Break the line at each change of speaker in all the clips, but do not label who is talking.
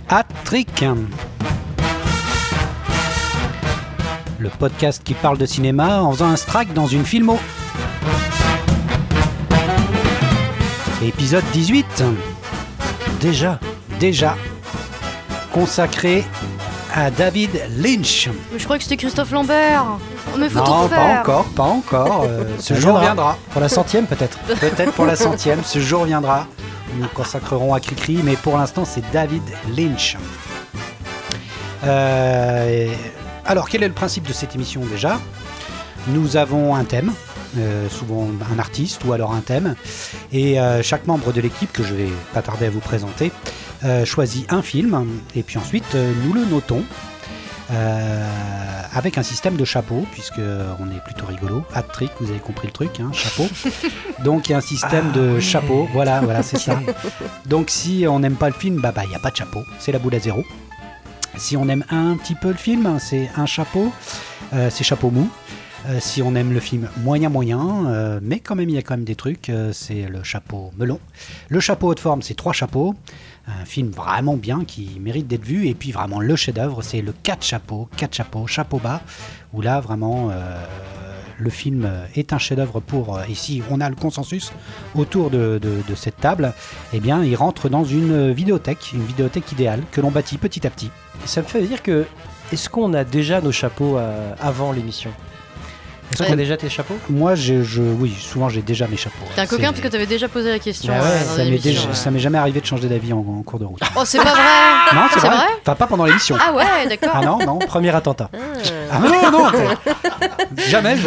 Hat-Trick, le podcast qui parle de cinéma en faisant un strike dans une filmo. Épisode 18. Déjà, consacré à David Lynch.
Mais je crois que c'était Christophe Lambert. Mais faut
Non,
tout faire.
pas encore. Ce jour viendra.
Pour la 100e peut-être.
Peut-être pour la 100e, ce jour viendra. Nous nous consacrerons à Cricri, mais pour l'instant, c'est David Lynch. Alors, quel est le principe de cette émission déjà ? Nous avons un thème, souvent un artiste ou alors un thème, et chaque membre de l'équipe, que je vais pas tarder à vous présenter, choisit un film, et puis ensuite nous le notons. Avec un système de chapeau, puisque on est plutôt rigolo. Hat-trick, vous avez compris le truc, hein, chapeau. Donc il y a un système de chapeau, voilà, c'est ça. Donc si on n'aime pas le film, il n'y a pas de chapeau, c'est la boule à zéro. Si on aime un petit peu le film, c'est un chapeau, c'est chapeau mou. Si on aime le film moyen, mais quand même il y a quand même des trucs, c'est le chapeau melon. Le chapeau haute forme, c'est 3 chapeaux. Un film vraiment bien qui mérite d'être vu. Et puis vraiment le chef-d'œuvre, c'est le 4 chapeaux, chapeau bas, où là vraiment le film est un chef-d'œuvre pour. Et si on a le consensus autour de cette table, eh bien il rentre dans une vidéothèque idéale que l'on bâtit petit à petit.
Et ça me fait dire que, est-ce qu'on a déjà nos chapeaux avant l'émission ? Est-ce qu'on a déjà tes chapeaux ?
Moi, oui, souvent j'ai déjà mes chapeaux.
T'es un coquin parce que t'avais déjà posé la question.
Ça m'est jamais arrivé de changer d'avis en cours de route.
Oh, c'est pas vrai.
Non, c'est vrai. Enfin, pas pendant l'émission.
Ah ouais, d'accord.
Ah non.
Premier attentat.
Ah non. Jamais.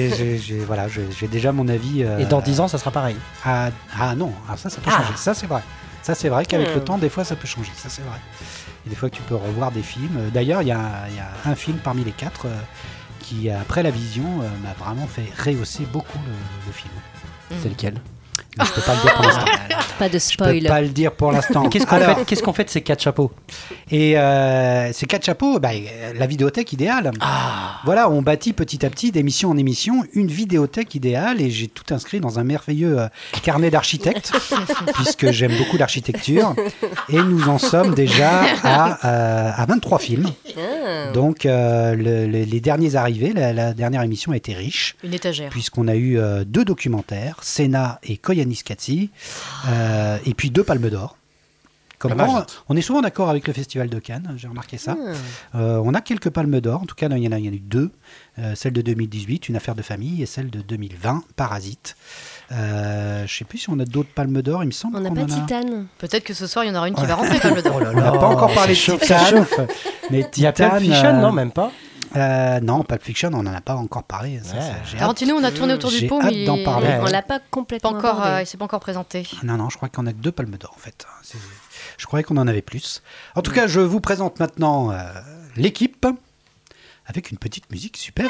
J'ai déjà mon avis.
Et dans 10 ans, ça sera pareil.
Ah non, ça peut changer. Ça, c'est vrai. Ça, c'est vrai qu'avec le temps, des fois, ça peut changer. Ça, c'est vrai. Et des fois, que tu peux revoir des films. D'ailleurs, il y a un film parmi les 4 qui, après la vision, m'a vraiment fait rehausser beaucoup le film.
C'est lequel ?
Mais je peux pas le dire pour l'instant.
Pas de
Je peux
spoil.
pas le dire pour l'instant.
Qu'est-ce qu'on fait de ces 4 chapeaux ?
Et ces 4 chapeaux, la vidéothèque idéale. Voilà, on bâtit petit à petit, d'émission en émission, une vidéothèque idéale, et j'ai tout inscrit dans un merveilleux carnet d'architecte, puisque j'aime beaucoup l'architecture. Et nous en sommes déjà à 23 films. Donc les derniers arrivés, la dernière émission a été riche.
Une étagère.
Puisqu'on a eu 2 documentaires, Senna et Koyaanisqatsi, et puis 2 Palmes d'Or. On est souvent d'accord avec le Festival de Cannes, j'ai remarqué ça. On a quelques Palmes d'Or, en tout cas il y en a eu 2. Celle de 2018, Une affaire de famille, et celle de 2020, Parasite. Je ne sais plus si on a d'autres Palmes d'Or, il me semble.
On n'a pas Titane.
Peut-être que ce soir, il y en aura une qui va rentrer, Palme d'Or.
On n'a pas encore parlé de Titane. Mais
il y a Pulp Fiction, non, même pas.
Non, Pulp Fiction, on n'en a pas encore parlé.
Tarantino, on a tourné autour du pot, mais
d'en parler.
On l'a pas complètement abordé.
Il s'est pas encore présenté.
Non, je crois qu'on a que 2 Palmes d'Or en fait. Je croyais qu'on en avait plus. En tout cas, je vous présente maintenant l'équipe avec une petite musique superbe.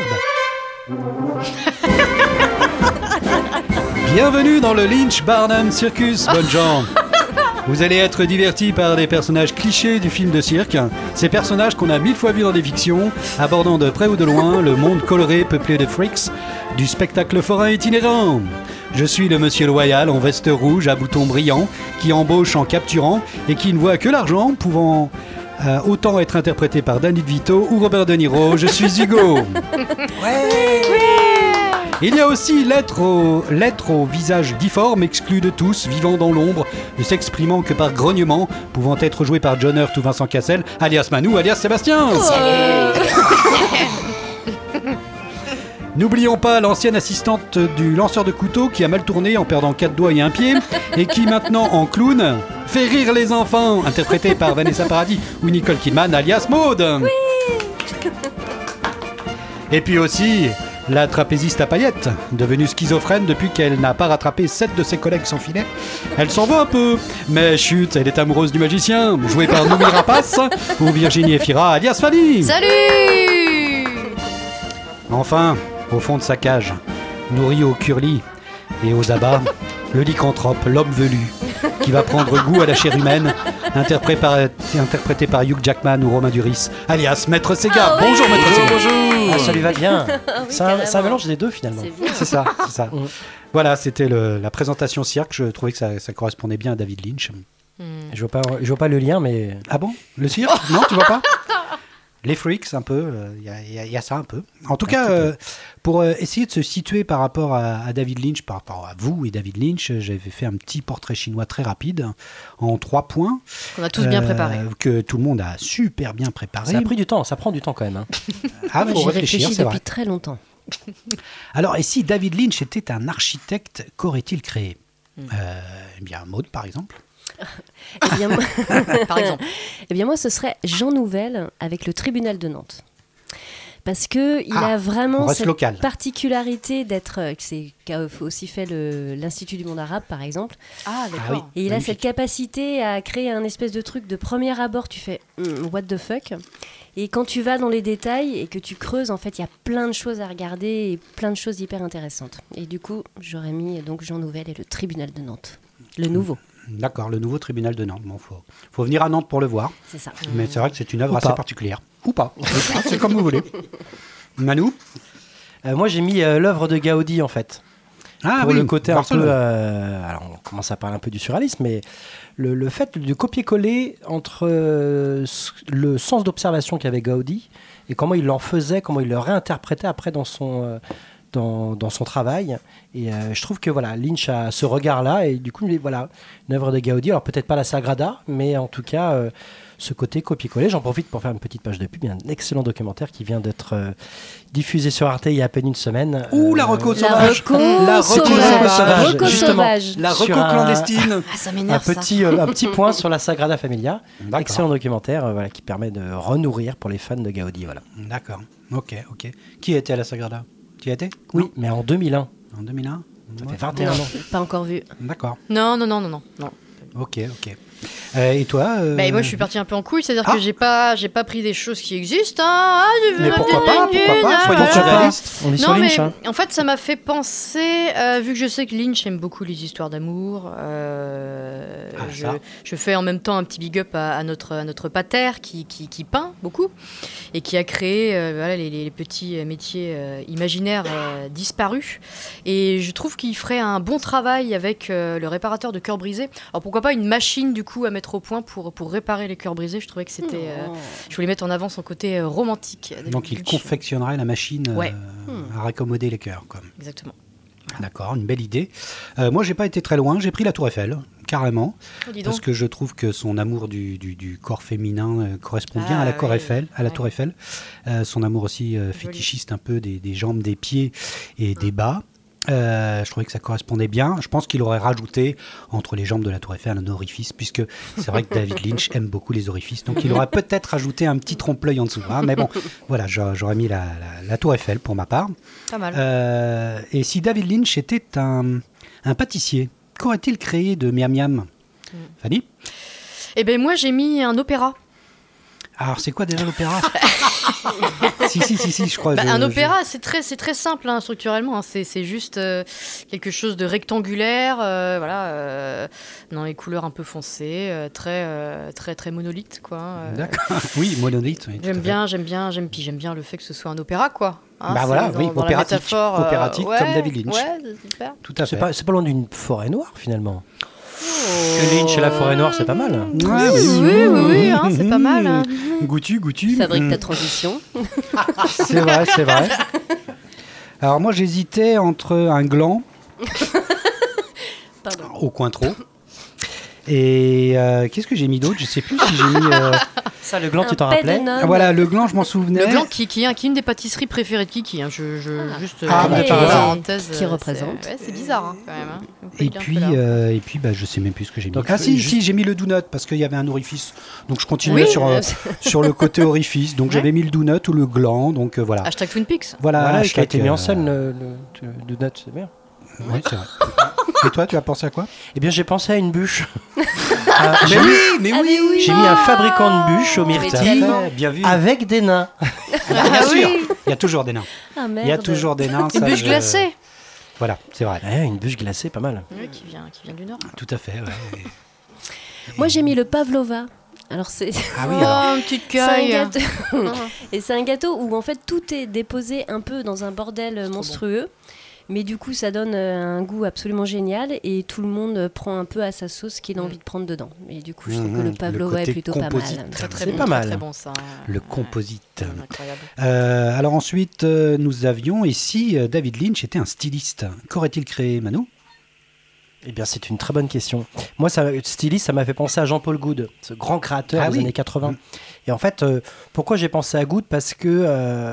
Bienvenue dans le Lynch Barnum Circus, bonnes gens. Vous allez être divertis par des personnages clichés du film de cirque. Ces personnages qu'on a 1000 fois vus dans des fictions, abordant de près ou de loin le monde coloré peuplé de freaks, du spectacle forain itinérant. Je suis le monsieur loyal en veste rouge à boutons brillants, qui embauche en capturant et qui ne voit que l'argent, pouvant autant être interprété par Danny DeVito ou Robert De Niro. Je suis Hugo. Il y a aussi l'être au visage difforme, exclu de tous, vivant dans l'ombre, ne s'exprimant que par grognement, pouvant être joué par John Hurt ou Vincent Cassel, alias Manu, alias Sébastien.
Salut.
N'oublions pas l'ancienne assistante du lanceur de couteau qui a mal tourné en perdant 4 doigts et un pied, et qui maintenant, en clown, fait rire les enfants, interprété par Vanessa Paradis ou Nicole Kidman, alias Maud. Oui. Et puis aussi la trapéziste à paillettes, devenue schizophrène depuis qu'elle n'a pas rattrapé 7 de ses collègues sans filet. Elle s'en va un peu, mais chut, elle est amoureuse du magicien, joué par Noomi Rapace ou Virginie Efira, alias Fanny.
Salut.
Enfin, au fond de sa cage, nourri au curly et aux abats, le lycanthrope, l'homme velu, qui va prendre goût à la chair humaine, interprété par Hugh Jackman ou Romain Duris, alias Maître Sega.
Oui.
Bonjour Maître Sega.
Bonjour. Ça lui va bien.
Oui,
c'est un mélange des deux finalement.
C'est ça. Voilà, c'était la présentation cirque. Je trouvais que ça correspondait bien à David Lynch.
Je vois pas le lien, mais...
Ah bon? Le cirque? Non, tu vois pas? Les freaks, un peu, il y a ça un peu. En tout cas, pour essayer de se situer par rapport à David Lynch, par rapport à vous et David Lynch, j'avais fait un petit portrait chinois très rapide, en 3 points.
Qu'on a tous bien préparé.
Que tout le monde a super bien préparé.
Ça a pris du temps, ça prend du temps quand même. Hein.
Ah,
Moi,
faut
j'y
réfléchir,
réfléchis
c'est
depuis
vrai.
très longtemps.
Alors, et si David Lynch était un architecte, qu'aurait-il créé? Eh bien, Maud, par exemple.
Eh bien, moi...
Par exemple.
Eh bien, moi, ce serait Jean Nouvel avec le tribunal de Nantes. Parce qu'il a
on
vraiment
reste
cette
local.
particularité d'être... qui a aussi fait l'Institut du monde arabe, par exemple.
Ah,
Ah oui.
d'accord.
Et il a
Magnifique.
cette capacité à créer un espèce de truc de premier abord, tu fais what the fuck. Et quand tu vas dans les détails et que tu creuses, en fait, il y a plein de choses à regarder et plein de choses hyper intéressantes. Et du coup, j'aurais mis donc Jean Nouvel et le tribunal de Nantes. Le nouveau,
D'accord, le nouveau tribunal de Nantes. Bon, faut venir à Nantes pour le voir.
c'est ça.
Mais c'est vrai que c'est une œuvre
Ou
assez
pas.
particulière. Ou pas. C'est comme vous voulez. Manou?
Moi, j'ai mis l'œuvre de Gaudi, en fait.
Ah
Pour
oui,
le côté
Barcelone.
un peu... alors, on commence à parler un peu du surréalisme, mais le fait de copier-coller entre le sens d'observation qu'avait Gaudi et comment il l'en faisait, comment il le réinterprétait après dans son travail. Et je trouve que voilà, Lynch a ce regard-là, et du coup, voilà, une œuvre de Gaudi, alors peut-être pas la Sagrada, mais en tout cas, ce côté copier-coller. J'en profite pour faire une petite page de pub. Il y a un excellent documentaire qui vient d'être diffusé sur Arte il y a à peine une semaine.
Ouh, la reco
La
sauvage.
reco
La reco sauvage.
Reco
Justement.
sauvage.
La reco
Sur un-
clandestine.
Ah, ça
un
m'énerve, ça.
petit point sur la Sagrada Familia.
D'accord.
Excellent documentaire voilà, qui permet de renourrir pour les fans de Gaudi. Voilà.
D'accord. Ok. Qui était à la Sagrada? Tu y étais?
Oui, mais en 2001.
En 2001?
Ça
Ouais.
fait 21 ans.
Pas encore vu.
D'accord.
Non.
Ok. Et toi
Bah, moi, je suis partie un peu en couille, c'est-à-dire
Ah.
que j'ai pas pris des choses qui existent. Hein.
Mais pourquoi pas? Soyons
Voilà.
surréalistes.
On est sur
Non, mais
Lynch. Hein.
en fait, ça m'a fait penser, vu que je sais que Lynch aime beaucoup les histoires d'amour,
ça.
je fais en même temps un petit big up à notre pater qui peint beaucoup et qui a créé voilà, les petits métiers imaginaires disparus. Et je trouve qu'il ferait un bon travail avec le réparateur de cœurs brisés. Alors pourquoi pas une machine du coup à mettre au point pour réparer les cœurs brisés. Je trouvais que c'était... je voulais mettre en avant son côté romantique.
Donc il
Lynch.
confectionnerait la machine
Ouais.
à raccommoder les cœurs. Quoi.
Exactement.
D'accord, une belle idée. Moi, j'ai pas été très loin. J'ai pris la Tour Eiffel, carrément,
Oh, dis donc.
parce que je trouve que son amour du corps féminin correspond bien à la Tour
oui.
Eiffel. Tour Eiffel. Son amour aussi fétichiste un peu des jambes, des pieds et des bas. Je trouvais que ça correspondait bien. Je pense qu'il aurait rajouté entre les jambes de la Tour Eiffel un orifice, puisque c'est vrai que David Lynch aime beaucoup les orifices. Donc il aurait peut-être rajouté un petit trompe-l'œil en dessous. Hein. Mais bon, voilà, j'aurais mis la Tour Eiffel pour ma part.
Pas mal.
Et si David Lynch était un pâtissier, qu'aurait-il créé de miam miam? Fanny?
Eh ben moi, j'ai mis un opéra.
Alors c'est quoi déjà l'opéra? si, je crois.
Un opéra, c'est très simple hein, structurellement. Hein. C'est juste quelque chose de rectangulaire, voilà, dans les couleurs un peu foncées, très monolithe, quoi.
D'accord. Oui, monolithe. Oui, tout à fait.
J'aime bien le fait que ce soit un opéra, quoi. Hein,
Bah
c'est
voilà, oui,
dans la
opératique.
métaphore,
Opératique comme David Lynch.
Ouais, c'est super.
Tout à fait.
C'est pas loin d'une forêt noire finalement. Que Lynch et la forêt noire, c'est pas mal.
Ouais,
Oui, hein, c'est pas mal. Hein.
Goûtu.
Fabrique ta transition.
C'est vrai. Alors moi j'hésitais entre un gland
Pardon.
au coin trop. Et qu'est-ce que j'ai mis d'autre? Je sais plus si j'ai mis.
Ça, le gland, tu t'en
Un
rappelais?
pédonome.
Ah, voilà, le gland, je m'en souvenais.
Le gland qui est une des pâtisseries préférées de Kiki. Hein. Juste
Ah,
bah,
petite
par hasard.
parenthèse,
Qui représente.
c'est bizarre hein, quand même. Hein.
Et
Il est un
puis,
peu là.
bah, je sais même plus ce que j'ai mis.
Donc,
Ah si,
juste-
j'ai mis le donut parce qu'il y avait un orifice. Donc je continuais
Oui,
sur le côté orifice. Donc
Ouais.
j'avais mis le donut ou le gland. Donc voilà.
Hashtag Twin Peaks.
Voilà,
Voilà, qui a
hashtag,
été mis en scène, le donut, c'est bien.
Oui, c'est vrai. Et toi, tu as pensé à quoi?
Eh bien, j'ai pensé à une bûche.
Mais oui.
J'ai mis un fabricant de bûches au
Mais
myrtille
tellement.
Bien vu.
avec des nains.
Bien sûr. Il y a toujours des nains.
Ah merde.
Il y a toujours des nains.
Une
ça,
bûche glacée.
Voilà, c'est vrai.
Ouais, une bûche glacée, pas mal.
Oui, qui vient du Nord.
Tout à fait. Ouais.
Moi, j'ai mis le pavlova. Alors, c'est
Ah oui, alors.
une petite
c'est un
caille.
gâteau. Et c'est un gâteau où, en fait, tout est déposé un peu dans un bordel monstrueux. Mais du coup, ça donne un goût absolument génial et tout le monde prend un peu à sa sauce ce qu'il a envie de prendre dedans. Et du coup, je trouve que le pavlova est plutôt
composite.
pas mal.
Très, très
C'est
bon,
pas mal.
Très bon, ça.
Le composite.
Incroyable.
Alors ensuite, nous avions ici David Lynch était un styliste. Qu'aurait-il créé, Manu ?
Eh bien, c'est une très bonne question. Moi, styliste, ça m'a fait penser à Jean-Paul Goud, ce grand créateur des années 80. Et en fait, pourquoi j'ai pensé à Goud ? Parce que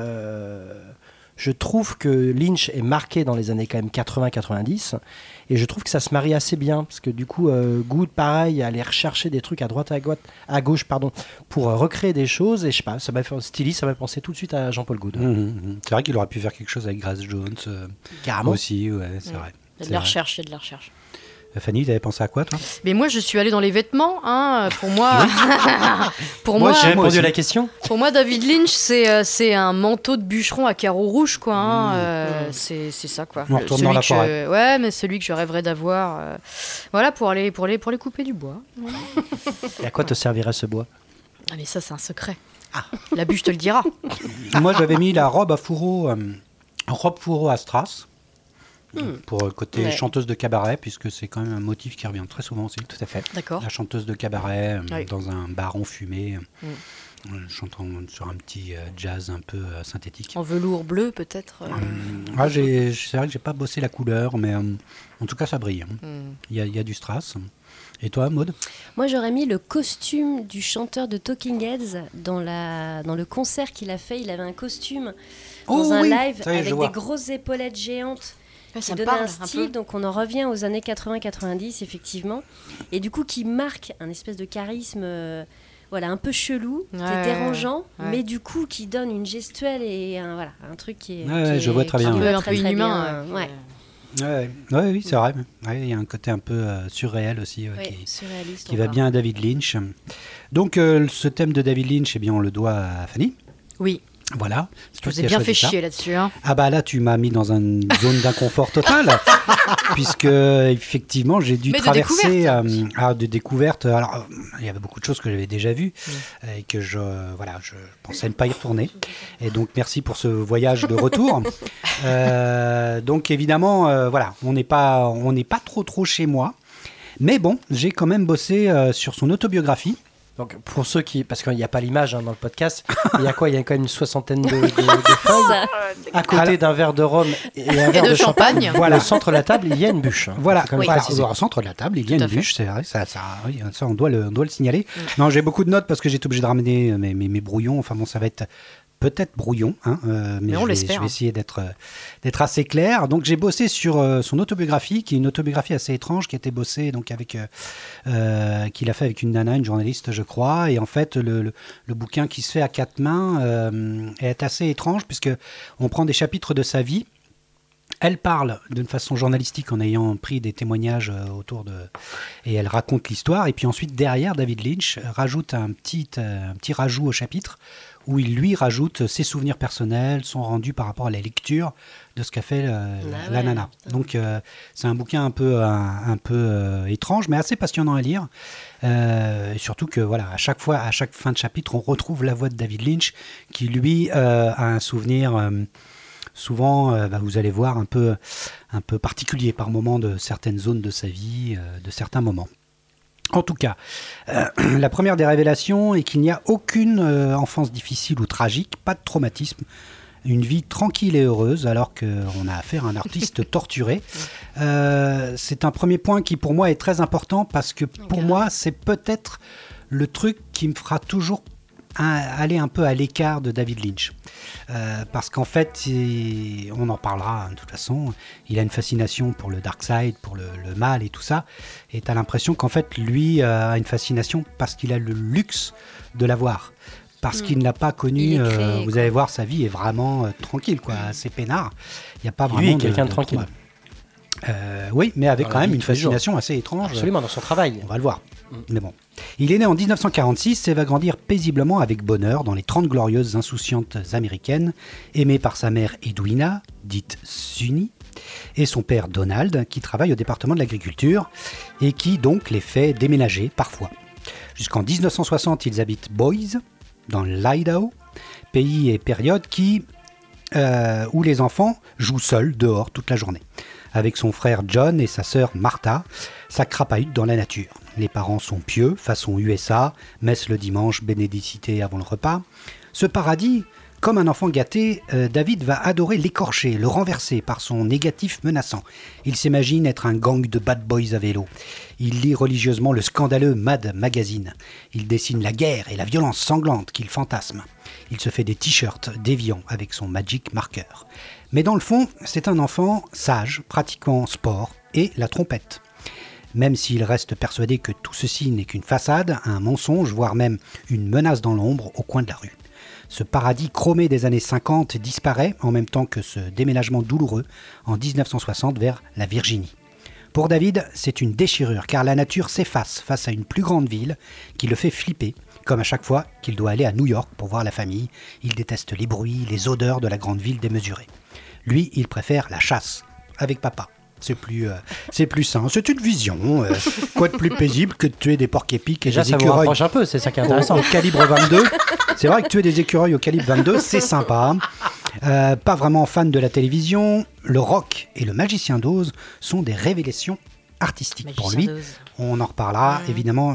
je trouve que Lynch est marqué dans les années quand même 80-90. Et je trouve que ça se marie assez bien. Parce que du coup, Goud, pareil, allait rechercher des trucs à droite, à gauche, pour recréer des choses. Et je sais pas, ça m'a fait styliste, ça m'a pensé tout de suite à Jean-Paul Goud.
C'est vrai qu'il aurait pu faire quelque chose avec Grace Jones.
Carrément.
Aussi, ouais, c'est vrai.
Il y a de la recherche, il y a de la recherche.
Fanny, tu avais pensé à quoi, toi ?
Mais moi, je suis allée dans les vêtements. Pour moi,
Moi, j'ai répondu à la question.
Pour moi, David Lynch, c'est un manteau de bûcheron à carreaux rouges, quoi. C'est ça, quoi.
On retourne dans la forêt.
Ouais, mais celui que je rêverais d'avoir, voilà, pour aller couper du bois. Voilà.
Et à quoi te servirait ce bois ?
Ah, mais ça, c'est un secret. La bûche te le dira.
Moi, j'avais mis la robe à fourreau, à strass. Pour le côté chanteuse de cabaret, puisque c'est quand même un motif qui revient très souvent aussi.
Tout à fait.
D'accord.
La chanteuse de cabaret
Oui.
dans un bar enfumé, chantant sur un petit jazz un peu synthétique.
En velours bleu, peut-être.
C'est vrai que j'ai pas bossé la couleur, mais en tout cas ça brille. Il y a du strass. Et toi, Maud ?
Moi, j'aurais mis le costume du chanteur de Talking Heads dans le concert qu'il a fait. Il avait un costume dans un live avec des grosses épaulettes géantes.
Ça
qui donne un style, donc on en revient aux années 80-90 effectivement, et du coup qui marque un espèce de charisme un peu chelou, qui est dérangeant, mais du coup qui donne une gestuelle et un truc qui est,
je vois très bien,
un peu inhumain.
Oui, c'est vrai. Il y a un côté un peu surréel aussi qui va bien à David Lynch. Donc ce thème de David Lynch, on le doit à Fanny.
Oui.
Voilà.
Je vous ai bien fait chier là-dessus.
Ah bah là, tu m'as mis dans une zone d'inconfort total, puisque effectivement, j'ai dû traverser de découverte. Alors, il y avait beaucoup de choses que j'avais déjà vues et que je pensais ne pas y retourner. Et donc, merci pour ce voyage de retour. Donc, évidemment, on n'est pas trop chez moi. Mais bon, j'ai quand même bossé sur son autobiographie.
Donc pour ceux parce qu'il n'y a pas l'image dans le podcast, il y a quoi ? Il y a quand même une soixantaine de feuilles à côté d'un verre de rhum et un verre de champagne. Voilà, au centre de la table, il y a une bûche.
Voilà, au centre de la table, il y a une bûche, c'est vrai, ça on doit le signaler. Non, j'ai beaucoup de notes parce que j'ai été obligé de ramener mes brouillons, enfin bon, ça va être peut-être brouillon, mais je vais essayer d'être assez clair. Donc j'ai bossé sur son autobiographie, qui est une autobiographie assez étrange, qui a été bossée donc qu'il a fait avec une nana, une journaliste, je crois. Et en fait, le bouquin qui se fait à quatre mains est assez étrange, puisque on prend des chapitres de sa vie. Elle parle d'une façon journalistique en ayant pris des témoignages et elle raconte l'histoire. Et puis ensuite, derrière, David Lynch rajoute un petit rajout au chapitre où il lui rajoute ses souvenirs personnels, son rendu par rapport à la lecture de ce qu'a fait la nana. Donc c'est un bouquin un peu étrange, mais assez passionnant à lire. Et surtout que à chaque fin de chapitre, on retrouve la voix de David Lynch qui lui a un souvenir souvent, vous allez voir, un peu particulier par moment de certaines zones de sa vie, de certains moments. En tout cas, la première des révélations est qu'il n'y a aucune enfance difficile ou tragique, pas de traumatisme, une vie tranquille et heureuse alors qu'on a affaire à un artiste torturé. C'est un premier point qui pour moi est très important parce que pour moi c'est peut-être le truc qui me fera toujours aller un peu à l'écart de David Lynch. Parce qu'en fait, on en parlera de toute façon, il a une fascination pour le dark side, pour le mal et tout ça, et tu as l'impression qu'en fait, lui a une fascination parce qu'il a le luxe de l'avoir. Parce qu'il n'a pas connu, vous allez voir, sa vie est vraiment tranquille, assez peinard. Il n'y a pas vraiment
lui est quelqu'un de tranquille.
Oui, mais avec quand même une fascination assez étrange.
Absolument, dans son travail.
On va le voir. Mais bon. Il est né en 1946 et va grandir paisiblement avec bonheur dans les 30 glorieuses insouciantes américaines, aimé par sa mère Edwina, dite Sunny, et son père Donald, qui travaille au département de l'agriculture et qui donc les fait déménager parfois. Jusqu'en 1960, ils habitent Boise, dans l'Idaho, pays et période qui où les enfants jouent seuls dehors toute la journée. Avec son frère John et sa sœur Martha, ça crapahute dans la nature. Les parents sont pieux, façon USA, messe le dimanche, bénédicité avant le repas. Ce paradis, comme un enfant gâté, David va adorer l'écorcher, le renverser par son négatif menaçant. Il s'imagine être un gang de bad boys à vélo. Il lit religieusement le scandaleux Mad Magazine. Il dessine la guerre et la violence sanglante qu'il fantasme. Il se fait des t-shirts déviants avec son Magic Marker. Mais dans le fond, c'est un enfant sage, pratiquant sport et la trompette. Même s'il reste persuadé que tout ceci n'est qu'une façade, un mensonge, voire même une menace dans l'ombre au coin de la rue. Ce paradis chromé des années 50 disparaît en même temps que ce déménagement douloureux en 1960 vers la Virginie. Pour David, c'est une déchirure car la nature s'efface face à une plus grande ville qui le fait flipper, comme à chaque fois qu'il doit aller à New York pour voir la famille. Il déteste les bruits, les odeurs de la grande ville démesurée. Lui, il préfère la chasse avec papa. C'est plus sain. C'est une vision. Quoi de plus paisible que de tuer des porcs-épics et
Déjà,
des
ça vous
écureuils
rapproche un peu, c'est ça qui est intéressant.
au calibre 22. C'est vrai que tuer des écureuils au calibre 22, c'est sympa. Pas vraiment fan de la télévision. Le rock et le Magicien d'Oz sont des révélations artistiques pour lui. On en reparlera, évidemment,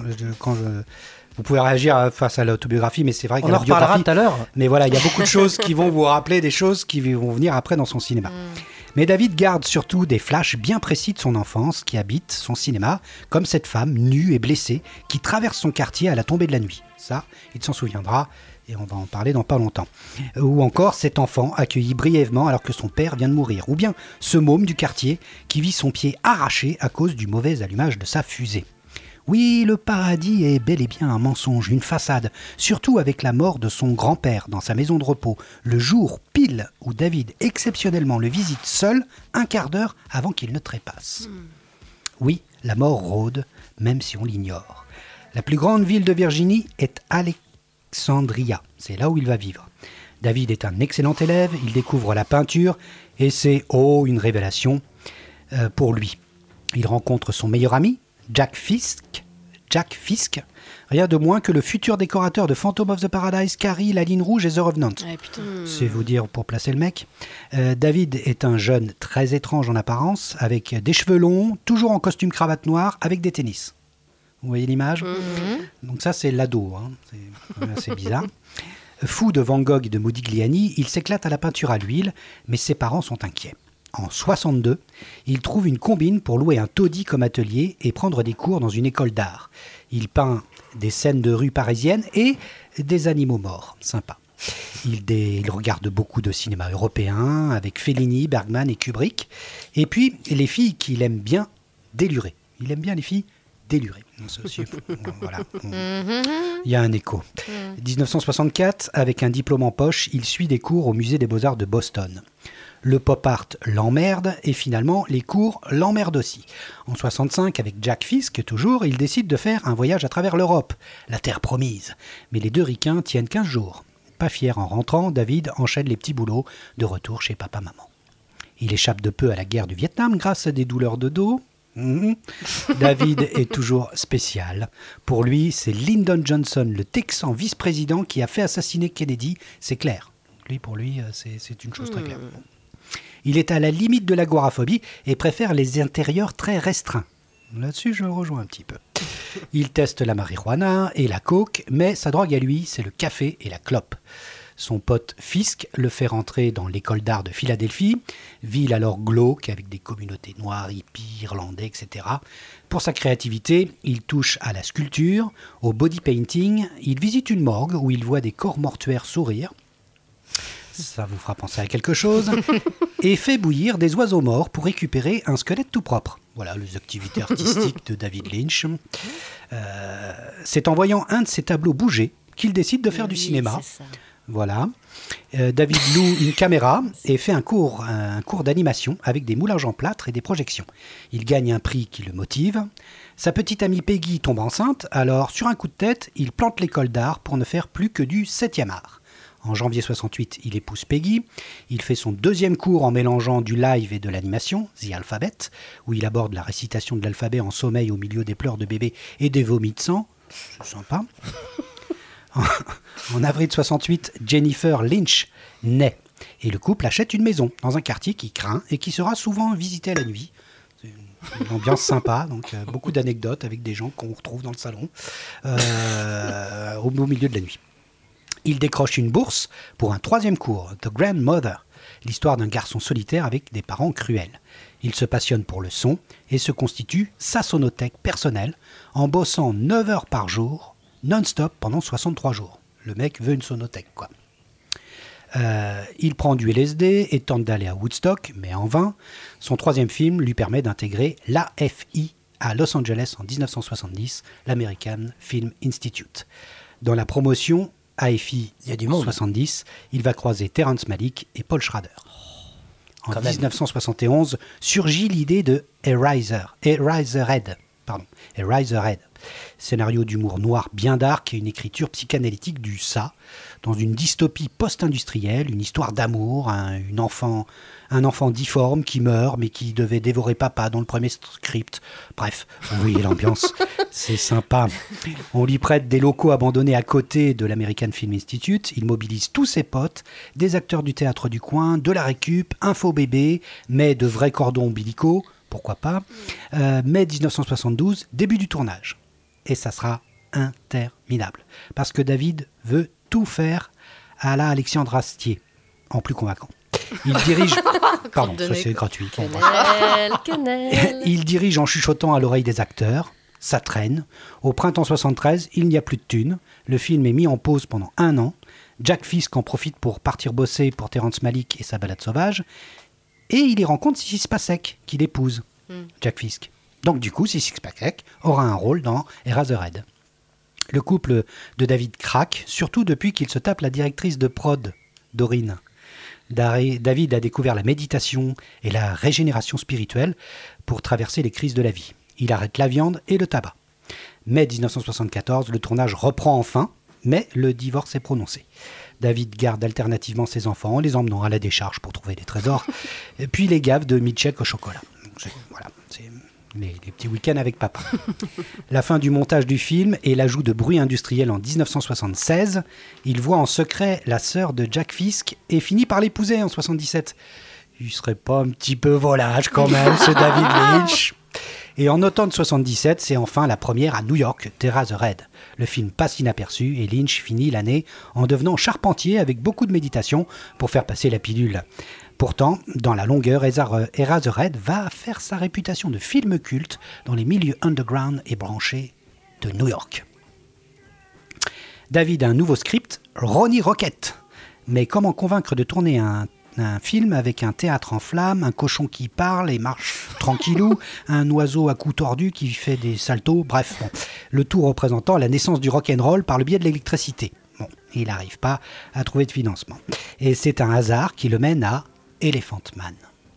vous pouvez réagir face à l'autobiographie, mais c'est vrai qu'il y a la biographie.
On en reparlera tout à l'heure.
Mais voilà, il y a beaucoup de choses qui vont vous rappeler des choses qui vont venir après dans son cinéma. Mais David garde surtout des flashs bien précis de son enfance qui habitent son cinéma, comme cette femme nue et blessée qui traverse son quartier à la tombée de la nuit. Ça, il s'en souviendra et on va en parler dans pas longtemps. Ou encore cet enfant accueilli brièvement alors que son père vient de mourir. Ou bien ce môme du quartier qui vit son pied arraché à cause du mauvais allumage de sa fusée. Oui, le paradis est bel et bien un mensonge, une façade, surtout avec la mort de son grand-père dans sa maison de repos, le jour pile où David exceptionnellement le visite seul, un quart d'heure avant qu'il ne trépasse. Oui, la mort rôde, même si on l'ignore. La plus grande ville de Virginie est Alexandria, c'est là où il va vivre. David est un excellent élève, il découvre la peinture et c'est, une révélation pour lui. Il rencontre son meilleur ami, Jack Fisk, rien de moins que le futur décorateur de Phantom of the Paradise, Carrie, La Ligne Rouge et The Revenant. C'est vous dire pour placer le mec. David est un jeune très étrange en apparence, avec des cheveux longs, toujours en costume cravate noire, avec des tennis. Vous voyez l'image ? Donc ça, c'est l'ado. C'est assez bizarre. Fou de Van Gogh et de Modigliani, il s'éclate à la peinture à l'huile, mais ses parents sont inquiets. En 62, il trouve une combine pour louer un taudis comme atelier et prendre des cours dans une école d'art. Il peint des scènes de rue parisiennes et des animaux morts. Sympa. Il regarde beaucoup de cinéma européen avec Fellini, Bergman et Kubrick. Et puis, les filles qu'il aime bien délurer. Il aime bien les filles délurées. Voilà. Il y a un écho. 1964, avec un diplôme en poche, il suit des cours au musée des Beaux-Arts de Boston. Le pop art l'emmerde et finalement les cours l'emmerdent aussi. En 65, avec Jack Fisk toujours, il décide de faire un voyage à travers l'Europe, la terre promise. Mais les deux ricains tiennent 15 jours. Pas fier en rentrant, David enchaîne les petits boulots de retour chez papa-maman. Il échappe de peu à la guerre du Vietnam grâce à des douleurs de dos. David est toujours spécial. Pour lui, c'est Lyndon Johnson, le Texan vice-président, qui a fait assassiner Kennedy. C'est clair. Pour lui, c'est une chose très claire. Il est à la limite de l'agoraphobie et préfère les intérieurs très restreints. Là-dessus, je rejoins un petit peu. Il teste la marijuana et la coke, mais sa drogue à lui, c'est le café et la clope. Son pote Fisk le fait rentrer dans l'école d'art de Philadelphie, ville alors glauque avec des communautés noires, hippies, irlandais, etc. Pour sa créativité, il touche à la sculpture, au body painting, il visite une morgue où il voit des corps mortuaires sourire. Ça vous fera penser à quelque chose. Et fait bouillir des oiseaux morts pour récupérer un squelette tout propre. Voilà les activités artistiques de David Lynch. C'est en voyant un de ses tableaux bouger qu'il décide de faire du cinéma. Voilà. David loue une caméra et fait un cours d'animation avec des moulages en plâtre et des projections. Il gagne un prix qui le motive. Sa petite amie Peggy tombe enceinte, alors sur un coup de tête, il plante l'école d'art pour ne faire plus que du 7e art. En janvier 68, il épouse Peggy. Il fait son deuxième cours en mélangeant du live et de l'animation, The Alphabet, où il aborde la récitation de l'alphabet en sommeil au milieu des pleurs de bébé et des vomis de sang. C'est sympa. En avril 68, Jennifer Lynch naît. Et le couple achète une maison dans un quartier qui craint et qui sera souvent visité à la nuit. C'est une ambiance sympa, donc beaucoup d'anecdotes avec des gens qu'on retrouve dans le salon au milieu de la nuit. Il décroche une bourse pour un 3e cours, The Grandmother, l'histoire d'un garçon solitaire avec des parents cruels. Il se passionne pour le son et se constitue sa sonothèque personnelle en bossant 9 heures par jour, non-stop pendant 63 jours. Le mec veut une sonothèque, quoi. Il prend du LSD et tente d'aller à Woodstock, mais en vain. Son 3e film lui permet d'intégrer l'AFI à Los Angeles en 1970, l'American Film Institute. Dans la promotion AFI 70, il va croiser Terrence Malick et Paul Schrader. En 1971, surgit l'idée de Eraserhead. Scénario d'humour noir bien dark et une écriture psychanalytique du ça, dans une dystopie post-industrielle, une histoire d'amour, un enfant difforme qui meurt mais qui devait dévorer papa dans le premier script. Bref, vous voyez l'ambiance, c'est sympa. On lui prête des locaux abandonnés à côté de l'American Film Institute, il mobilise tous ses potes, des acteurs du théâtre du coin, de la récup, un faux bébé, mais de vrais cordons ombilicaux, pourquoi pas. Mai 1972, début du tournage. Et ça sera interminable. Parce que David veut tout faire à la Alexandre Astier, en plus convaincant. Il dirige... Pardon, ça c'est gratuit. Il dirige en chuchotant à l'oreille des acteurs. Ça traîne. Au printemps 73, il n'y a plus de thunes. Le film est mis en pause pendant 1 an. Jack Fisk en profite pour partir bosser pour Terrence Malick et sa balade sauvage. Et il y rencontre Sissy Spacek, qu'il épouse, Jack Fisk. Donc du coup, Sissy Spacek aura un rôle dans Eraserhead. Le couple de David craque, surtout depuis qu'il se tape la directrice de prod, Doreen. David a découvert la méditation et la régénération spirituelle pour traverser les crises de la vie. Il arrête la viande et le tabac. Mai 1974, le tournage reprend enfin, mais le divorce est prononcé. David garde alternativement ses enfants en les emmenant à la décharge pour trouver des trésors, et puis les gave de milkshake au chocolat. Donc c'est les petits week-ends avec papa. La fin du montage du film et l'ajout de bruit industriel en 1976, il voit en secret la sœur de Jack Fisk et finit par l'épouser en 77. Il serait pas un petit peu volage quand même, ce David Lynch. Et en automne 77, c'est enfin la première à New York, Eraserhead. Le film passe inaperçu et Lynch finit l'année en devenant charpentier avec beaucoup de méditation pour faire passer la pilule. Pourtant, dans la longueur, Eraserhead va faire sa réputation de film culte dans les milieux underground et branchés de New York. David a un nouveau script, Ronnie Rocket. Mais comment convaincre de tourner un film avec un théâtre en flammes, un cochon qui parle et marche tranquillou, un oiseau à cou tordu qui fait des saltos, bref, bon, le tout représentant la naissance du rock'n'roll par le biais de l'électricité. Bon, il n'arrive pas à trouver de financement. Et c'est un hasard qui le mène à Elephant Man.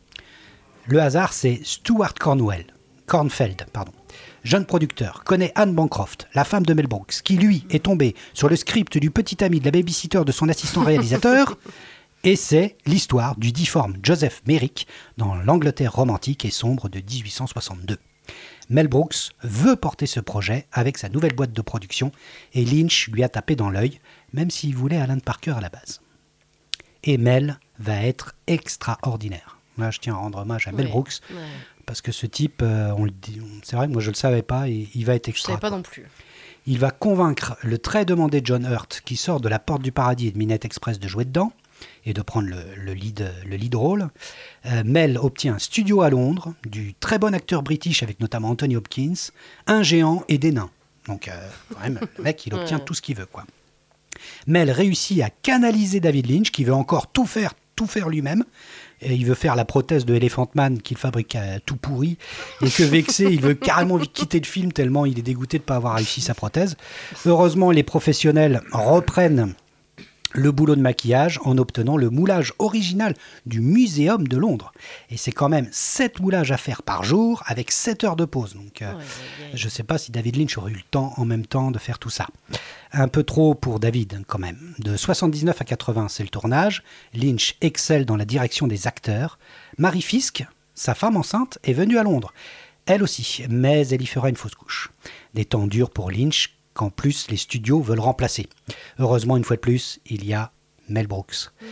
Le hasard, c'est Stuart Cornfeld, jeune producteur, connaît Anne Bancroft, la femme de Mel Brooks, qui lui est tombé sur le script du petit ami de la babysitter de son assistant réalisateur. Et c'est l'histoire du difforme Joseph Merrick dans l'Angleterre romantique et sombre de 1862. Mel Brooks veut porter ce projet avec sa nouvelle boîte de production et Lynch lui a tapé dans l'œil, même s'il voulait Alan Parker à la base. Et Mel va être extraordinaire. Là, je tiens à rendre hommage à Mel Brooks, parce que ce type, c'est vrai que moi je ne le savais pas, et il va être extra.
Je ne savais pas non plus.
Il va convaincre le très demandé John Hurt, qui sort de La Porte du Paradis et de Midnight Express, de jouer dedans et de prendre le lead rôle. Mel obtient un studio à Londres, du très bon acteur british avec notamment Anthony Hopkins, un géant et des nains. Donc quand même, le mec, il obtient tout ce qu'il veut, quoi. Mel réussit à canaliser David Lynch, qui veut encore tout faire lui-même. Et il veut faire la prothèse de Elephant Man qu'il fabrique tout pourri, et que vexé, il veut carrément quitter le film tellement il est dégoûté de ne pas avoir réussi sa prothèse. Heureusement, les professionnels reprennent le boulot de maquillage en obtenant le moulage original du Muséum de Londres. Et c'est quand même 7 moulages à faire par jour avec 7 heures de pause. Donc je ne sais pas si David Lynch aurait eu le temps en même temps de faire tout ça. Un peu trop pour David quand même. De 79 à 80, c'est le tournage. Lynch excelle dans la direction des acteurs. Mary Fisk, sa femme enceinte, est venue à Londres. Elle aussi, mais elle y fera une fausse couche. Des temps durs pour Lynch, qu'en plus les studios veulent remplacer. Heureusement, une fois de plus, il y a Mel Brooks.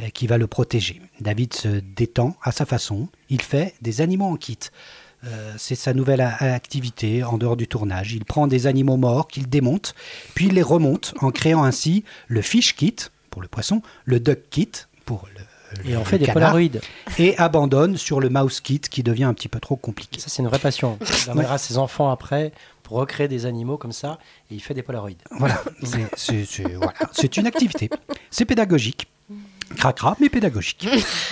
qui va le protéger. David se détend à sa façon. Il fait des animaux en kit. C'est sa nouvelle activité en dehors du tournage. Il prend des animaux morts qu'il démonte, puis il les remonte en créant ainsi le fish kit pour le poisson, le duck kit pour
et on fait des
canard,
polaroids.
Et abandonne sur le mouse kit qui devient un petit peu trop compliqué.
Ça, c'est une vraie passion. Il emmènera ses enfants après pour recréer des animaux comme ça et il fait des polaroids.
Voilà, c'est une activité. C'est pédagogique. Cracra, mais pédagogique.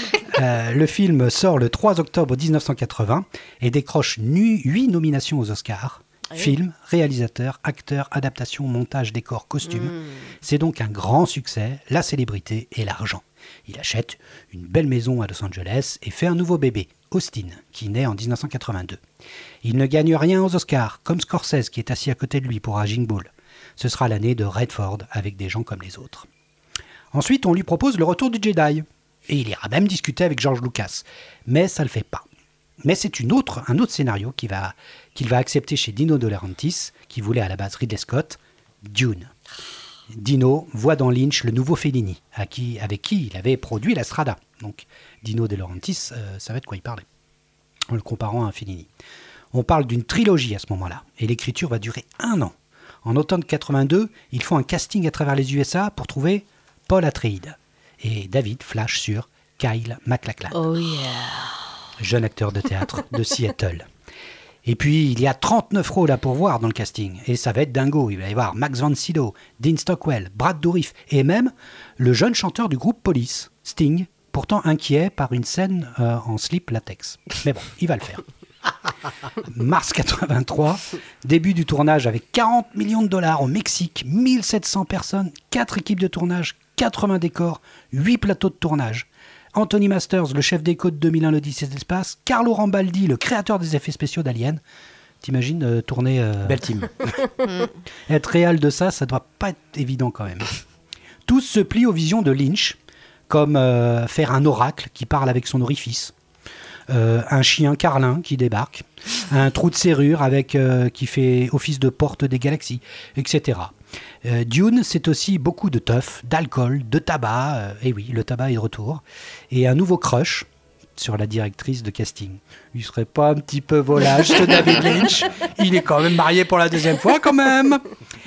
Le film sort le 3 octobre 1980 et décroche 8 nominations aux Oscars. Film, réalisateur, acteur, adaptation, montage, décor, costume. C'est donc un grand succès, la célébrité et l'argent. Il achète une belle maison à Los Angeles et fait un nouveau bébé, Austin, qui naît en 1982. Il ne gagne rien aux Oscars, comme Scorsese qui est assis à côté de lui pour Raging Bull. Ce sera l'année de Redford avec des gens comme les autres. Ensuite, on lui propose le retour du Jedi. Et il ira même discuter avec George Lucas. Mais ça ne le fait pas. Mais c'est un autre scénario qu'il va accepter chez Dino De Laurentiis, qui voulait à la base Ridley Scott, Dune. Dino voit dans Lynch le nouveau Fellini, avec qui il avait produit La Strada. Donc Dino De Laurentiis savait de quoi il parlait, en le comparant à un Fellini. On parle d'une trilogie à ce moment-là, et l'écriture va durer 1 an. En automne 82, ils font un casting à travers les USA pour trouver Paul Atreides. Et David flash sur Kyle MacLachlan.
Oh yeah.
Jeune acteur de théâtre de Seattle. Et puis, il y a 39 rôles à pourvoir dans le casting. Et ça va être dingo. Il va y avoir Max von Sydow, Dean Stockwell, Brad Dourif et même le jeune chanteur du groupe Police, Sting, pourtant inquiet par une scène en slip latex. Mais bon, il va le faire. Mars 83, début du tournage avec 40 millions de dollars au Mexique, 1700 personnes, 4 équipes de tournage, 80 décors, 8 plateaux de tournage. Anthony Masters, le chef d'écho de 2001 l'Odyssée de l'espace, Carlo Rambaldi, le créateur des effets spéciaux d'Alien. T'imagines tourner...
Belle team.
Être réel de ça doit pas être évident quand même. Tous se plient aux visions de Lynch, comme faire un oracle qui parle avec son orifice, un chien carlin qui débarque, un trou de serrure qui fait office de porte des galaxies, etc. Dune, c'est aussi beaucoup de teuf, d'alcool, de tabac, et oui, le tabac est de retour, et un nouveau crush sur la directrice de casting. Il serait pas un petit peu volage, ce David Lynch? Il est quand même marié pour la 2e fois, quand même.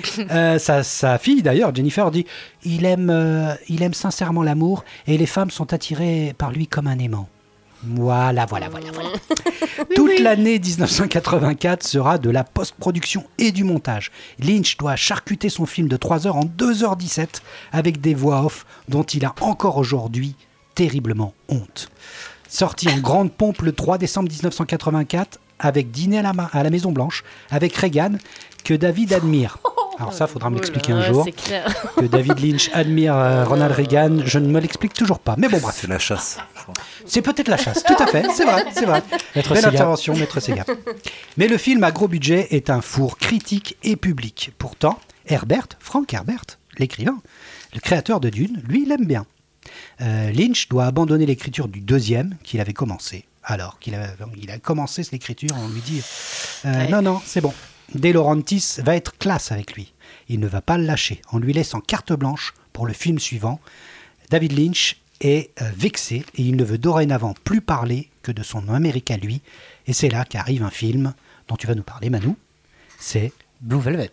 Sa fille, d'ailleurs, Jennifer, dit il aime sincèrement l'amour, et les femmes sont attirées par lui comme un aimant. Voilà. Toute l'année 1984 sera de la post-production et du montage. Lynch doit charcuter son film de 3 heures en 2h17 avec des voix off dont il a encore aujourd'hui terriblement honte. Sorti en grande pompe le 3 décembre 1984 avec dîner à la Maison Blanche avec Reagan que David admire. Alors ça, faudra me l'expliquer un jour. Que David Lynch admire Ronald Reagan, je ne me l'explique toujours pas. Mais bon, bref.
C'est la chasse.
C'est peut-être la chasse, tout à fait, c'est vrai. Belle intervention, Maître Sega. Mais le film à gros budget est un four critique et public. Pourtant, Frank Herbert, l'écrivain, le créateur de Dune, lui, il aime bien. Lynch doit abandonner l'écriture du 2e qu'il avait commencé. Alors qu'il a commencé l'écriture, on lui dit non, c'est bon. De Laurentiis va être classe avec lui. Il ne va pas le lâcher en lui laissant carte blanche pour le film suivant. David Lynch est vexé et il ne veut dorénavant plus parler que de son Amérique à lui. Et c'est là qu'arrive un film dont tu vas nous parler, Manu. C'est
Blue Velvet.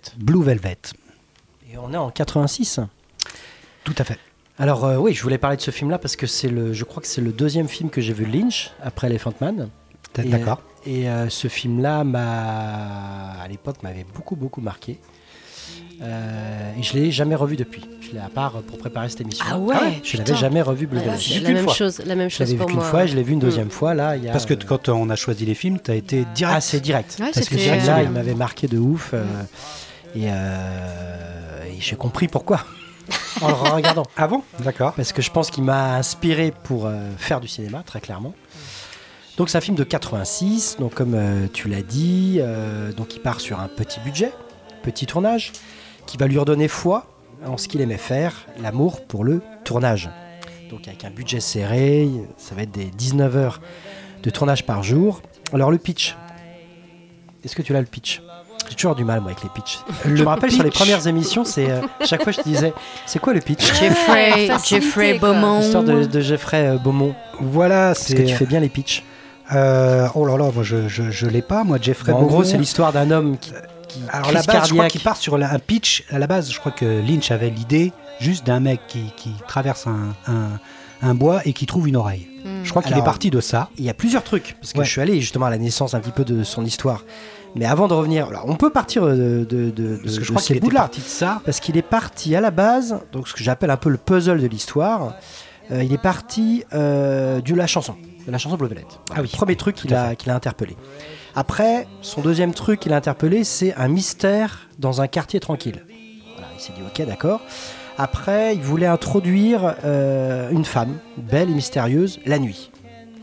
Et on est en 86.
Tout à fait.
Alors oui, je voulais parler de ce film-là parce que je crois que c'est le 2e film que j'ai vu de Lynch après Elephant Man.
D'accord.
Et ce film-là, à l'époque, m'avait beaucoup marqué. Et je ne l'ai jamais revu depuis. Je l'ai à part pour préparer cette émission.
Ah ouais,
je n'avais jamais revu Blue Velvet.
C'est la même chose
je l'avais vu qu'une fois, je l'ai vu une 2e fois. Là,
parce que quand on a choisi les films, tu as été direct.
Ah, c'est direct.
Ouais,
parce que celui-là, il m'avait marqué de ouf. Et j'ai compris pourquoi. En le regardant.
Ah bon? D'accord.
Parce que je pense qu'il m'a inspiré pour faire du cinéma, très clairement. Donc c'est un film de 86, donc comme tu l'as dit, donc il part sur un petit budget, petit tournage, qui va lui redonner foi en ce qu'il aimait faire, l'amour pour le tournage. Donc avec un budget serré, ça va être des 19 heures de tournage par jour. Alors le pitch, est-ce que tu l'as le pitch? J'ai toujours du mal, moi, avec les pitchs. Je me rappelle sur les premières émissions, chaque fois je te disais, c'est quoi le pitch?
Jeffrey Beaumont.
L'histoire de Jeffrey Beaumont.
Voilà,
Parce que tu fais bien les pitchs.
Oh là là, moi je l'ai pas, moi, Jeffrey Beaumont.
En gros, c'est l'histoire d'un homme qui
alors à la base, je crois qu'il part sur un pitch. À la base, je crois que Lynch avait l'idée juste d'un mec qui traverse un bois et qui trouve une oreille. Je crois qu'il est parti de ça.
Il y a plusieurs trucs, parce que je suis allé justement à la naissance un petit peu de son histoire. Mais avant de revenir, alors on peut partir de
parce que je crois qu'il était parti de ça.
Parce qu'il est parti à la base, donc ce que j'appelle un peu le puzzle de l'histoire. Il est parti de la chanson Blue Velvet.
Ah oui.
Premier truc qu'il a interpellé. Après, son deuxième truc qu'il a interpellé, c'est un mystère dans un quartier tranquille. Voilà, il s'est dit ok, d'accord. Après, il voulait introduire une femme, belle et mystérieuse, la nuit.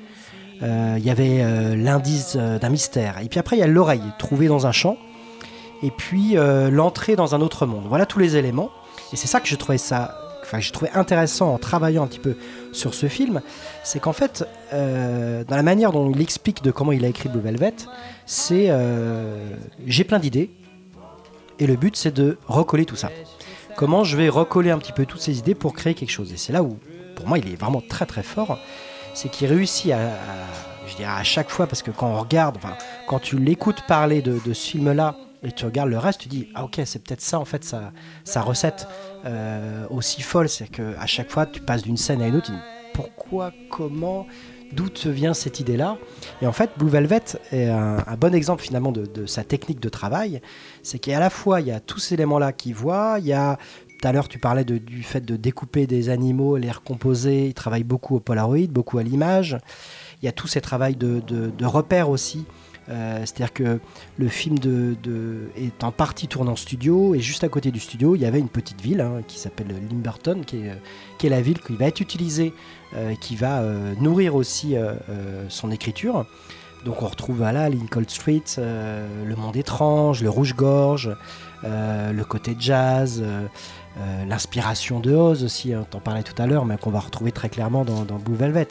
Il y avait l'indice d'un mystère. Et puis après, il y a l'oreille, trouvée dans un champ. Et puis, l'entrée dans un autre monde. Voilà tous les éléments. Et c'est ça que j'ai trouvé intéressant en travaillant un petit peu sur ce film. C'est qu'en fait, dans la manière dont il explique de comment il a écrit Blue Velvet, c'est j'ai plein d'idées. Et le but, c'est de recoller tout ça. Comment je vais recoller un petit peu toutes ces idées pour créer quelque chose. Et c'est là où, pour moi, il est vraiment très très fort. C'est qu'il réussit je dirais à chaque fois, parce que quand on regarde, quand tu l'écoutes parler de ce film-là, et tu regardes le reste, tu dis ah ok, c'est peut-être ça en fait sa recette aussi folle, c'est qu'à chaque fois tu passes d'une scène à une autre, tu dis pourquoi, comment, d'où te vient cette idée-là. Et en fait, Blue Velvet est un bon exemple finalement de sa technique de travail. C'est qu'à la fois il y a tous ces éléments-là qu'il voit, il y a tout à l'heure tu parlais du fait de découper des animaux, les recomposer. Il travaille beaucoup au Polaroid, beaucoup à l'image. Il y a tous ces travaux de repères aussi. C'est-à-dire que le film est en partie tourné en studio, et juste à côté du studio, il y avait une petite ville qui s'appelle Limberton, qui est la ville qui va être utilisée, qui va nourrir aussi son écriture. Donc on retrouve Lincoln Street, le monde étrange, le rouge-gorge, le côté jazz, l'inspiration de Oz aussi, t'en parlais tout à l'heure, mais qu'on va retrouver très clairement dans Blue Velvet.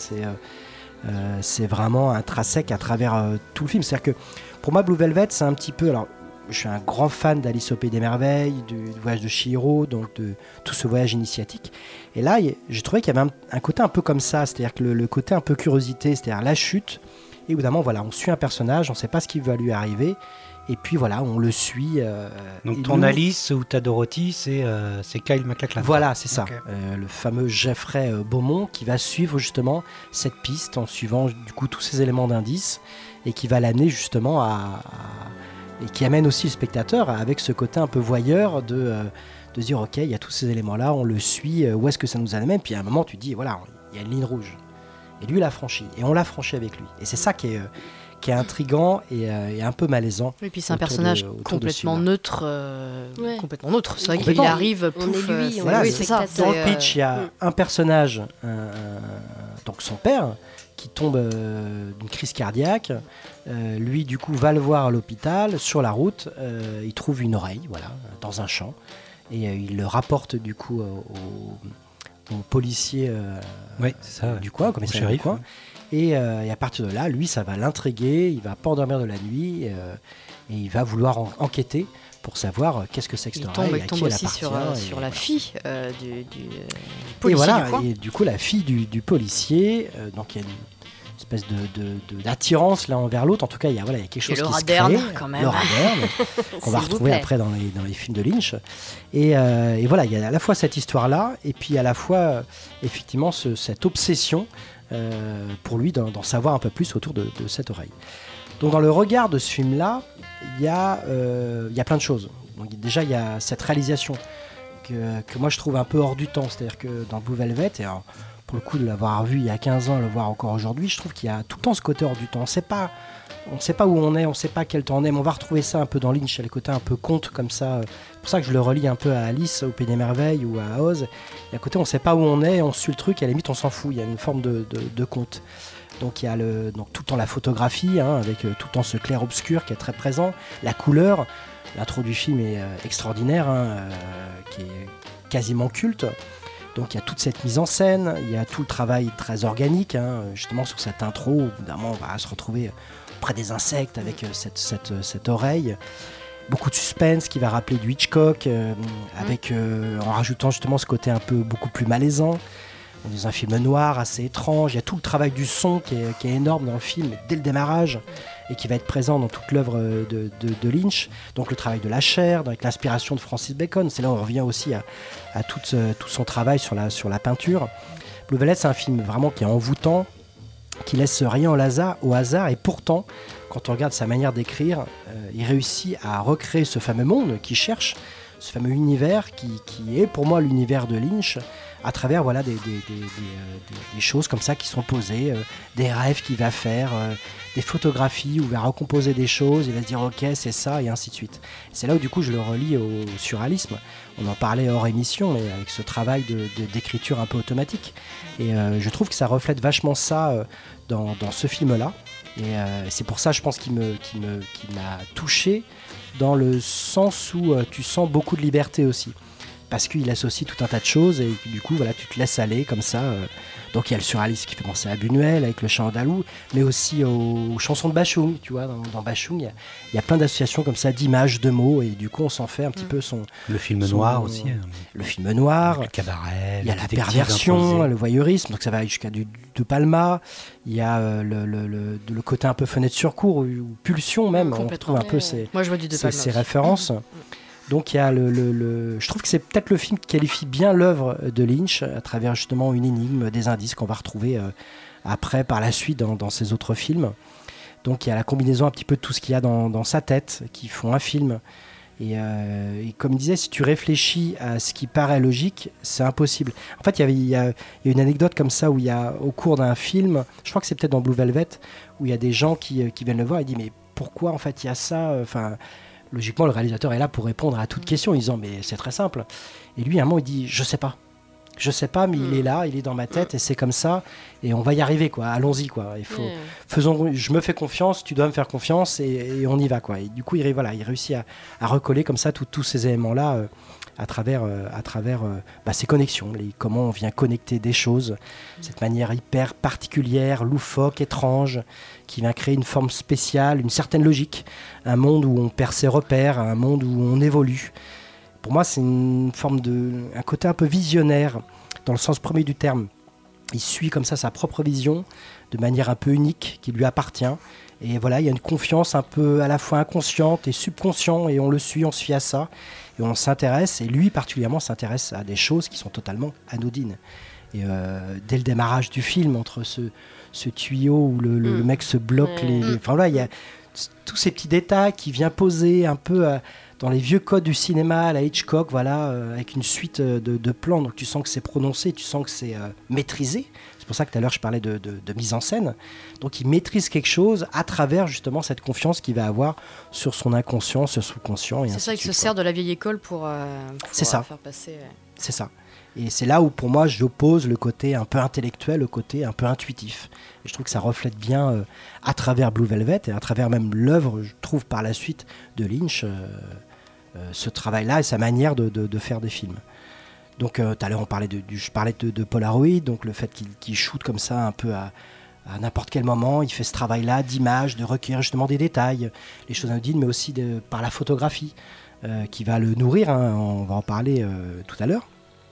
C'est vraiment intrinsèque à travers tout le film. C'est-à-dire que pour moi, Blue Velvet, c'est un petit peu... Alors, je suis un grand fan d'Alice au Pays des Merveilles, du voyage de Chihiro, donc de tout ce voyage initiatique. Et là, j'ai trouvé qu'il y avait un côté un peu comme ça, c'est-à-dire que le côté un peu curiosité, c'est-à-dire la chute. Et évidemment, voilà, on suit un personnage, on ne sait pas ce qui va lui arriver. Et puis voilà, on le suit.
Donc ton Alice ou ta Dorothy, c'est Kyle MacLachlan.
Voilà, c'est ça.
Okay.
Le fameux Jeffrey Beaumont qui va suivre justement cette piste en suivant du coup tous ces éléments d'indice et qui va l'amener justement et qui amène aussi le spectateur avec ce côté un peu voyeur de se dire ok, il y a tous ces éléments-là, on le suit, où est-ce que ça nous amène? Puis à un moment, tu te dis voilà, il y a une ligne rouge. Et lui, il l'a franchi. Et on l'a franchi avec lui. Et c'est ça qui est intriguant et un peu malaisant.
Et puis c'est un personnage complètement neutre. Complètement neutre. C'est vrai qu'il arrive.
On est lui.
Voilà,
oui, c'est ça.
Dans le pitch, il y a un personnage, donc son père, qui tombe d'une crise cardiaque. Lui, du coup, va le voir à l'hôpital. Sur la route, il trouve une oreille, voilà, dans un champ. Et il le rapporte, du coup, au policier du coin, comme il du coin. Et à partir de là, lui, ça va l'intriguer, il va pas endormir de la nuit et il va vouloir enquêter pour savoir qu'est-ce que c'est que cette oreille,
il tombe aussi sur la fille du policier.
Et voilà,
du coin.
et du coup, la fille du policier, donc il y a une espèce d'attirance l'un envers l'autre. En tout cas, il y a quelque chose qui se crée.
Quand même.
Laura Dern, qu'on va retrouver après dans les films de Lynch. Et voilà, il y a à la fois cette histoire-là, et puis à la fois, effectivement, cette obsession pour lui d'en savoir un peu plus autour de cette oreille. Donc dans le regard de ce film-là, il y a plein de choses. Donc, déjà, il y a cette réalisation que moi je trouve un peu hors du temps. C'est-à-dire que dans Blue Velvet, et alors, pour le coup de l'avoir vu il y a 15 ans, le voir encore aujourd'hui, je trouve qu'il y a tout le temps ce côté hors du temps. On ne sait pas où on est, on ne sait pas quel temps on est, mais on va retrouver ça un peu dans Lynch, il y a le côté un peu conte comme ça. C'est pour ça que je le relie un peu à Alice au Pays des Merveilles ou à Oz. Et à côté, on ne sait pas où on est, on suit le truc, et à la limite on s'en fout, il y a une forme de conte. Donc il y a donc, tout le temps la photographie, avec tout le temps ce clair-obscur qui est très présent, la couleur. L'intro du film est extraordinaire, qui est quasiment culte. Donc il y a toute cette mise en scène, il y a tout le travail très organique, justement sur cette intro, où d'un moment on va se retrouver près des insectes avec cette oreille. beaucoup de suspense qui va rappeler du Hitchcock, en rajoutant justement ce côté un peu beaucoup plus malaisant. On est dans un film noir assez étrange. Il y a tout le travail du son qui est énorme dans le film dès le démarrage et qui va être présent dans toute l'œuvre de Lynch. Donc le travail de la chair, avec l'inspiration de Francis Bacon. C'est là où on revient aussi à tout son travail sur la peinture. Blue Velvet, c'est un film vraiment qui est envoûtant, qui laisse rien au hasard, et pourtant, quand on regarde sa manière d'écrire, il réussit à recréer ce fameux monde qu'il cherche, ce fameux univers qui est pour moi l'univers de Lynch, à travers des choses comme ça qui sont posées, des rêves qu'il va faire, des photographies où il va recomposer des choses, il va se dire ok c'est ça, et ainsi de suite. C'est là où du coup je le relie au surréalisme. On en parlait hors émission, mais avec ce travail d'écriture un peu automatique. Et je trouve que ça reflète vachement ça dans ce film-là. Et c'est pour ça, je pense, qu'il m'a touché, dans le sens où tu sens beaucoup de liberté aussi. Parce qu'il associe tout un tas de choses et du coup, voilà, tu te laisses aller comme ça. Donc il y a le surréalisme qui fait penser à Buñuel avec le chant andalou, mais aussi aux chansons de Bachung. Tu vois, dans Bachung, il y a plein d'associations comme ça, d'images, de mots, et du coup, on s'en fait un petit peu
le film noir aussi.
Le film noir.
Le cabaret.
Il y a la perversion, le voyeurisme, donc ça va jusqu'à De Palma. Il y a le côté un peu fenêtre sur cour, ou pulsion même. On retrouve un peu ces références. Donc il y a je trouve que c'est peut-être le film qui qualifie bien l'œuvre de Lynch à travers justement une énigme, des indices qu'on va retrouver après par la suite dans ses autres films. Donc il y a la combinaison un petit peu de tout ce qu'il y a dans sa tête qui font un film. Et comme il disait, si tu réfléchis à ce qui paraît logique, c'est impossible. En fait, il y a une anecdote comme ça où il y a, au cours d'un film, je crois que c'est peut-être dans Blue Velvet, où il y a des gens qui viennent le voir et disent mais pourquoi en fait il y a ça, logiquement, le réalisateur est là pour répondre à toute question, en disant mais c'est très simple. Et lui, à un moment, il dit je sais pas, mais il est là, il est dans ma tête, et c'est comme ça, et on va y arriver, quoi. Allons-y, quoi. Je me fais confiance, tu dois me faire confiance, et on y va, quoi. Et du coup, il réussit à recoller comme ça tous ces éléments-là à travers ces connexions, comment on vient connecter des choses, cette manière hyper particulière, loufoque, étrange, qui vient créer une forme spéciale, une certaine logique, un monde où on perd ses repères, un monde où on évolue. Pour moi, c'est une forme un côté un peu visionnaire, dans le sens premier du terme. Il suit comme ça sa propre vision, de manière un peu unique, qui lui appartient. Et voilà, il y a une confiance un peu à la fois inconsciente et subconsciente, et on le suit, on se fie à ça, et on s'intéresse, et lui particulièrement s'intéresse à des choses qui sont totalement anodines. Et dès le démarrage du film, entre ce tuyau où le mec se bloque, enfin voilà, il y a tous ces petits détails qui viennent poser un peu dans les vieux codes du cinéma, à la Hitchcock, voilà, avec une suite de plans. Donc tu sens que c'est prononcé, tu sens que c'est maîtrisé. C'est pour ça que tout à l'heure je parlais de mise en scène. Donc il maîtrise quelque chose à travers justement cette confiance qu'il va avoir sur son inconscient, sur son subconscient.
C'est ça, il se sert de la vieille école pour faire passer.
C'est ça. Et c'est là où pour moi j'oppose le côté un peu intellectuel au côté un peu intuitif. Et je trouve que ça reflète bien à travers Blue Velvet et à travers même l'œuvre, je trouve par la suite, de Lynch, ce travail-là et sa manière de faire des films. Donc tout à l'heure je parlais de Polaroid, donc le fait qu'il shoot comme ça un peu à n'importe quel moment, il fait ce travail-là d'image, de recueillir justement des détails, les choses anodines, mais aussi par la photographie qui va le nourrir, hein, on va en parler tout à l'heure.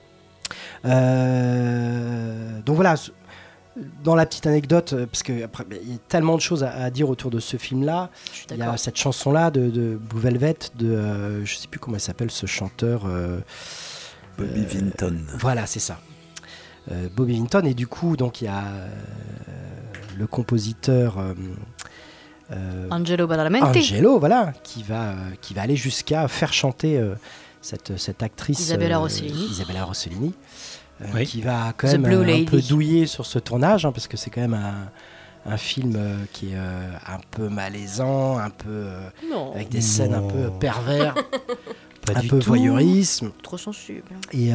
Donc voilà, dans la petite anecdote, parce qu'il y a tellement de choses à dire autour de ce film-là. Il y a cette chanson-là de Blue Velvet, je ne sais plus comment il s'appelle ce chanteur.
Bobby Vinton.
Voilà, c'est ça. Bobby Vinton, et du coup, donc il y a le compositeur
Angelo Badalamenti.
Angelo, voilà, qui va aller jusqu'à faire chanter cette actrice
Isabella Rossellini,
oui, qui va quand même un peu douiller sur ce tournage, hein, parce que c'est quand même un film qui est un peu malaisant, un peu avec des scènes un peu pervers, un peu voyeurisme,
trop sensible.
Et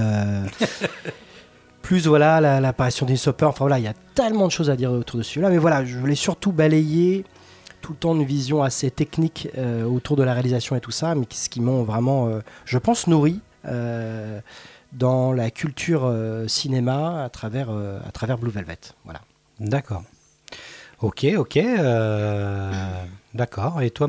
plus voilà l'apparition des Hopper. Enfin voilà, il y a tellement de choses à dire autour de celui-là, mais voilà, je voulais surtout balayer tout le temps une vision assez technique autour de la réalisation et tout ça, mais ce qui m'ont vraiment, je pense, nourri dans la culture cinéma à travers Blue Velvet. Voilà.
D'accord. Ok. D'accord. Et toi, Maud ?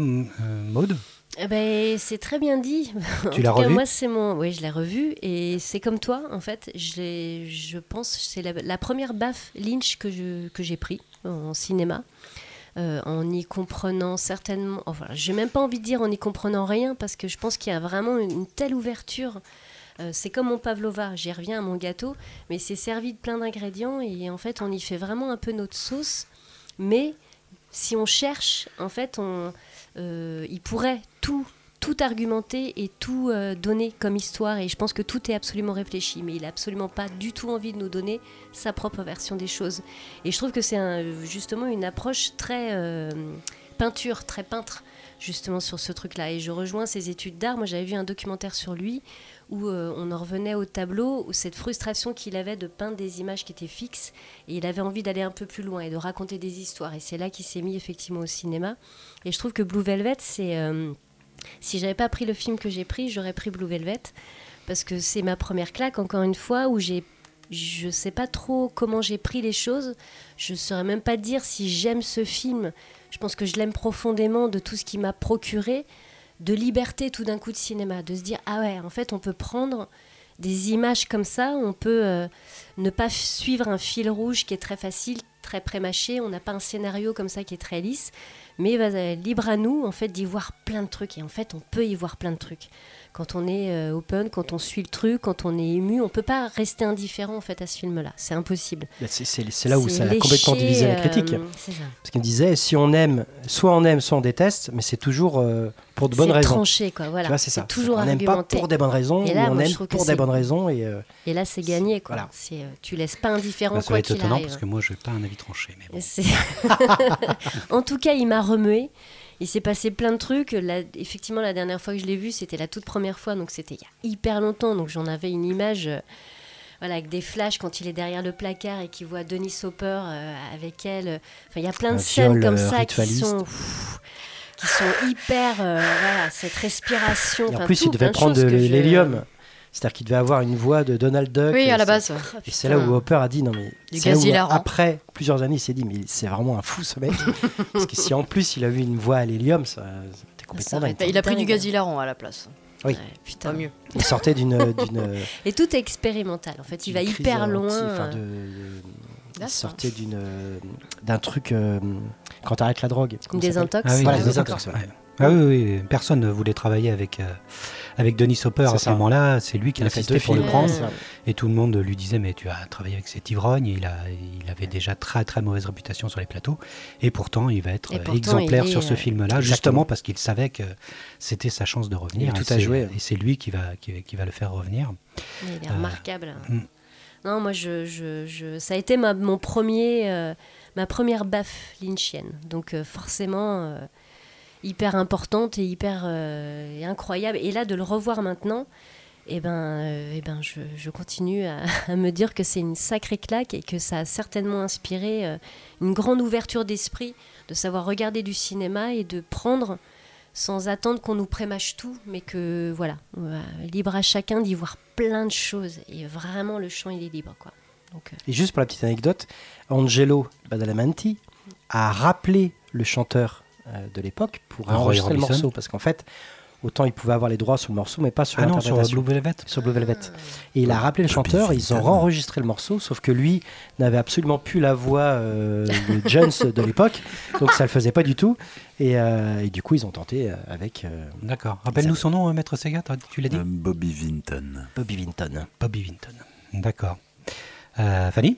C'est très bien dit.
Tu l'as revu ?
Moi, oui, je l'ai revu et c'est comme toi, en fait. Je pense que c'est la première baffe Lynch que j'ai pris en cinéma. En y comprenant certainement... Enfin, j'ai même pas envie de dire en y comprenant rien parce que je pense qu'il y a vraiment une telle ouverture. C'est comme mon pavlova, j'y reviens à mon gâteau, mais c'est servi de plein d'ingrédients et en fait, on y fait vraiment un peu notre sauce. Mais si on cherche, en fait, il pourrait tout argumenter et tout donner comme histoire et je pense que tout est absolument réfléchi mais il n'a absolument pas du tout envie de nous donner sa propre version des choses et je trouve que c'est justement une approche très peinture, très peintre justement sur ce truc là et je rejoins ses études d'art. Moi j'avais vu un documentaire sur lui où on en revenait au tableau, où cette frustration qu'il avait de peindre des images qui étaient fixes et il avait envie d'aller un peu plus loin et de raconter des histoires et c'est là qu'il s'est mis effectivement au cinéma et je trouve que Blue Velvet c'est si j'avais pas pris le film que j'ai pris, j'aurais pris Blue Velvet parce que c'est ma première claque encore une fois où je sais pas trop comment j'ai pris les choses, je saurais même pas dire si j'aime ce film. Je pense que je l'aime profondément de tout ce qu'il m'a procuré de liberté tout d'un coup de cinéma, de se dire ah ouais en fait on peut prendre des images comme ça, on peut ne pas suivre un fil rouge qui est très facile, très prémâché, on n'a pas un scénario comme ça qui est très lisse. Mais libre à nous, en fait, d'y voir plein de trucs. Et en fait, on peut y voir plein de trucs. Quand on est open, quand on suit le truc, quand on est ému, on ne peut pas rester indifférent en fait, à ce film-là. C'est impossible.
C'est là où ça a complètement divisé la critique.
C'est ça.
Parce qu'il disait, si on aime, soit on déteste, mais c'est toujours pour de bonnes raisons.
C'est tranché, quoi. Voilà.
Tu vois, c'est ça.
Toujours
on n'aime pas pour des bonnes raisons,
et là,
on aime pour des bonnes raisons.
Et là, c'est gagné, quoi.
Voilà.
Tu laisses pas indifférent
ça
quoi
va être
qu'il
étonnant
arrive.
parce que moi, je n'ai pas un avis tranché. Mais bon.
En tout cas, il m'a remué. Il s'est passé plein de trucs. Effectivement, la dernière fois que je l'ai vu, c'était la toute première fois, donc c'était il y a hyper longtemps. Donc j'en avais une image avec des flashs quand il est derrière le placard et qu'il voit Dennis Hopper avec elle. Enfin, il y a plein de scènes comme ça qui sont hyper... cette respiration.
Et en plus, il devait prendre de l'hélium. C'est-à-dire qu'il devait avoir une voix de Donald Duck.
Oui, à la base.
Et c'est là où Hopper a dit non mais
du
c'est
gaz
là où,
hilarant.
après plusieurs années il s'est dit mais c'est vraiment un fou ce mec. Parce que si en plus il a eu une voix à l'hélium, c'était complètement dingue.
Il a pris du gaz hilarant à la place.
Oui.
Ouais, putain.
Pas mieux.
Il sortait d'une
Et tout est expérimental. En fait, il va hyper loin.
Il sortait d'un truc quand t'arrêtes la drogue.
Une désintox.
Ah oui,
Voilà,
les
des
désintox,
intox,
ouais. Ah oui, personne ne voulait travailler avec Dennis Hopper à ce moment-là. C'est lui qui a insisté pour le prendre. Et tout le monde lui disait mais tu as travaillé avec cet ivrogne. Il avait déjà très très mauvaise réputation sur les plateaux. Et pourtant il va être exemplaire sur ce film-là, justement parce qu'il savait que c'était sa chance de revenir.
Il a tout à jouer.
Et c'est lui qui va le faire revenir.
Il est remarquable. Non, moi ça a été ma première baffe lynchienne. Donc forcément... hyper importante et hyper incroyable. Et là, de le revoir maintenant, je continue à me dire que c'est une sacrée claque et que ça a certainement inspiré une grande ouverture d'esprit, de savoir regarder du cinéma et de prendre sans attendre qu'on nous prémâche tout, mais que voilà, libre à chacun d'y voir plein de choses. Et vraiment, le champ, il est libre, quoi. Donc,
Et juste pour la petite anecdote, Angelo Badalamenti a rappelé le chanteur de l'époque pour enregistrer le morceau, parce qu'en fait autant il pouvait avoir les droits sur le morceau mais pas sur l'interprétation.
Sur Blue Velvet.
Sur Blue Velvet. Et il a rappelé le chanteur, ils ont enregistré le morceau, sauf que lui n'avait absolument plus la voix de Jones de l'époque, donc ça le faisait pas du tout et du coup ils ont tenté avec
D'accord. Rappelle-nous son nom, Maître Sega, tu l'as dit
Bobby Vinton.
Bobby Vinton.
Bobby Vinton. D'accord. Fanny,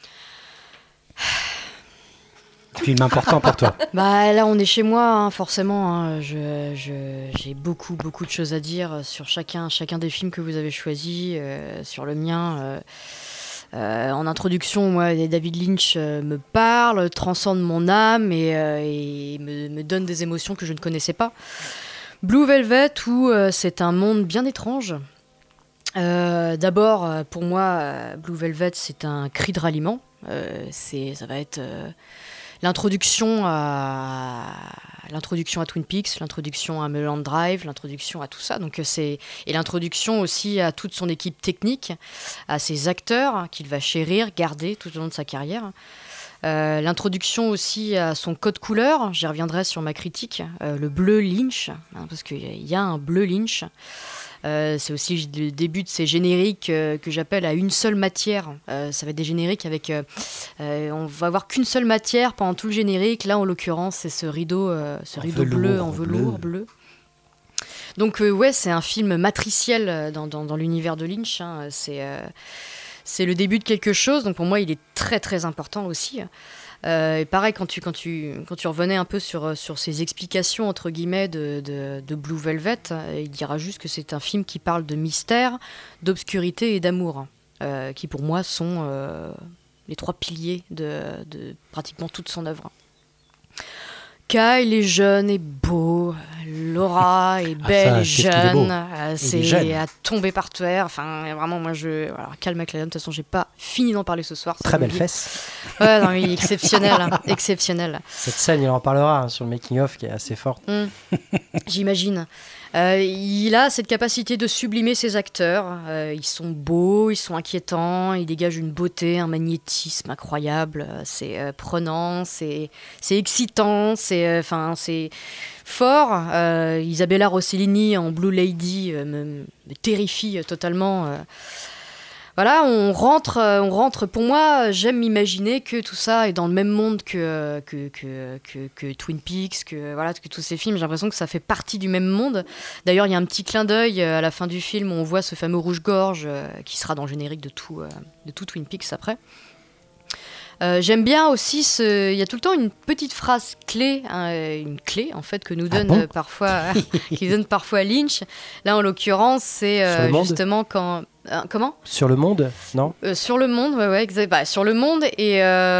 film important pour toi.
Bah là on est chez moi hein, forcément hein. J'ai beaucoup de choses à dire sur chacun des films que vous avez choisis, sur le mien en introduction moi David Lynch me parle, transcende mon âme et me donne des émotions que je ne connaissais pas. Blue Velvet où c'est un monde bien étrange. D'abord pour moi Blue Velvet c'est un cri de ralliement, ça va être l'introduction à Twin Peaks, l'introduction à Mulholland Drive, l'introduction à tout ça. Donc et l'introduction aussi à toute son équipe technique, à ses acteurs qu'il va chérir, garder tout au long de sa carrière. L'introduction aussi à son code couleur, j'y reviendrai sur ma critique, le bleu Lynch, hein, parce qu'il y a un bleu Lynch. C'est aussi le début de ces génériques que j'appelle à une seule matière. Ça va être des génériques avec... on va avoir qu'une seule matière pendant tout le générique. Là, en l'occurrence, c'est ce rideau bleu, en velours bleu. Donc ouais, c'est un film matriciel dans l'univers de Lynch. Hein. C'est le début de quelque chose. Donc pour moi, il est très très important aussi. Et pareil, quand tu revenais un peu sur ces explications entre guillemets de Blue Velvet, il dira juste que c'est un film qui parle de mystère, d'obscurité et d'amour, qui pour moi sont les 3 piliers de pratiquement toute son œuvre. Kyle est jeune et beau, Laura est belle et jeune, c'est à tomber par terre. Enfin, vraiment, moi, alors, Kyle MacLachlan, de toute façon, j'ai pas fini d'en parler ce soir.
Très belle fesse.
Ouais, non, oui, exceptionnel, exceptionnel.
Cette scène, il en parlera sur le making-of qui est assez forte.
J'imagine. Il a cette capacité de sublimer ses acteurs. Ils sont beaux, ils sont inquiétants, ils dégagent une beauté, un magnétisme incroyable. C'est prenant, c'est excitant, c'est fort. Isabella Rossellini en Blue Lady me terrifie totalement. Voilà, on rentre. Pour moi, j'aime m'imaginer que tout ça est dans le même monde que Twin Peaks, que tous ces films. J'ai l'impression que ça fait partie du même monde. D'ailleurs, il y a un petit clin d'œil à la fin du film où on voit ce fameux rouge-gorge qui sera dans le générique de tout Twin Peaks après. J'aime bien aussi il y a tout le temps une petite phrase clé, une clé en fait que nous donne qui donne parfois Lynch. Là, en l'occurrence, c'est justement quand. Comment ?
Sur le monde, non ?
Sur le monde, ouais, exact. Sur le monde et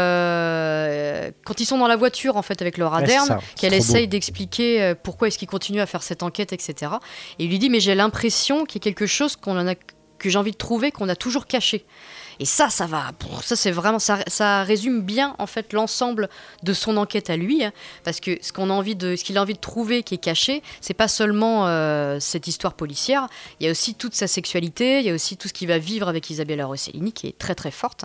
quand ils sont dans la voiture en fait avec Laura Dern, qu'elle essaye d'expliquer pourquoi est-ce qu'ils continuent à faire cette enquête, etc. Et il lui dit mais j'ai l'impression qu'il y a quelque chose que j'ai envie de trouver qu'on a toujours caché. Et ça c'est vraiment, ça résume bien en fait l'ensemble de son enquête à lui, hein, parce que ce qu'il a envie de trouver qui est caché, c'est pas seulement cette histoire policière, il y a aussi toute sa sexualité, il y a aussi tout ce qu'il va vivre avec Isabella Rossellini qui est très très forte.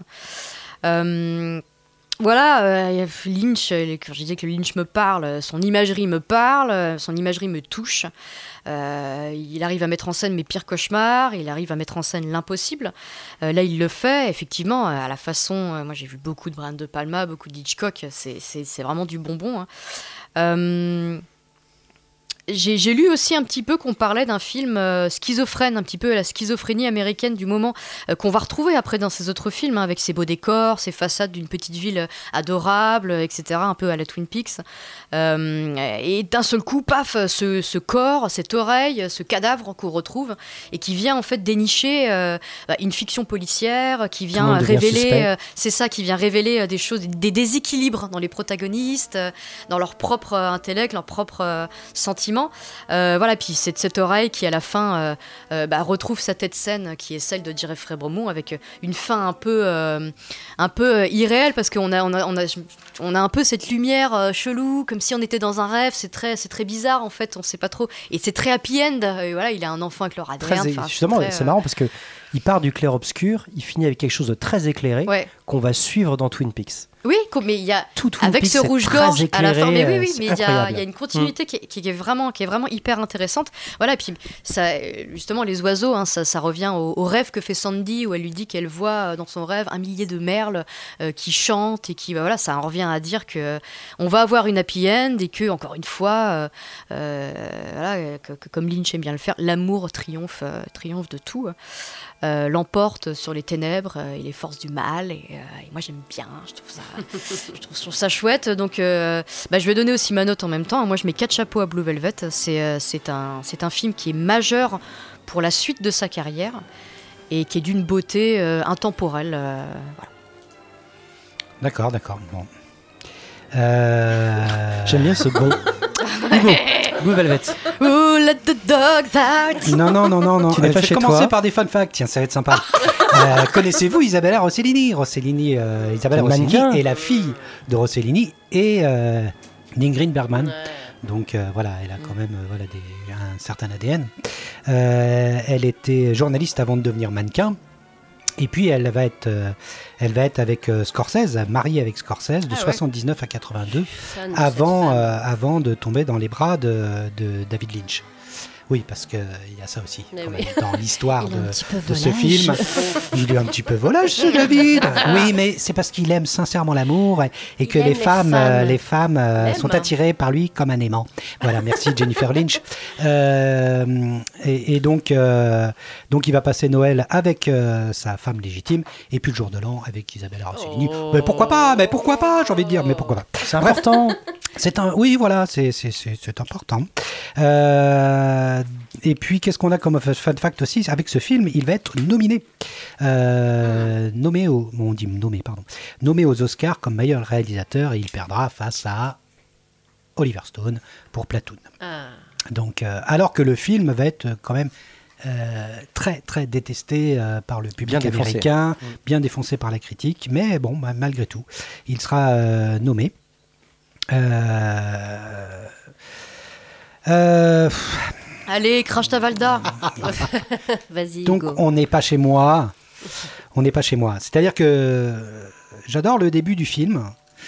Voilà, Lynch, quand je disais que Lynch me parle, son imagerie me touche. Il arrive à mettre en scène mes pires cauchemars, il arrive à mettre en scène l'impossible. Là, il le fait, effectivement, à la façon... moi, j'ai vu beaucoup de Brian De Palma, beaucoup d'Hitchcock, c'est vraiment du bonbon. Hein. J'ai lu aussi un petit peu qu'on parlait d'un film schizophrène, un petit peu à la schizophrénie américaine du moment, qu'on va retrouver après dans ces autres films, hein, avec ses beaux décors, ses façades d'une petite ville adorable, etc., un peu à la Twin Peaks. Et d'un seul coup, paf, ce corps, cette oreille, ce cadavre qu'on retrouve, et qui vient en fait dénicher une fiction policière, qui vient révéler, qui vient révéler des choses, des déséquilibres dans les protagonistes, dans leur propre intellect, leur propre sentiments. Voilà, puis c'est cette oreille qui à la fin retrouve sa tête saine qui est celle de Jeffrey Bromont avec une fin un peu irréelle parce qu'on a un peu cette lumière chelou comme si on était dans un rêve, c'est très bizarre en fait, on sait pas trop, et c'est très happy end, voilà, il a un enfant avec Laura Dern.
Justement, c'est marrant parce que il part du clair-obscur, il finit avec quelque chose de très écléré qu'on va suivre dans Twin Peaks.
Oui, mais il y a avec ce rouge-gorge à la fin, mais mais il y a une continuité qui est vraiment hyper intéressante. Voilà, et puis ça, justement, les oiseaux, hein, ça revient au rêve que fait Sandy où elle lui dit qu'elle voit dans son rêve 1 millier de merles qui chantent et qui, voilà, ça en revient à dire que on va avoir une happy end et que encore une fois, voilà, comme Lynch aime bien le faire, l'amour triomphe de tout. L'emporte sur les ténèbres et les forces du mal, et moi j'aime bien, je trouve ça chouette, donc je vais donner aussi ma note en même temps. Moi je mets 4 chapeaux à Blue Velvet, c'est un film qui est majeur pour la suite de sa carrière et qui est d'une beauté intemporelle,
voilà. D'accord, bon.
J'aime bien ce bon. Blue Velvet.
Oh, let the dogs out.
Non.
Tu n'es pas
je
chez
vais commencer
toi.
par des fun facts. Tiens, ça va être sympa. Connaissez-vous Isabella Rossellini? Isabella Rossellini est la fille de Rossellini et d'Ingrid Bergman. Donc voilà, elle a quand même un certain ADN. Elle était journaliste avant de devenir mannequin. Et puis elle va être avec Scorsese, mariée avec Scorsese de 79 à 82, avant de tomber dans les bras de David Lynch. Oui, parce qu'il y a ça aussi quand même, dans l'histoire de ce film. Il est un petit peu volage, ce David. Oui, mais c'est parce qu'il aime sincèrement l'amour et que les femmes sont attirées par lui comme un aimant. Voilà, merci Jennifer Lynch. Et donc il va passer Noël avec sa femme légitime et puis le jour de l'an avec Isabella Rossellini. Mais pourquoi pas, j'ai envie de dire, mais pourquoi pas.
C'est important.
Oui, voilà, c'est important. Et puis, qu'est-ce qu'on a comme fun fact aussi? Avec ce film, il va être nommé aux Oscars comme meilleur réalisateur et il perdra face à Oliver Stone pour Platoon. Donc, alors que le film va être quand même très très détesté par le public américain, bien défoncé par la critique, mais bon, malgré tout, il sera nommé.
Allez, crache ta Valda.
Vas-y.
Donc
go.
on n'est pas chez moi. C'est-à-dire que j'adore le début du film.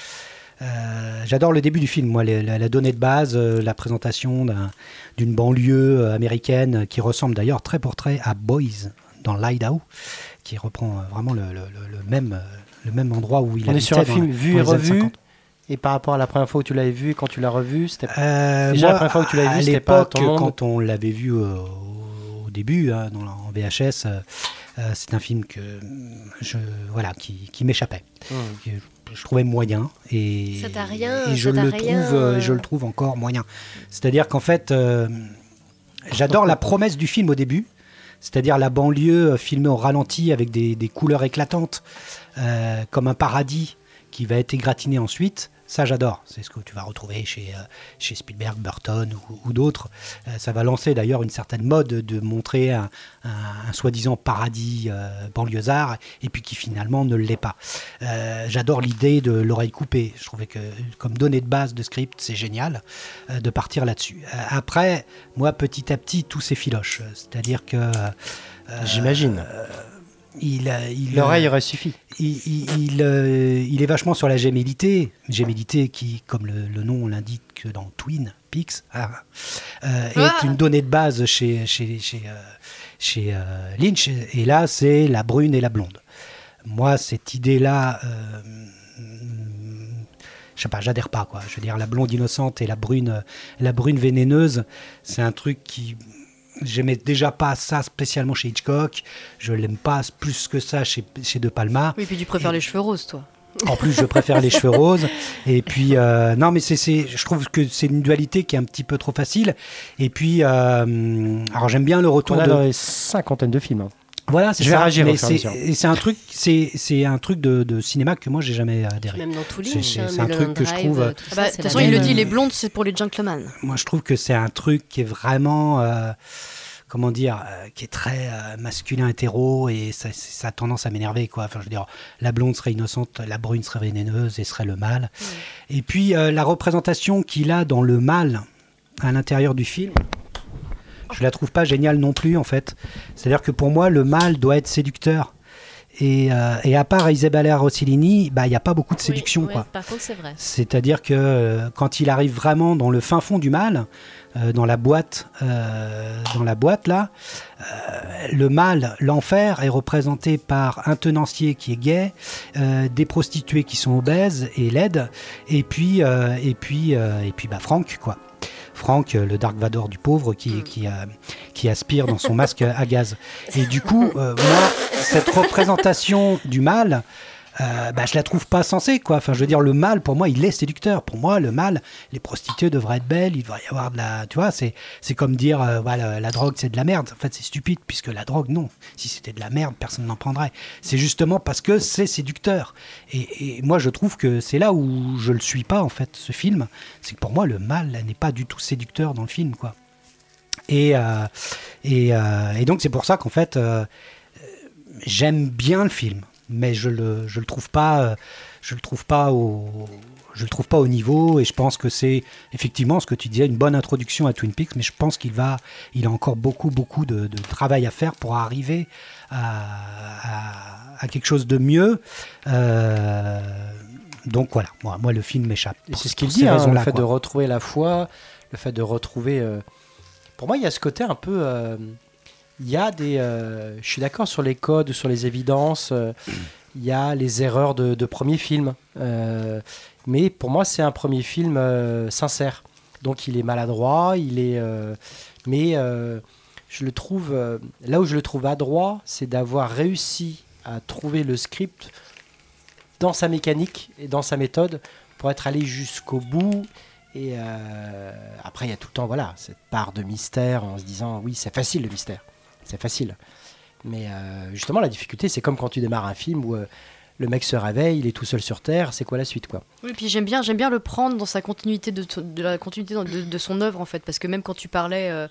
Moi, la donnée de base, la présentation d'une banlieue américaine qui ressemble d'ailleurs trait pour trait à Boys dans l'Idaho, qui reprend vraiment le même endroit où il
On est sur un film vu et revu.
50.
Et par rapport à la première fois où tu l'avais vu, quand tu l'as revu, c'était déjà la première fois où tu l'avais vu, c'était pas ton monde.
Quand on l'avait vu au début en VHS, c'est un film qui m'échappait. Je trouvais moyen et
Ça t'a rien,
et je le trouve encore moyen. C'est-à-dire qu'en fait, j'adore la promesse du film au début, c'est-à-dire la banlieue filmée au ralenti avec des couleurs éclatantes, comme un paradis qui va être égratigné ensuite. Ça, j'adore. C'est ce que tu vas retrouver chez Spielberg, Burton ou d'autres. Ça va lancer d'ailleurs une certaine mode de montrer un soi-disant paradis banlieusard et puis qui finalement ne l'est pas. J'adore l'idée de l'oreille coupée. Je trouvais que comme donnée de base de script, c'est génial de partir là-dessus. Après, moi, petit à petit, tout s'effiloche. C'est-à-dire que...
J'imagine. L'oreille aurait suffi.
Il est vachement sur la gémellité qui, comme le nom l'indique dans Twin Peaks, est une donnée de base chez Lynch. Et là, c'est la brune et la blonde. Moi, cette idée-là, je sais pas, j'adhère pas, quoi. Je veux dire, la blonde innocente et la brune vénéneuse, c'est un truc qui... J'aimais déjà pas ça spécialement chez Hitchcock. Je l'aime pas plus que ça chez De Palma.
Oui, puis tu préfères les cheveux roses, toi.
En plus, je préfère les cheveux roses. Et puis, non, mais je trouve que c'est une dualité qui est un petit peu trop facile. Et puis, alors j'aime bien le retour
dans les cinquantaines de films.
Voilà, c'est
je vais
ça.
réagir
mais
au fur et à mesure.
C'est un truc de cinéma que moi j'ai jamais adhéré.
Même dans tous les
c'est un truc que je trouve.
De toute façon, il le dit, les blondes, c'est pour les gentlemen.
Moi, je trouve que c'est un truc qui est vraiment, qui est très masculin hétéro et ça a tendance à m'énerver, quoi. Enfin, je veux dire, la blonde serait innocente, la brune serait vénéneuse et serait le mal. Et puis la représentation qu'il a dans le mal à l'intérieur du film. Je la trouve pas géniale non plus, en fait. C'est-à-dire que pour moi, le mal doit être séducteur. Et à part Isabella Rossellini, il n'y a pas beaucoup de séduction.
Oui,
quoi.
par contre, c'est vrai.
C'est-à-dire que quand il arrive vraiment dans le fin fond du mal, dans la boîte là, le mal, l'enfer est représenté par un tenancier qui est gay, des prostituées qui sont obèses et laides, et puis Franck, quoi. Franck, le Dark Vador du pauvre qui aspire dans son masque à gaz. Et du coup, moi, cette représentation du mal, je la trouve pas sensée, quoi. Enfin, je veux dire, le mal, pour moi, il est séducteur. Pour moi, le mal, les prostituées devraient être belles, il devrait y avoir de la... Tu vois, c'est comme dire, la drogue, c'est de la merde. En fait, c'est stupide, puisque la drogue, non. Si c'était de la merde, personne n'en prendrait. C'est justement parce que c'est séducteur. Et moi, je trouve que c'est là où je le suis pas, en fait, ce film. C'est que pour moi, le mal n'est pas du tout séducteur dans le film, quoi. Et donc, c'est pour ça qu'en fait, j'aime bien le film. mais je le trouve pas au niveau, et je pense que c'est effectivement ce que tu disais, une bonne introduction à Twin Peaks, mais je pense qu'il a encore beaucoup de travail à faire pour arriver à quelque chose de mieux. Donc voilà, moi le film m'échappe.
Et c'est ce qu'il dit, le fait de retrouver la foi, le fait de retrouver... Pour moi, il y a ce côté un peu... il y a des... je suis d'accord sur les codes, sur les évidences, il y a les erreurs de premier film. Mais pour moi, c'est un premier film sincère. Donc il est maladroit, mais je le trouve... là où je le trouve adroit, c'est d'avoir réussi à trouver le script dans sa mécanique et dans sa méthode pour être allé jusqu'au bout. Et après, il y a tout le temps cette part de mystère en se disant, oui, c'est facile le mystère, c'est facile. Mais justement, la difficulté, c'est comme quand tu démarres un film où le mec se réveille, il est tout seul sur Terre, c'est quoi la suite, quoi.
Oui, puis j'aime bien le prendre dans sa continuité, de la continuité de son œuvre, en fait, parce que même quand tu parlais...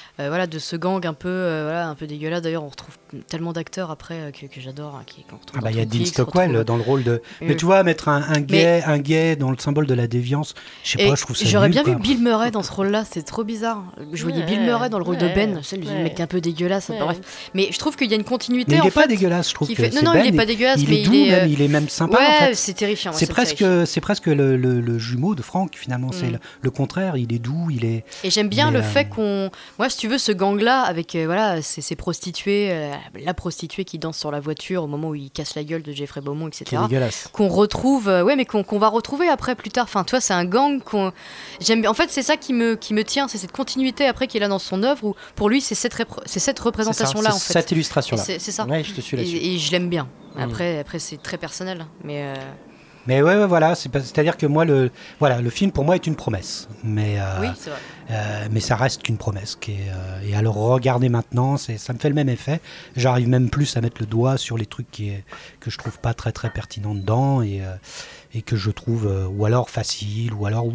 de ce gang un peu dégueulasse. D'ailleurs, on retrouve tellement d'acteurs après que j'adore.
Il y a Dean Stockwell dans le rôle de. Mais tu vois, mettre un gay dans le symbole de la déviance, je sais pas, je trouve ça.
J'aurais
nul,
bien
quoi.
vu Bill Murray dans ce rôle-là, c'est trop bizarre. Je voyais Bill Murray dans le rôle de Ben, le mec un peu dégueulasse. Bref. Mais je trouve qu'il y a une continuité.
Mais il est pas dégueulasse, je trouve.
Non, il est pas dégueulasse, mais
il est même sympa.
Ouais,
en fait.
c'est terrifiant.
C'est presque le jumeau de Frank, finalement. C'est le contraire, il est doux, il est.
Et j'aime bien le fait qu'on. Moi, si tu veux, ce gang-là, avec ces prostituées, la prostituée qui danse sur la voiture au moment où il casse la gueule de Jeffrey Beaumont, etc.
Qui est dégueulasse.
Qu'on retrouve, mais qu'on va retrouver après plus tard. Enfin, toi, c'est un gang qu'on j'aime bien. En fait, c'est ça qui me tient, c'est cette continuité après qu'il a dans son œuvre où pour lui, c'est cette représentation-là, en fait.
Cette illustration-là.
C'est ça.
Ouais, je te suis là-dessus.
Et je l'aime bien. Après, c'est très personnel, mais.
Mais ouais, voilà, c'est-à-dire que moi, le film pour moi est une promesse, mais
oui, c'est vrai.
mais ça reste qu'une promesse. Et à le regarder maintenant, ça me fait le même effet. J'arrive même plus à mettre le doigt sur les trucs que je trouve pas très très pertinents dedans et que je trouve ou alors facile ou alors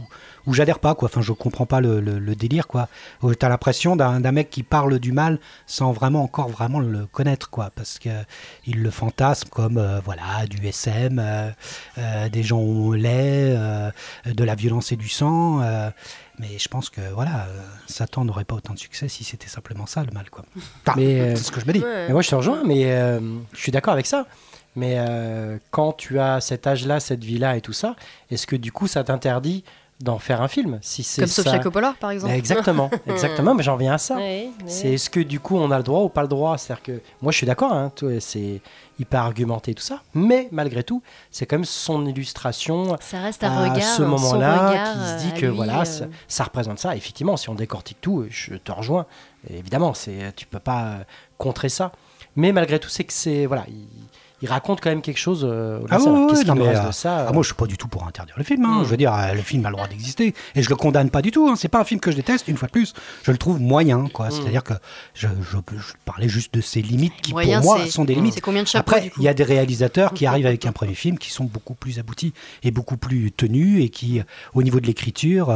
où j'adhère pas, quoi. Enfin, je comprends pas le délire, quoi. Où t'as l'impression d'un mec qui parle du mal sans encore vraiment le connaître, quoi, parce que il le fantasme comme du SM, des gens laids, de la violence et du sang. Mais je pense que Satan n'aurait pas autant de succès si c'était simplement ça le mal, quoi. C'est ce que je me dis.
Mais moi, je te rejoins, mais je suis d'accord avec ça. Mais quand tu as cet âge-là, cette vie-là et tout ça, est-ce que du coup, ça t'interdit d'en faire un film si c'est
comme Sofia Coppola, par exemple.
Exactement, mais j'en viens à ça. C'est est-ce que du coup, on a le droit ou pas le droit? C'est-à-dire que moi, je suis d'accord, c'est hyper argumenté et tout ça, mais malgré tout, c'est quand même son illustration
ça reste un regard,
à ce moment-là qui se dit que
lui,
ça représente ça. Effectivement, si on décortique tout, je te rejoins. Et évidemment, tu peux pas contrer ça. Mais malgré tout, c'est que il raconte quand même quelque chose. Qu'est-ce qu'il nous reste de ça
moi, je suis pas du tout pour interdire le film. Je veux dire, le film a le droit d'exister et je le condamne pas du tout. C'est pas un film que je déteste. Une fois de plus, je le trouve moyen, quoi. C'est-à-dire que je parlais juste de ses limites qui,
moyen,
pour moi, sont des limites.
C'est combien de chapeaux,
Après, il y a des réalisateurs qui arrivent avec un premier film qui sont beaucoup plus aboutis et beaucoup plus tenus et qui, au niveau de l'écriture,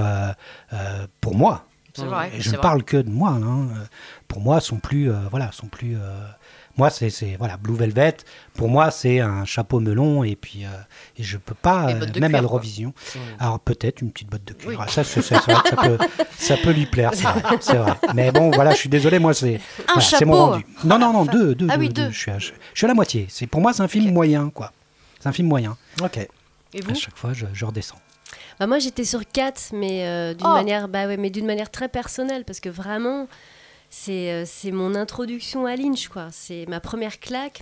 pour moi,
c'est vrai,
je ne parle que de moi. Pour moi, sont plus. Moi, c'est Blue Velvet. Pour moi, c'est un chapeau melon et puis et je peux pas même cuir, à l'Eurovision. Alors peut-être une petite botte de cuir. Oui. Ça, c'est vrai que ça peut lui plaire. C'est vrai. Mais bon, je suis désolé. Moi, c'est mon rendu. Non, deux. Je suis à la moitié. Pour moi, c'est un film moyen, quoi. C'est un film moyen.
Ok.
Et vous ?
À chaque fois, je redescends.
Moi, j'étais sur 4, mais d'une manière très personnelle, parce que vraiment. C'est mon introduction à Lynch, quoi. C'est ma première claque,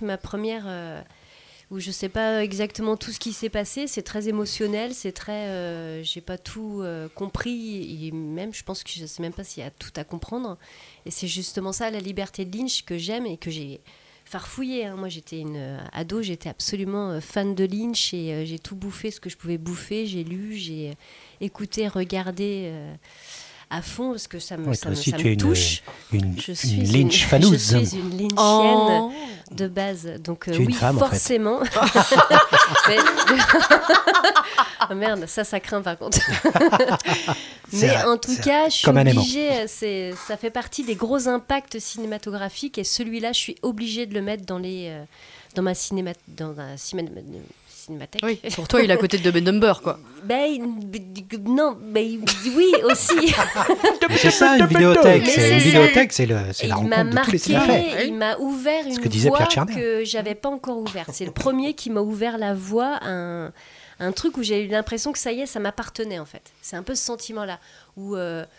où je sais pas exactement tout ce qui s'est passé. C'est très émotionnel, c'est très... j'ai pas tout compris, et même, je pense que je sais même pas s'il y a tout à comprendre. Et c'est justement ça, la liberté de Lynch, que j'aime et que j'ai farfouillé. Moi, j'étais une ado, j'étais absolument fan de Lynch, et j'ai tout bouffé, ce que je pouvais bouffer. J'ai lu, j'ai écouté, regardé... à fond, parce que ça me touche.
Je suis une Lynch fanouse.
Je suis une Lynchienne de base. Donc
tu es une femme,
forcément. En fait. Oh merde, ça craint par contre. Mais en tout cas, je suis obligée, ça fait partie des gros impacts cinématographiques, et celui-là, je suis obligée de le mettre dans dans ma cinémathèque.
Oui, pour toi, il est à côté de Dumb and Dumber, quoi.
Non, oui aussi.
C'est ça, une vidéothèque.
Mais
C'est
c'est
une
ça.
vidéothèque, c'est la
Et il
rencontre
m'a
de tous
marqué,
les cinéphèles.
il m'a ouvert
Ce
une
que disait
voie
Pierre Tchernia.
que j'avais pas encore ouverte. C'est le premier qui m'a ouvert la voie à un truc où j'ai eu l'impression que ça y est, ça m'appartenait en fait. C'est un peu ce sentiment-là où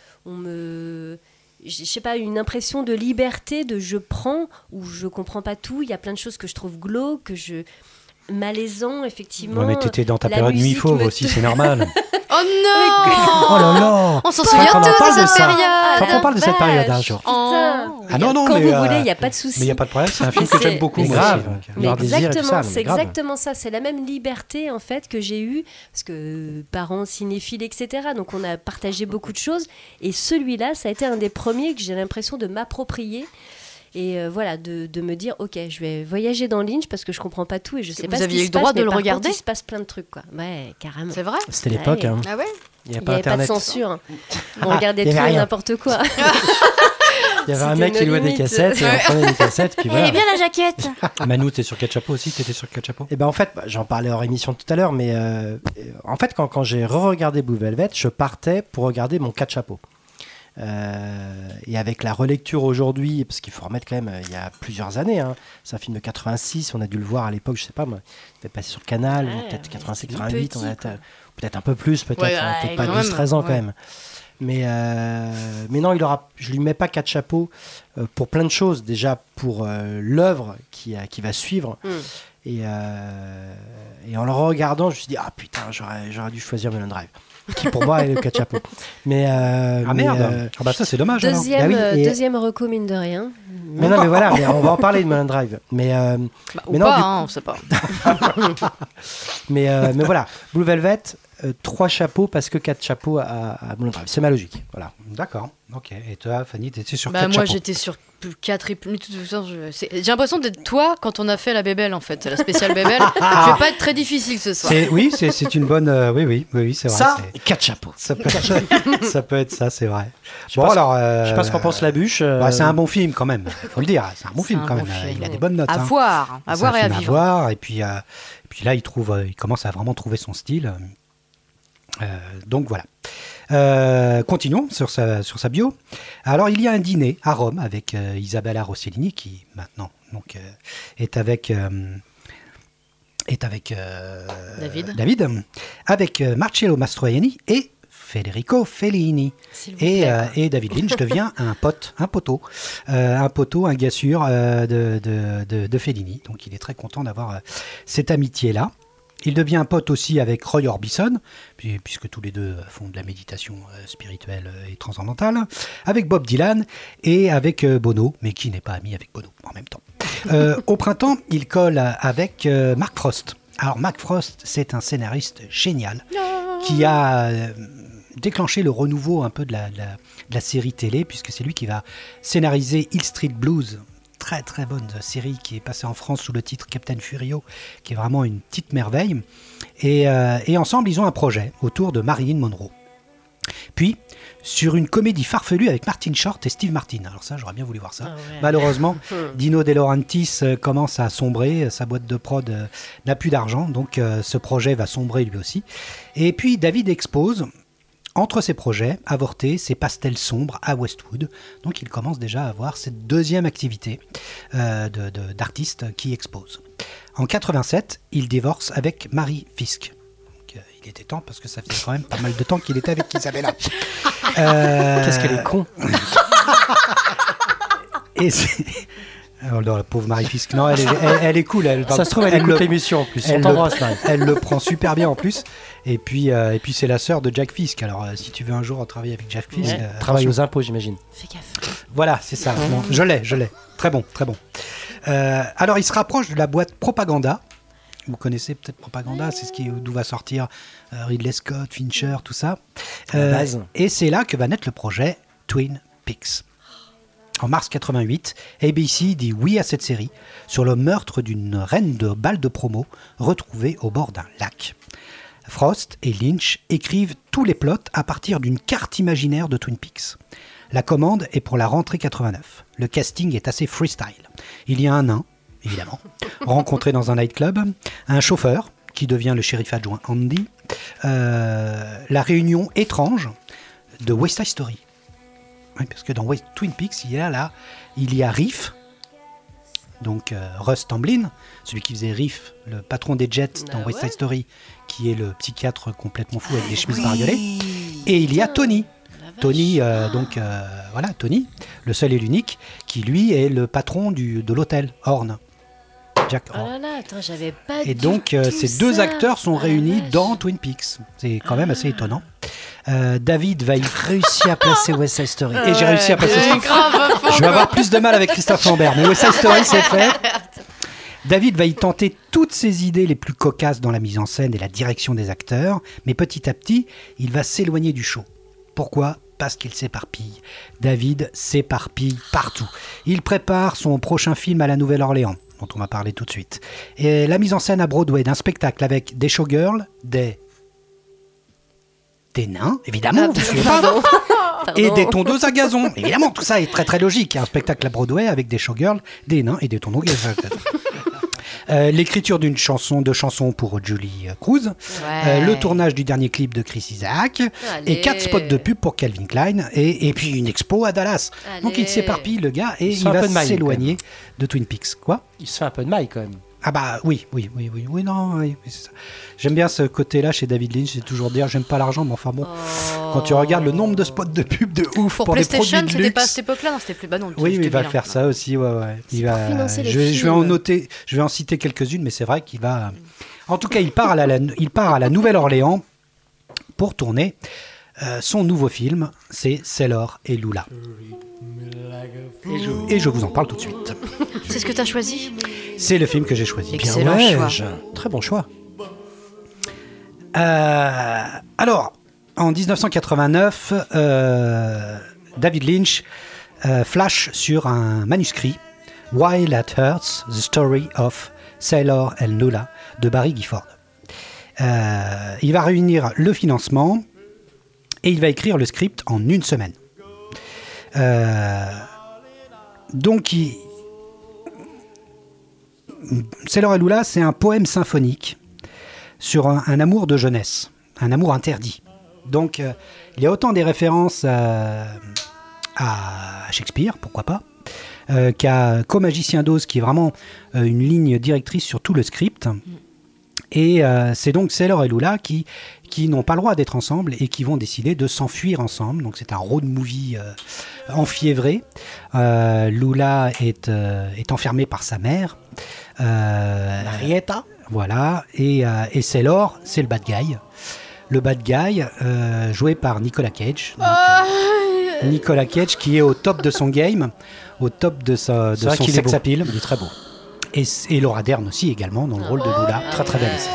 je sais pas, une impression de liberté, de je prends, où je comprends pas tout. Il y a plein de choses que je trouve glauques, malaisant, effectivement.
Ouais, mais t'étais dans ta
La
période nuit
musique
fauve
me-
aussi, c'est normal.
Oh non
Oh là là.
On s'en
Faut
souvient
qu'on en
tous
parle
de
de
cette
ça.
période.
Faut qu'on parle de cette période un jour.
Putain.
Ah non, non,
Quand
mais,
vous voulez, il n'y a pas de souci.
Mais il n'y a pas de problème, c'est un film que
C'est-
j'aime beaucoup.
Mais
moi
grave.
aussi, donc.
Mais
Leur désir et tout
exactement,
ça, mais
c'est
grave.
exactement ça. C'est la même liberté en fait que j'ai eue parce que parents cinéphiles, etc. Donc on a partagé beaucoup de choses. Et celui-là, ça a été un des premiers que j'ai l'impression de m'approprier. Et voilà, de me dire, ok, je vais voyager dans Lynch parce que je comprends pas tout et je sais
Vous
pas ce
aviez
qui
eu
se
le droit
passe,
de
mais
le
par
regarder
contre, il se passe plein de trucs, quoi. Ouais, carrément.
C'est vrai
C'était l'époque. Hein.
Ah ouais
Il n'y
Il
avait
n'y
pas
avait pas de
Internet.
censure. On regardait
Il y
tout
avait
et
rien.
n'importe quoi.
Il y avait un
C'était
mec qui
nos
louait des
limites.
cassettes et on prenait des cassettes. Puis voilà.
la jaquette.
Manu, t'es sur Quatre Chapeaux aussi. T'étais sur Quatre Chapeaux.
Et ben en fait, j'en parlais hors émission tout à l'heure, mais en fait, quand j'ai re-regardé Blue Velvet, je partais pour regarder mon Quatre Chapeaux. Et avec la relecture aujourd'hui, parce qu'il faut remettre quand même, il y a plusieurs années, hein, c'est un film de 86, on a dû le voir à l'époque, je sais pas moi, il devait passer sur Canal,
Ouais,
ou peut-être
ouais,
86,
c'est
88,
petit,
on a
quoi.
peut-être un peu plus, peut-être,
Ouais,
hein, peut-être pas
quand même,
12-13 ans
ouais.
quand même. Mais non, je lui mets pas Quatre Chapeaux pour plein de choses. Déjà pour l'œuvre qui va suivre.
Mm.
Et en le regardant, je me suis dit, ah putain, j'aurais dû choisir Mulholland Drive. Qui pour moi est le Quatre Chapeaux.
Ah merde. Ah bah ça c'est dommage. alors.
Deuxième,
Bah oui, et-
deuxième reco, mine de rien.
Mais non, mais voilà, mais on va en parler de Mulholland Drive. Mais
Ou
Mais non,
pas,
du-
hein, on sait pas.
mais voilà, Blue Velvet, 3 chapeaux parce que 4 chapeaux à Mulholland Drive. C'est ma logique. Voilà.
D'accord. Ok. Et toi, Fanny, t'étais sur
Bah,
Quatre
moi,
Chapeaux.
j'étais sur 4 et plus. De toute façon, j'ai l'impression d'être toi quand on a fait la Bébelle, en fait, la spéciale Bébelle. Je vais pas être très difficile ce soir.
Oui, c'est une bonne. Oui, c'est vrai.
Ça,
c'est-
4 chapeaux.
Ça peut, ça peut être ça, c'est vrai.
Je sais pas
alors.
Je sais pas ce qu'en pense la bûche.
Bah, c'est un bon film quand même, faut le dire. C'est un bon film
un
quand
bon
même.
film,
Il a
oui.
des bonnes notes.
À
hein.
voir, à
C'est
voir
un
et à
film
vivre.
voir. Et puis là, il commence à vraiment trouver son style. Donc voilà. Continuons sur sa bio. Alors, il y a un dîner à Rome avec Isabella Rossellini qui maintenant est avec David, avec Marcello Mastroianni et Federico Fellini.
S'il vous plaît,
Et,
quoi.
et David Lynch devient un poteau, un gars sûr de Fellini. Donc il est très content d'avoir cette amitié-là. Il devient un pote aussi avec Roy Orbison, puisque tous les deux font de la méditation spirituelle et transcendantale, avec Bob Dylan et avec Bono, mais qui n'est pas ami avec Bono en même temps. Au printemps, il colle avec Mark Frost. Alors Mark Frost, c'est un scénariste génial qui a déclenché le renouveau un peu de la série télé, puisque c'est lui qui va scénariser Hill Street Blues, très très bonne série qui est passée en France sous le titre Captain Furio, qui est vraiment une petite merveille. Et ensemble, ils ont un projet autour de Marilyn Monroe. Puis, sur une comédie farfelue avec Martin Short et Steve Martin. Alors ça, j'aurais bien voulu voir ça.
Ah ouais.
Malheureusement, Dino De Laurentiis commence à sombrer, sa boîte de prod n'a plus d'argent, donc ce projet va sombrer lui aussi. Et puis, David expose entre ses projets avortés, ses pastels sombres à Westwood. Donc il commence déjà à avoir cette deuxième activité d'artiste qui expose. En 87, il divorce avec Mary Fisk. Donc, il était temps parce que ça faisait quand même pas mal de temps qu'il était avec Isabella.
Qu'est-ce qu'elle est con.
Et c'est... Oh non, la pauvre Mary Fisk. Non, elle est cool.
Ça se trouve, elle écoute l'émission en plus. On t'embrasse, Marie.
Elle le prend super bien en plus. Et puis c'est la sœur de Jack Fisk. Alors, si tu veux un jour travailler avec Jack Fisk...
Ouais. Travaille aux impôts, j'imagine.
Fais gaffe.
Voilà, c'est ça. Bon, je l'ai. Très bon, très bon. Alors, il se rapproche de la boîte Propaganda. Vous connaissez peut-être Propaganda, c'est d'où va sortir Ridley Scott, Fincher, tout ça.
La base.
Et c'est là que va naître le projet Twin Peaks. En mars 88, ABC dit oui à cette série sur le meurtre d'une reine de bal de promo retrouvée au bord d'un lac. Frost et Lynch écrivent tous les plots à partir d'une carte imaginaire de Twin Peaks. La commande est pour la rentrée 89. Le casting est assez freestyle. Il y a un nain, évidemment. rencontrés dans un nightclub, un chauffeur qui devient le shérif adjoint Andy, la réunion étrange de West Side Story. Oui, parce que dans Twin Peaks, il y a Riff, donc Russ Tamblyn, celui qui faisait Riff, le patron des Jets dans West Side Story, qui est le psychiatre complètement fou avec des chemises bariolées. Et il y a Tony. Tony, Tony, le seul et l'unique, qui lui est le patron de l'hôtel Horn. Jack Horn.
Oh là là, attends, j'avais pas
Et donc, ces deux acteurs sont réunis dans Twin Peaks. C'est quand même assez étonnant. David va y
réussi à placer West Side Story.
Et j'ai réussi à passer ça. Je vais avoir plus de mal avec Christophe Lambert, mais West Side Story, c'est fait. David va y tenter toutes ses idées les plus cocasses dans la mise en scène et la direction des acteurs, mais petit à petit, il va s'éloigner du show. Pourquoi ? Parce qu'il s'éparpille. David s'éparpille partout. Il prépare son prochain film à la Nouvelle-Orléans, dont on va parler tout de suite. Et la mise en scène à Broadway d'un spectacle avec des showgirls, des nains, évidemment, vous suivez pas, et des tondeuses à gazon. Évidemment, tout ça est très très logique. Un spectacle à Broadway avec des showgirls, des nains et des tondeuses à gazon. L'écriture de chansons pour Julie Cruz, le tournage du dernier clip de Chris Isaak, et 4 spots de pub pour Calvin Klein, et puis une expo à Dallas. Donc il s'éparpille, le gars, et il va s'éloigner de Twin Peaks. Quoi ?
Il se fait un peu de maille quand même.
Ah bah oui, c'est ça. J'aime bien ce côté-là chez David Lynch, c'est toujours dire j'aime pas l'argent, mais enfin bon, quand tu regardes le nombre de spots de pub de ouf pour des produits de luxe.
C'était pas à cette époque-là, non, c'était plus non.
Oui, il va faire ça aussi, ouais. Il va. Je vais en citer quelques-unes, mais c'est vrai qu'il va. En tout cas, il part à la Nouvelle-Orléans pour tourner son nouveau film, c'est Sailor et Lula. Et je vous en parle tout de suite.
C'est ce que tu as choisi ?
C'est le film que j'ai choisi.
Excellent choix.
Très bon choix.
Alors, en 1989, David Lynch flash sur un manuscrit, While That Hurts, The Story of Sailor and Lula, de Barry Gifford. Il va réunir le financement et il va écrire le script en une semaine. Donc, Sailor et Lula, c'est un poème symphonique sur un amour de jeunesse, un amour interdit. Donc, il y a autant des références à Shakespeare, pourquoi pas, qu'au Magicien d'Oz, qui est vraiment une ligne directrice sur tout le script. Et c'est donc Sailor et Lula qui n'ont pas le droit d'être ensemble et qui vont décider de s'enfuir ensemble. Donc c'est un road movie enfiévré. Lula est enfermée par sa mère.
Marietta.
Voilà. Et Sailor, c'est le bad guy. Le bad guy, joué par Nicolas Cage. Donc, Nicolas Cage qui est au top de son game, au top de son sex appeal.
Il est très beau.
Et Laura Dern aussi également dans le rôle de Lula. Très très belle.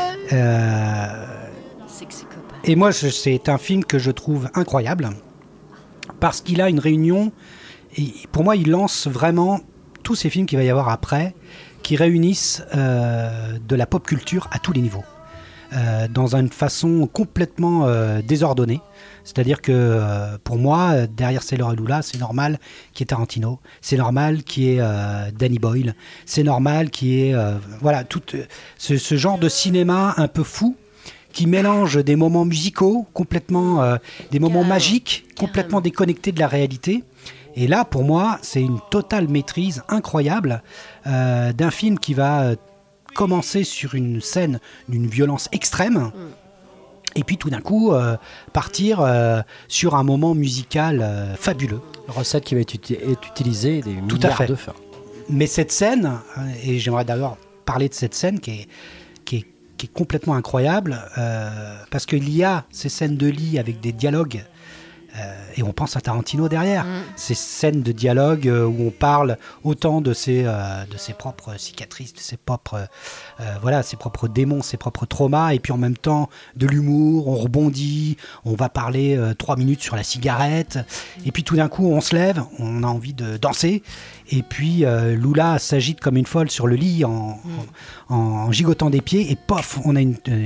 Et moi, c'est un film que je trouve incroyable parce qu'il a une réunion. Et pour moi, il lance vraiment tous ces films qu'il va y avoir après qui réunissent de la pop culture à tous les niveaux. Dans une façon complètement désordonnée. C'est-à-dire que pour moi, derrière Sailor et Lula, c'est normal qu'il y ait Tarantino, c'est normal qu'il y ait Danny Boyle, c'est normal qu'il y ait tout ce genre de cinéma un peu fou qui mélange des moments musicaux complètement, des moments magiques, complètement déconnectés de la réalité. Et là, pour moi, c'est une totale maîtrise incroyable d'un film qui va commencer sur une scène d'une violence extrême. Et puis tout d'un coup, partir sur un moment musical fabuleux.
Recette qui va être utilisée des milliards de fois.
Mais cette scène, et j'aimerais d'abord parler de cette scène qui est complètement incroyable, parce qu'il y a ces scènes de lit avec des dialogues, et on pense à Tarantino derrière. Ces scènes de dialogue où on parle autant de ses propres cicatrices, de ses propres démons, ses propres traumas, et puis en même temps de l'humour, on rebondit, on va parler 3 minutes sur la cigarette, et puis tout d'un coup on se lève, on a envie de danser, et puis Lula s'agite comme une folle sur le lit en gigotant des pieds, et pof, on a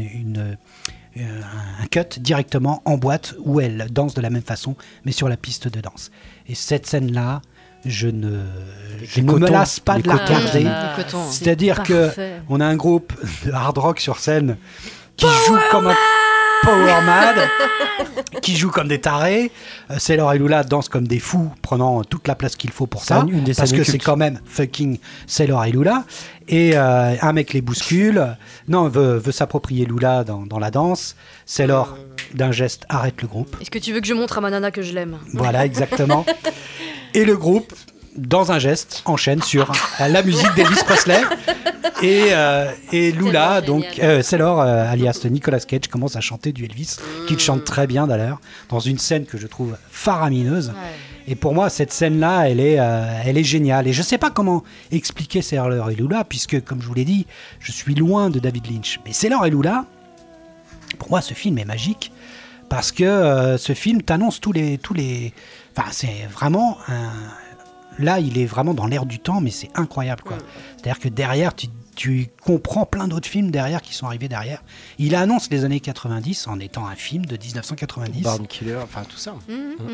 un cut directement en boîte où elle danse de la même façon mais sur la piste de danse. Et cette scène là je ne
cotons,
me lasse pas de la
les cotons.
regarder.
Le coton.
C'est-à-dire
Parfait.
qu'on a un groupe de hard rock sur scène qui joue comme un power mad, qui joue comme des tarés. Sailor et Lula dansent comme des fous, prenant toute la place qu'il faut pour ça,
Une des
parce
scènes
que c'est
cultes.
quand même fucking Sailor et Lula. Et un mec les bouscule, veut s'approprier Lula dans la danse. Sailor, d'un geste, arrête le groupe.
Est-ce que tu veux que je montre à ma nana que je l'aime?
Voilà, exactement. Et le groupe, dans un geste, enchaîne sur la musique d'Elvis Presley. Et Lula,
Tellement
donc Sailor, alias Nicolas Cage, commence à chanter du Elvis, qu'il chante très bien d'ailleurs, dans une scène que je trouve faramineuse.
Ouais.
Et pour moi, cette scène-là, elle est géniale. Et je ne sais pas comment expliquer Sailor et Lula, puisque, comme je vous l'ai dit, je suis loin de David Lynch. Mais Sailor et Lula, pour moi, ce film est magique, parce que ce film t'annonce tous les... Enfin, c'est vraiment un... Là, il est vraiment dans l'air du temps, mais c'est incroyable, quoi. C'est-à-dire que derrière, tu comprends plein d'autres films derrière qui sont arrivés derrière. Il annonce les années 90 en étant un film de 1990.
Barn Killer, enfin tout ça.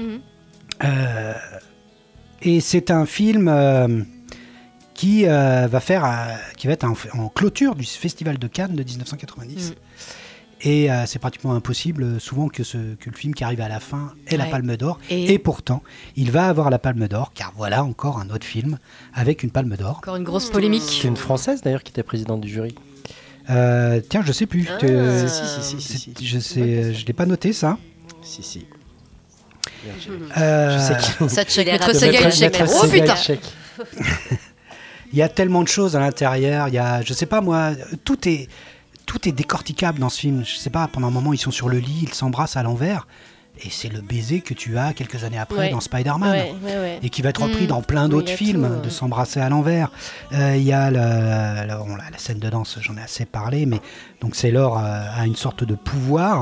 Et c'est un film qui va être en clôture du Festival de Cannes de 1990. Et c'est pratiquement impossible souvent que le film qui arrive à la fin ait la
Ouais.
Palme d'Or.
Et-
Et pourtant, il va avoir la Palme d'Or, car voilà encore un autre film avec une Palme d'Or.
Encore une grosse polémique.
C'est une Française d'ailleurs qui était présidente du jury.
Tiens, je sais plus.
Ah.
Si.
Je sais, je l'ai pas noté ça.
Si.
Euh,
Je sais qui.
Ça check.
Il est
Maître
rapide.
Sega, il check.
Maître
Oh
Sega,
putain!
il check.
Il y a tellement de choses à l'intérieur. Il y a, je sais pas moi, tout est décorticable dans ce film. Je sais pas, pendant un moment, ils sont sur le lit, ils s'embrassent à l'envers. Et c'est le baiser que tu as quelques années après
Ouais.
dans Spider-Man.
Ouais.
Et qui va être repris dans plein
Oui,
d'autres
il y a
films,
tout,
de s'embrasser à l'envers. Il y a la scène de danse, j'en ai assez parlé, mais donc Sailor a une sorte de pouvoir.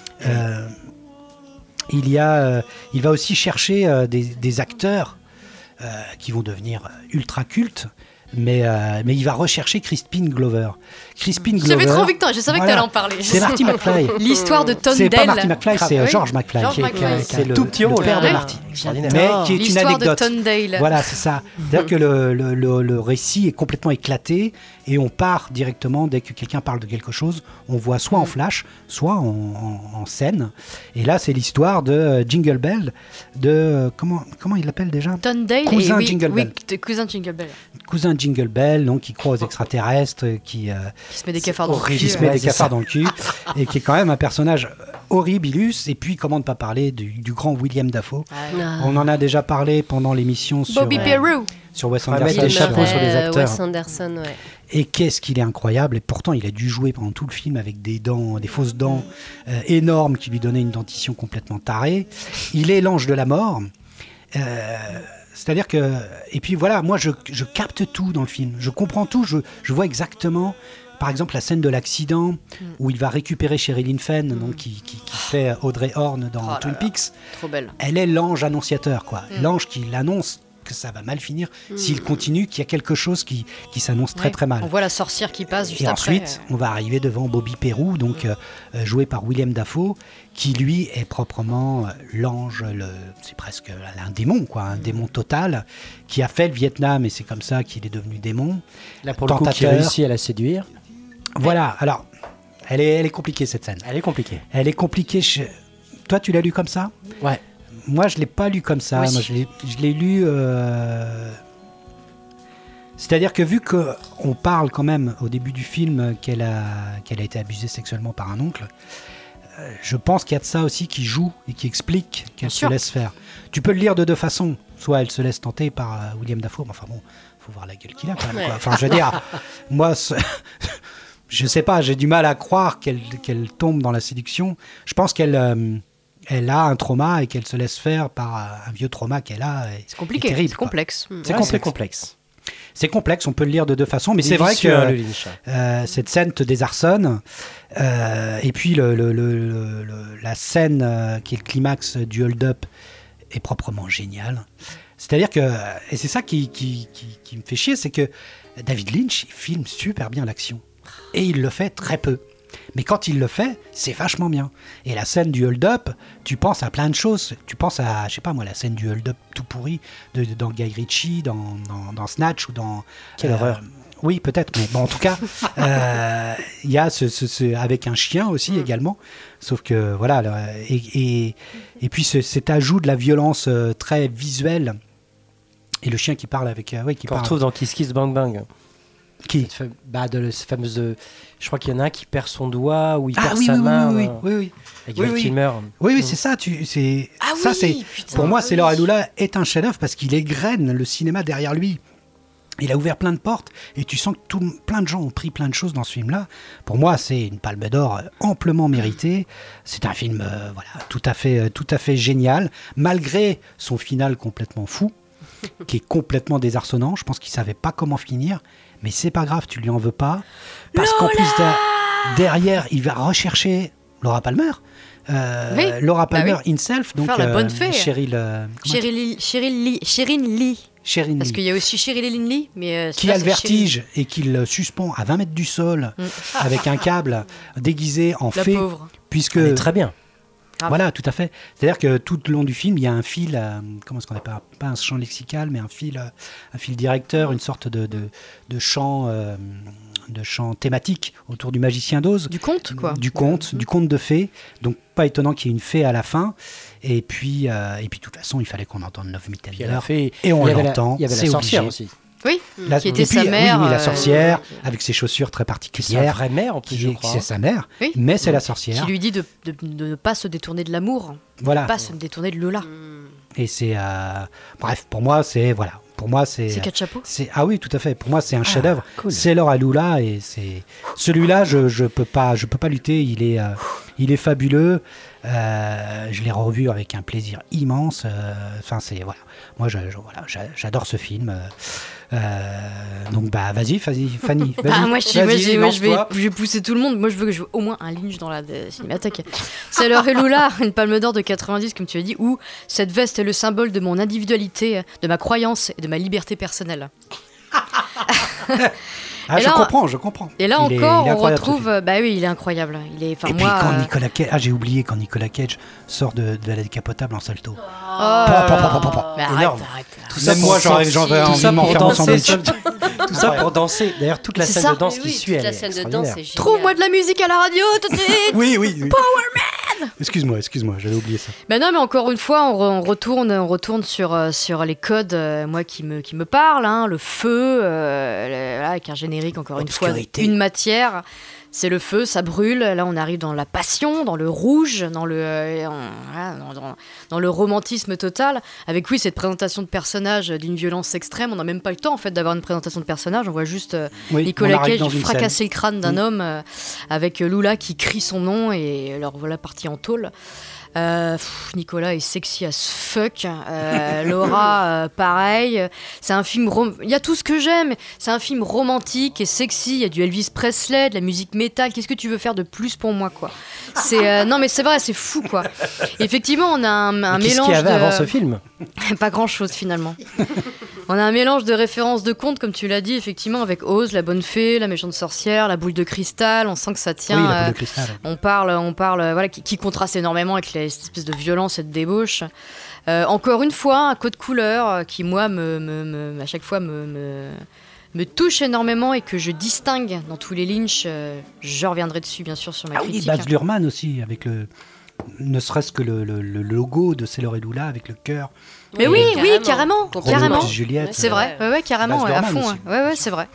Il va aussi chercher des acteurs qui vont devenir ultra cultes. Mais il va rechercher Crispin Glover. Crispin Glover.
J'avais trop envie que je savais que
voilà,
t'allais en parler.
C'est Marty McFly.
L'histoire de Tondale.
C'est pas Marty McFly, c'est
Oui.
George McFly.
George
qui est-
McFly.
qui est le,
Tout petit
le
rôle.
père de
Ouais.
Marty.
Extraordinaire.
Mais qui est une
L'histoire de
anecdote.
Tondale.
Voilà, c'est ça. C'est-à-dire que le récit est complètement éclaté et on part directement dès que quelqu'un parle de quelque chose. On voit soit en flash, soit en scène. Et là, c'est l'histoire de Jingle Bell, de comment il l'appelle déjà
Tondale.
Cousin
et oui,
Jingle Bell.
Oui, de cousin Jingle Bell.
Cousin Jingle Bell, donc qui croit aux extraterrestres, qui
Qui se met des cafards dans le
qui
cul.
se met
Ouais,
des
c'est
cafards
ça.
dans le cul et qui est quand même un personnage horribilus. Et puis, comment ne pas parler du grand William Dafoe.
Ouais.
On en a déjà parlé pendant l'émission sur
Bobby Peru.
sur Wes
On va mettre
Anderson.
des chapeaux sur les acteurs.
Wes Anderson, ouais.
Et qu'est-ce qu'il est incroyable. Et pourtant, il a dû jouer pendant tout le film avec des dents, des fausses dents énormes qui lui donnaient une dentition complètement tarée. Il est l'ange de la mort. C'est-à-dire que... Et puis voilà, moi, je capte tout dans le film. Je comprends tout. Je vois exactement... Par exemple, la scène de l'accident où il va récupérer Sherilyn Fenn, donc qui fait Audrey Horne dans
Oh là
Twin
là.
Peaks.
Trop belle.
Elle est l'ange annonciateur, quoi. L'ange qui l'annonce que ça va mal finir s'il continue, qu'il y a quelque chose qui s'annonce très
Ouais.
très mal.
On voit la sorcière qui passe juste
Et
après.
ensuite, on va arriver devant Bobby Peru, donc joué par William Dafoe, qui lui est proprement l'ange, c'est presque un démon, quoi, un démon total, qui a fait le Vietnam et c'est comme ça qu'il est devenu démon.
Là pour le coup, qui
Tentateur.
réussit à la séduire.
Voilà, alors, elle est compliquée cette scène.
Elle est compliquée.
Elle est compliquée. Toi, tu l'as lu comme ça ?
Ouais.
Moi, je l'ai pas lu comme ça.
Moi
Moi,
aussi.
je l'ai lu. C'est-à-dire que vu qu'on parle quand même au début du film qu'elle a été abusée sexuellement par un oncle, je pense qu'il y a de ça aussi qui joue et qui explique qu'elle
Bien
se
sûr.
laisse faire. Tu peux le lire de deux façons. Soit elle se laisse tenter par William Dafoe, mais enfin bon, faut voir la gueule qu'il a quand même. Quoi. Enfin, je veux dire, moi, je sais pas, j'ai du mal à croire qu'elle tombe dans la séduction. Je pense qu'elle elle a un trauma et qu'elle se laisse faire par un vieux trauma qu'elle a.
C'est compliqué,
terrible,
c'est
quoi.
complexe.
C'est
Ouais,
complexe.
complexe.
C'est complexe, on peut le lire de deux façons, mais
Il
c'est
est
vrai
vicieux, hein, le
que
Lynch.
cette scène te désarçonne. Et puis la scène qui est le climax du hold-up est proprement géniale. C'est-à-dire que, et c'est ça qui me fait chier, c'est que David Lynch il filme super bien l'action. Et il le fait très peu. Mais quand il le fait, c'est vachement bien. Et la scène du hold-up, tu penses à plein de choses. Tu penses à, je sais pas moi, la scène du hold-up tout pourri dans Guy Ritchie, dans Snatch ou dans...
Quelle horreur.
Oui, peut-être, mais bon, en tout cas, il y a avec un chien aussi également. Sauf que, voilà, et puis cet ajout de la violence très visuelle. Et le chien qui parle avec...
qu'on retrouve dans Kiss Kiss Bang Bang.
Qui
de cette fameuse... je crois qu'il y en a un qui perd son doigt ou il perd
oui,
sa
oui,
main.
Oui.
Avec Val Kilmer.
Oui, c'est ça. Pour moi, Sailor et Lula est un chef-d'œuvre parce qu'il égrène le cinéma derrière lui. Il a ouvert plein de portes et tu sens que plein de gens ont pris plein de choses dans ce film-là. Pour moi, c'est une Palme d'Or amplement méritée. C'est un film tout à fait génial, malgré son final complètement fou, qui est complètement désarçonnant. Je pense qu'il savait pas comment finir, mais c'est pas grave, tu lui en veux pas, parce qu'en plus derrière, il va rechercher Laura Palmer. Laura Palmer himself, donc
faire la bonne fée.
Shireen Lee.
Parce qu'il y a aussi Sherilyn Lee, mais
qui a le vertige et qui le suspend à 20 mètres du sol avec un câble déguisé en fée.
Pauvre.
Puisque
elle est très bien.
Voilà, tout à fait. C'est-à-dire que tout le long du film, il y a un fil, comment est-ce qu'on appelle, pas un champ lexical, mais un fil directeur, une sorte de champ thématique autour du magicien d'Oz.
Du conte, quoi.
Du conte de fées. Donc, pas étonnant qu'il y ait une fée à la fin. Et puis, de toute façon, il fallait qu'on entende Love Me Tender. Et on l'entend.
Il y avait la sorcière aussi.
Oui, qui était sa mère.
Oui, la sorcière, avec ses chaussures très particulières.
C'est sa vraie mère, en plus, je crois.
C'est sa mère, mais c'est la sorcière.
Qui lui dit de ne pas se détourner de l'amour,
voilà.
De ne pas se détourner de Lola.
Et c'est... bref, pour moi, c'est... Voilà. Pour moi, c'est...
C'est quatre chapeaux.
Ah oui, tout à fait. Pour moi, c'est un chef-d'œuvre. Cool. C'est Sailor et Lula, et c'est... Celui-là, je peux pas lutter. Il est fabuleux. Je l'ai revu avec un plaisir immense. Enfin, c'est... Voilà. Moi, j'adore ce film. Donc vas-y Fanny, vas-y.
Moi je vais pousser tout le monde. Moi je veux au moins un Lynch dans la cinémathèque. Sailor et Lula, une Palme d'Or de 90 comme tu as dit, où cette veste est le symbole de mon individualité, de ma croyance et de ma liberté personnelle.
Je comprends.
Et là encore, on retrouve... il est incroyable. Puis
quand Nicolas Cage... j'ai oublié, quand Nicolas Cage sort de la décapotable en salto.
Arrête.
Tout ça, moi, j'en vais envie de m'en faire un sandwich.
Tout ça pour danser. D'ailleurs, toute la scène de danse qui suit, elle est extraordinaire.
Trouve-moi de la musique à la radio, tout de suite.
Oui.
Power Man.
Excuse-moi, j'avais oublié ça.
Non, mais encore une fois, on retourne sur les codes, moi qui me parlent, le feu, avec un générique encore une fois, une matière. C'est le feu, ça brûle. Là, on arrive dans la passion, dans le rouge, dans le romantisme total. Avec cette présentation de personnages d'une violence extrême. On n'a même pas le temps en fait d'avoir une présentation de personnages. On voit juste Nicolas Cage fracasser le crâne d'un homme avec Lula qui crie son nom et alors voilà parti en tôle. Nicolas est sexy as fuck. Laura, pareil. C'est un film. Il y a tout ce que j'aime. C'est un film romantique et sexy. Il y a du Elvis Presley, de la musique métal. Qu'est-ce que tu veux faire de plus pour moi, quoi? Non, mais c'est vrai, c'est fou, quoi. Et effectivement, on a un mélange.
Qu'est-ce qu'il y avait avant ce film?
Pas grand-chose finalement. On a un mélange de références de contes, comme tu l'as dit, effectivement, avec Oz, la bonne fée, la méchante sorcière, la boule de cristal. On sent que ça tient.
Oui, la boule de cristal.
On parle, voilà, qui contraste énormément avec cette espèce de violence et de débauche. Encore une fois, un code couleur qui, moi, à chaque fois me touche énormément et que je distingue dans tous les Lynch. Je reviendrai dessus, bien sûr, sur ma critique.
Baz Luhrmann aussi, avec ne serait-ce que le logo de Sailor et Lula avec le cœur.
Mais oui, carrément.
Juliette,
c'est vrai, carrément, à fond. Ouais, c'est vrai.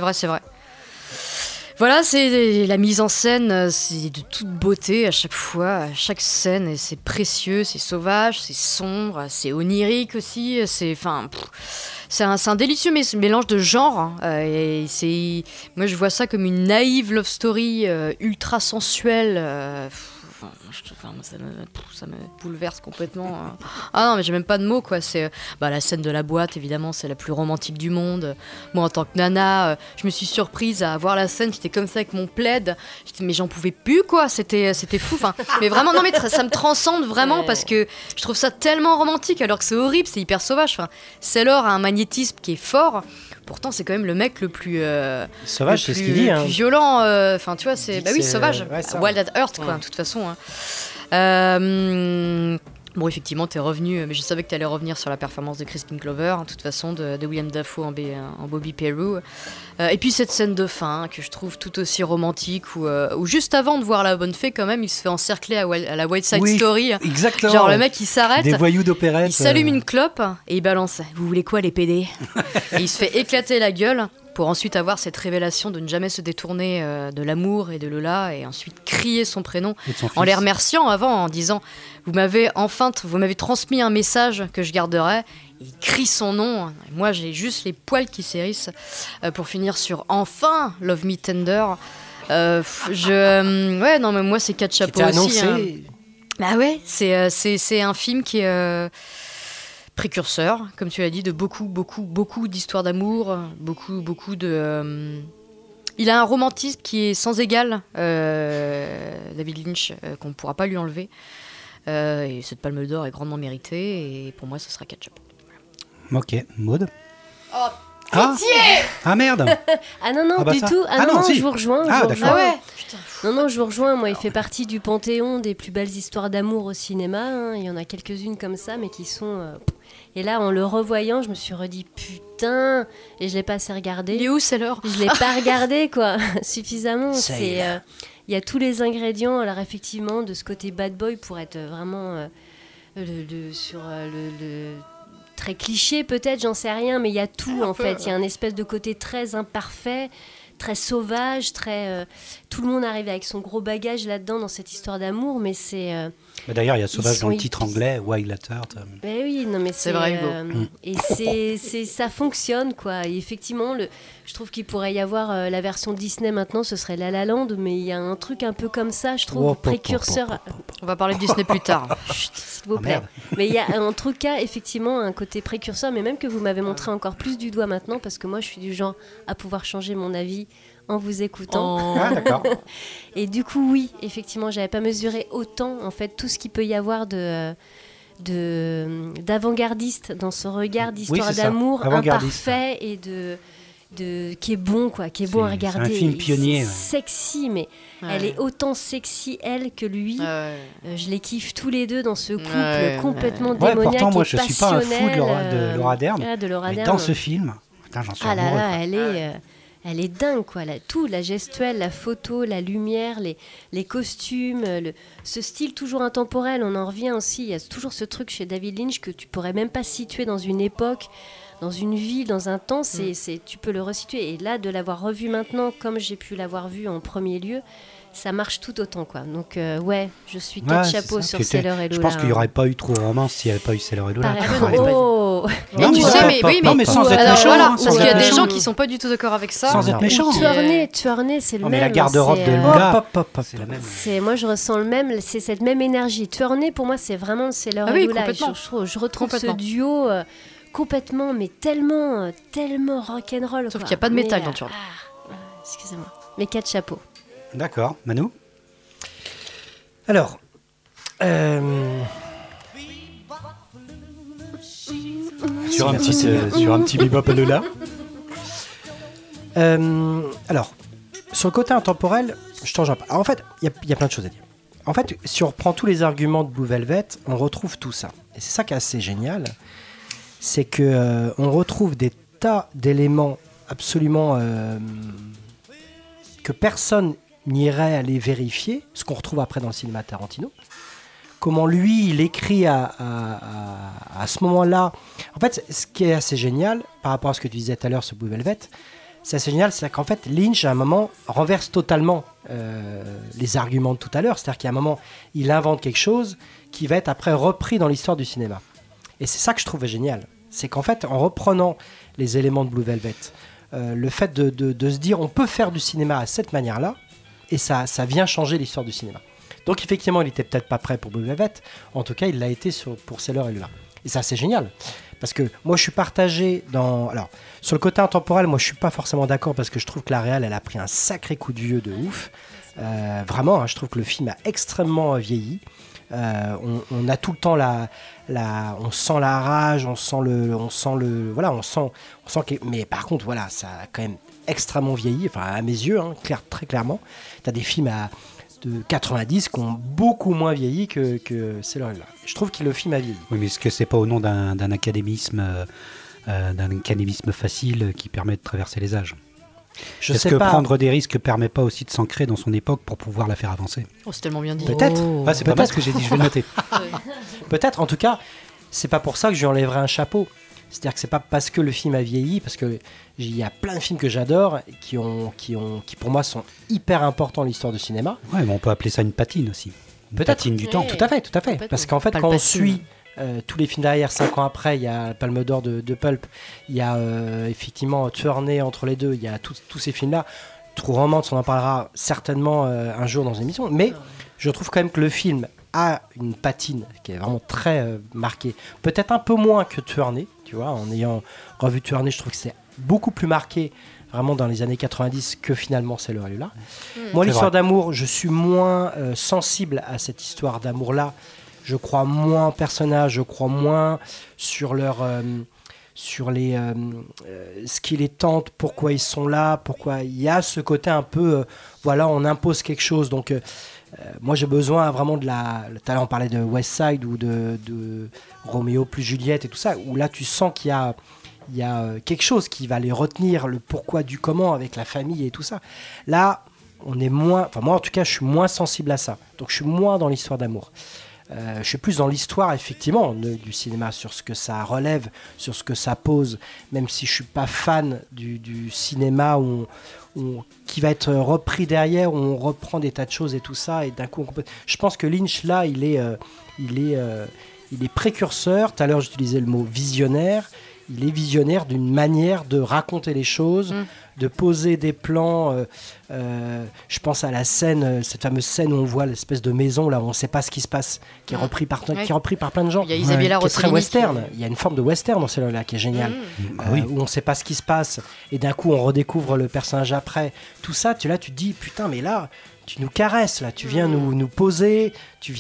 Voilà, c'est la mise en scène, c'est de toute beauté à chaque fois, à chaque scène, et c'est précieux, c'est sauvage, c'est sombre, c'est onirique aussi, c'est un délicieux mélange de genres. Moi, je vois ça comme une naïve love story ultra sensuelle. Ça me bouleverse complètement. Ah non, mais j'ai même pas de mots, quoi. C'est la scène de la boîte, évidemment, c'est la plus romantique du monde. Moi, en tant que nana, je me suis surprise à voir la scène. J'étais comme ça avec mon plaid. Mais j'en pouvais plus, quoi. C'était fou. Mais vraiment, non, mais ça me transcende vraiment parce que je trouve ça tellement romantique alors que c'est horrible, c'est hyper sauvage. Sailor a un magnétisme qui est fort. pourtant c'est quand même le mec le plus
Sauvage,
le
c'est ce
plus-
qu'il dit.
le
Hein.
plus violent. Enfin, tu vois, c'est
Dit
bah
que
oui,
c'est-
sauvage.
ouais, ça.
Wild at Heart, quoi, de toute façon. Hein. Bon, effectivement, t'es revenu, mais je savais que t'allais revenir sur la performance de Crispin Glover, de toute façon, de William Dafoe en Bobby Peru. Et puis cette scène de fin, que je trouve tout aussi romantique, où juste avant de voir la bonne fée, quand même, il se fait encercler à la White Side
Oui,
Story.
Exactement.
Genre, le mec, il s'arrête.
Des voyous d'opérette.
Il s'allume une clope et il balance « Vous voulez quoi, les PD ?» Et il se fait éclater la gueule pour ensuite avoir cette révélation de ne jamais se détourner de l'amour et de Lola et ensuite crier son prénom
et de son
en les
fils.
remerciant avant, en disant « Vous m'avez transmis un message que je garderai ». Il crie son nom. Et moi, j'ai juste les poils qui s'hérissent pour finir sur « Enfin, Love Me Tender ». Ouais, non, mais moi, c'est 4 chapeaux
C'était
aussi.
annoncé.
Bah ouais, c'est un film qui est précurseur, comme tu l'as dit, de beaucoup d'histoires d'amour, beaucoup de... Il a un romantisme qui est sans égal, David Lynch, qu'on ne pourra pas lui enlever. Et cette palme d'or est grandement méritée, et pour moi, ce sera 4 chapeaux.
Ok, Maud.
Oh,
Ah merde.
Ah non, non,
Ah bah
du
ça.
tout.
Ah non, si.
je vous rejoins.
Ah,
je vous
d'accord.
rejoins.
ouais. Putain.
Non, non, je vous rejoins. Moi, il fait partie du panthéon des plus belles histoires d'amour au cinéma. Hein. Il y en a quelques-unes comme ça, mais qui sont... Et là, en le revoyant, je me suis redit putain, et je l'ai pas assez regardé.
Il est où, c'est l'heure?
Je l'ai pas regardé, quoi, suffisamment.
Ça y est.
Il y a tous les ingrédients, alors effectivement, de ce côté bad boy pour être vraiment le très cliché, peut-être, j'en sais rien, mais il y a tout, en fait. Il y a un espèce de côté très imparfait, très sauvage, très... tout le monde arrive avec son gros bagage là-dedans, dans cette histoire d'amour, mais c'est...
Bah, d'ailleurs, il y a Sauvage
sont
dans le titre anglais, Wild at Heart.
Ben oui, non mais
C'est vrai, Hugo.
Et ça fonctionne quoi. Et effectivement, je trouve qu'il pourrait y avoir la version Disney maintenant, ce serait La La Land, mais il y a un truc un peu comme ça, je trouve, précurseur.
On va parler de Disney plus tard.
Chut, s'il vous
Ah,
plaît.
merde.
Mais il y a en tout cas effectivement un côté précurseur, mais même que vous m'avez montré encore plus du doigt maintenant, parce que moi je suis du genre à pouvoir changer mon avis en vous écoutant.
Ah, d'accord.
Et du coup, oui, effectivement, j'avais pas mesuré autant, en fait, tout ce qu'il peut y avoir d'avant-gardiste dans ce regard d'histoire
c'est ça,
d'amour
avant-gardiste.
imparfait et qui est bon, quoi, qui est bon à
C'est
regarder.
un film
Et
pionnier,
c'est
ouais.
sexy, mais elle est autant sexy, elle, que lui. Je les kiffe tous les deux dans ce couple
Ouais,
complètement
Ouais,
démoniaque
pourtant, moi,
et
je suis pas un fou de Laura,
passionnel,
de Laura Dern.
de Laura
Mais
Dern.
dans ce film, putain, j'en suis
Ah là
amoureux,
là,
quoi.
elle est dingue, quoi. Tout, la gestuelle, la photo, la lumière, les costumes, ce style toujours intemporel. On en revient aussi. Il y a toujours ce truc chez David Lynch que tu pourrais même pas situer dans une époque, dans une ville, dans un temps. Tu peux le resituer. Et là, de l'avoir revu maintenant, comme j'ai pu l'avoir vu en premier lieu, ça marche tout autant, quoi. Donc, ouais, je suis quatre
Ouais,
chapeaux
c'est ça.
sur Sailor et Lola.
Je pense qu'il n'y aurait pas eu trop de romance s'il n'y avait pas eu Sailor et Lola.
Pareil.
Ouais.
Oh
Mais tu sais, mais oui,
non, mais sans être
alors,
méchant,
voilà,
hein, sans
parce qu'il y a
être
des
méchant.
gens qui sont pas du tout d'accord avec ça.
Sans être méchant.
Tuernay, c'est le
Non,
même.
mais la garde-robe
c'est,
de Lola, c'est la même.
Moi, je ressens le même, c'est cette même énergie. Tuernay, pour moi, c'est vraiment Sailor
Ah
et
oui,
Lola.
complètement.
Je retrouve
Complètement.
ce duo complètement, mais tellement rock'n'roll.
Sauf
quoi.
qu'il y a pas de métal
Mais,
dans Tuernay.
Excusez-moi. Mais 4 chapeaux.
D'accord. Manu?
Alors,
Sur un petit bebop à Lola.
alors, sur le côté intemporel, je change un peu. Alors, en fait, il y a plein de choses à dire. En fait, si on reprend tous les arguments de Blue Velvet, on retrouve tout ça. Et c'est ça qui est assez génial, c'est que on retrouve des tas d'éléments absolument que personne n'irait aller vérifier, ce qu'on retrouve après dans le cinéma Tarantino. Comment lui, il écrit à ce moment-là. En fait, ce qui est assez génial, par rapport à ce que tu disais tout à l'heure sur Blue Velvet, c'est assez génial, c'est qu'en fait, Lynch, à un moment, renverse totalement les arguments de tout à l'heure. C'est-à-dire qu'à un moment, il invente quelque chose qui va être après repris dans l'histoire du cinéma. Et c'est ça que je trouve génial. C'est qu'en fait, en reprenant les éléments de Blue Velvet, le fait de se dire on peut faire du cinéma à cette manière-là, et ça vient changer l'histoire du cinéma. Donc effectivement, il n'était peut-être pas prêt pour Blue Velvet. En tout cas, il l'a été pour Sailor et Lola. Et ça, c'est génial. Parce que moi, je suis partagé dans... Alors, sur le côté intemporel, moi, je suis pas forcément d'accord parce que je trouve que la réal, elle a pris un sacré coup de vieux de ouf. Vraiment, hein, je trouve que le film a extrêmement vieilli. On a tout le temps on sent la rage, on sent mais par contre, voilà, ça a quand même extrêmement vieilli, enfin à mes yeux, hein, très clairement. T'as des films de 90 qui ont beaucoup moins vieilli que celle-là. Je trouve que le film a vieilli.
Oui, mais est-ce que c'est pas au nom d'un académisme facile qui permet de traverser les âges? Est-ce que prendre des risques permet pas aussi de s'ancrer dans son époque pour pouvoir la faire avancer?
Oh, c'est tellement bien dit.
Peut-être.
C'est pas mal ce que j'ai dit, je vais le noter.
Peut-être, en tout cas, c'est pas pour ça que je lui enlèverai un chapeau. C'est-à-dire que c'est pas parce que le film a vieilli, parce que il y a plein de films que j'adore qui pour moi sont hyper importants dans l'histoire du cinéma.
Ouais, mais on peut appeler ça une patine aussi. Une patine du temps.
Tout à fait. Parce qu'en fait, quand on suit tous les films derrière, 5 ans après, il y a Palme d'Or de Pulp, il y a effectivement Tueur né entre les deux, il y a tous ces films-là. True Romance, on en parlera certainement un jour dans une émission, mais je trouve quand même que le film a une patine qui est vraiment très marquée. Peut-être un peu moins que Tueur né, tu vois, en ayant revu Tueur né, je trouve que c'est beaucoup plus marqué vraiment dans les années 90 que finalement celle-là. Moi, l'histoire d'amour, je suis moins sensible à cette histoire d'amour-là. Je crois moins en personnages, je crois moins sur ce qui les tente, pourquoi ils sont là, pourquoi il y a ce côté un peu, on impose quelque chose. Donc, moi, j'ai besoin vraiment tout à l'heure, on parlait de West Side ou de Roméo plus Juliette et tout ça, où là, tu sens qu'il y a quelque chose qui va les retenir, le pourquoi du comment avec la famille et tout ça. Là, on est moins... Enfin, moi, en tout cas, je suis moins sensible à ça. Donc, je suis moins dans l'histoire d'amour. Je suis plus dans l'histoire, effectivement, du cinéma, sur ce que ça relève, sur ce que ça pose, même si je ne suis pas fan du cinéma qui va être repris derrière, où on reprend des tas de choses et tout ça, et d'un coup, je pense que Lynch, là, il est précurseur. Tout à l'heure, j'utilisais le mot visionnaire. Il est visionnaire d'une manière de raconter les choses, de poser des plans. Je pense à la scène, cette fameuse scène où on voit l'espèce de maison là où on ne sait pas ce qui se passe, qui est repris par plein de gens.
Il y a Isabella
qui est très
Rossellini
western. Il y a une forme de western dans celle-là qui est géniale, où on ne sait pas ce qui se passe et d'un coup on redécouvre le personnage après. Tout ça, tu te dis putain, mais là. Tu nous caresses, là, tu viens nous poser, tu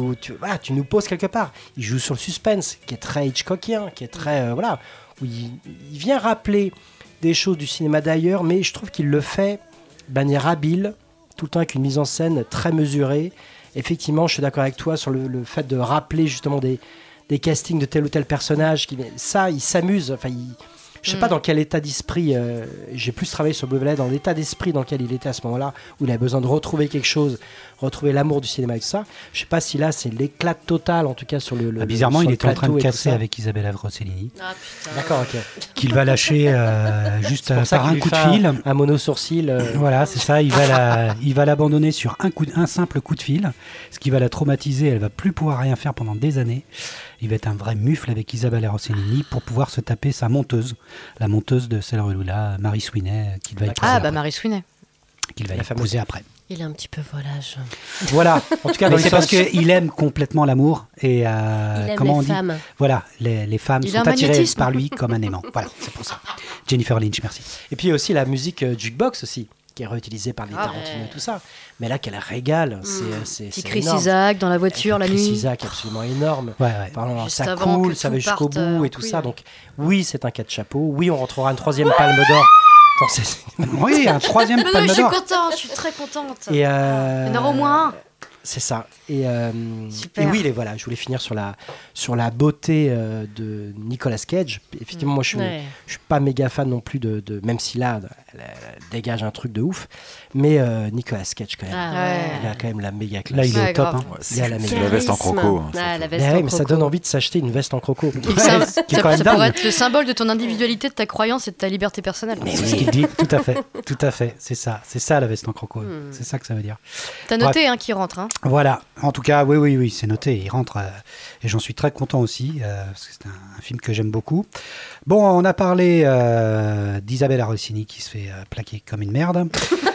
nous poses quelque part. Il joue sur le suspense, qui est très Hitchcockien, qui est très, où il vient rappeler des choses du cinéma d'ailleurs, mais je trouve qu'il le fait de manière habile, tout le temps avec une mise en scène très mesurée. Effectivement, je suis d'accord avec toi sur le fait de rappeler justement des castings de tel ou tel personnage. Ça, il s'amuse, enfin, je sais pas dans quel état d'esprit, j'ai plus travaillé sur Blue Valley, dans l'état d'esprit dans lequel il était à ce moment-là, où il avait besoin de retrouver quelque chose, retrouver l'amour du cinéma et tout ça. Je sais pas si là c'est l'éclat total, en tout cas sur le
bizarrement,
sur
il
le
était en train de
plateau et
casser
tout ça.
avec Isabella Rossellini.
Ah putain.
D'accord, ok.
Qu'il va lâcher juste
C'est pour ça
par
qu'il
un
lui
coup de
fait
fil.
un mono-sourcil.
Voilà, c'est ça. Il va l'abandonner sur un simple coup de fil, ce qui va la traumatiser. Elle va plus pouvoir rien faire pendant des années. Il va être un vrai mufle avec Isabella Rossellini pour pouvoir se taper sa monteuse, la monteuse de celle-là, Mary Sweeney, qu'il va épouser après.
Mary Sweeney.
Qu'il va épouser après.
Il est un petit peu volage.
Voilà, en tout cas,
Mais c'est parce qu'il aime complètement l'amour et
Il aime
comment on
les
dit
femmes.
Voilà, les femmes
Il a
sont
un
attirées
magnétisme.
par lui comme un aimant. Voilà, c'est pour ça. Jennifer Lynch, merci.
Et puis il y a aussi la musique jukebox aussi, qui est réutilisée par les Tarantino et tout ça. Mais là, qu'elle régale, c'est
Petit Chris
énorme.
Isaac dans la voiture la
Chris
nuit.
Isaac, absolument énorme.
Ouais.
Parlons,
Juste
ça
avant
coule,
que
ça
tout
va jusqu'au
parte,
bout et tout
oui.
ça. Donc oui, c'est un cas de chapeau. Oui, on rentrera une troisième palme d'or dans ces...
Oui, un troisième
Mais non,
palme
je suis
d'or.
contente, je suis très contente.
Et
Il y en aura au moins un.
C'est ça. Et
Super.
oui, je voulais finir sur la beauté de Nicolas Cage. Effectivement, moi, je suis pas méga fan non plus de même si là, elle dégage un truc de ouf. Mais Nicolas Cage, quand même, il a quand même la méga classe.
Là, il est
Ouais,
au top.
grave.
hein.
Il a la méga
C'est la veste en
Charisme.
croco. Hein,
Ah, la veste
Mais
en
ouais, mais ça
croco.
donne envie de s'acheter une veste en croco.
Et que ça,
qui est quand même
ça
dingue.
pourrait être le symbole de ton individualité, de ta croyance et de ta liberté personnelle.
C'est ce qu'il dit, tout à fait. C'est ça la veste en croco. C'est ça que ça veut dire.
T'as noté qui rentre. Hein.
Voilà, en tout cas, oui, c'est noté. Il rentre et j'en suis très content aussi parce que c'est un film que j'aime beaucoup. Bon, on a parlé d'Isabella Rossellini qui se fait plaquer comme une merde.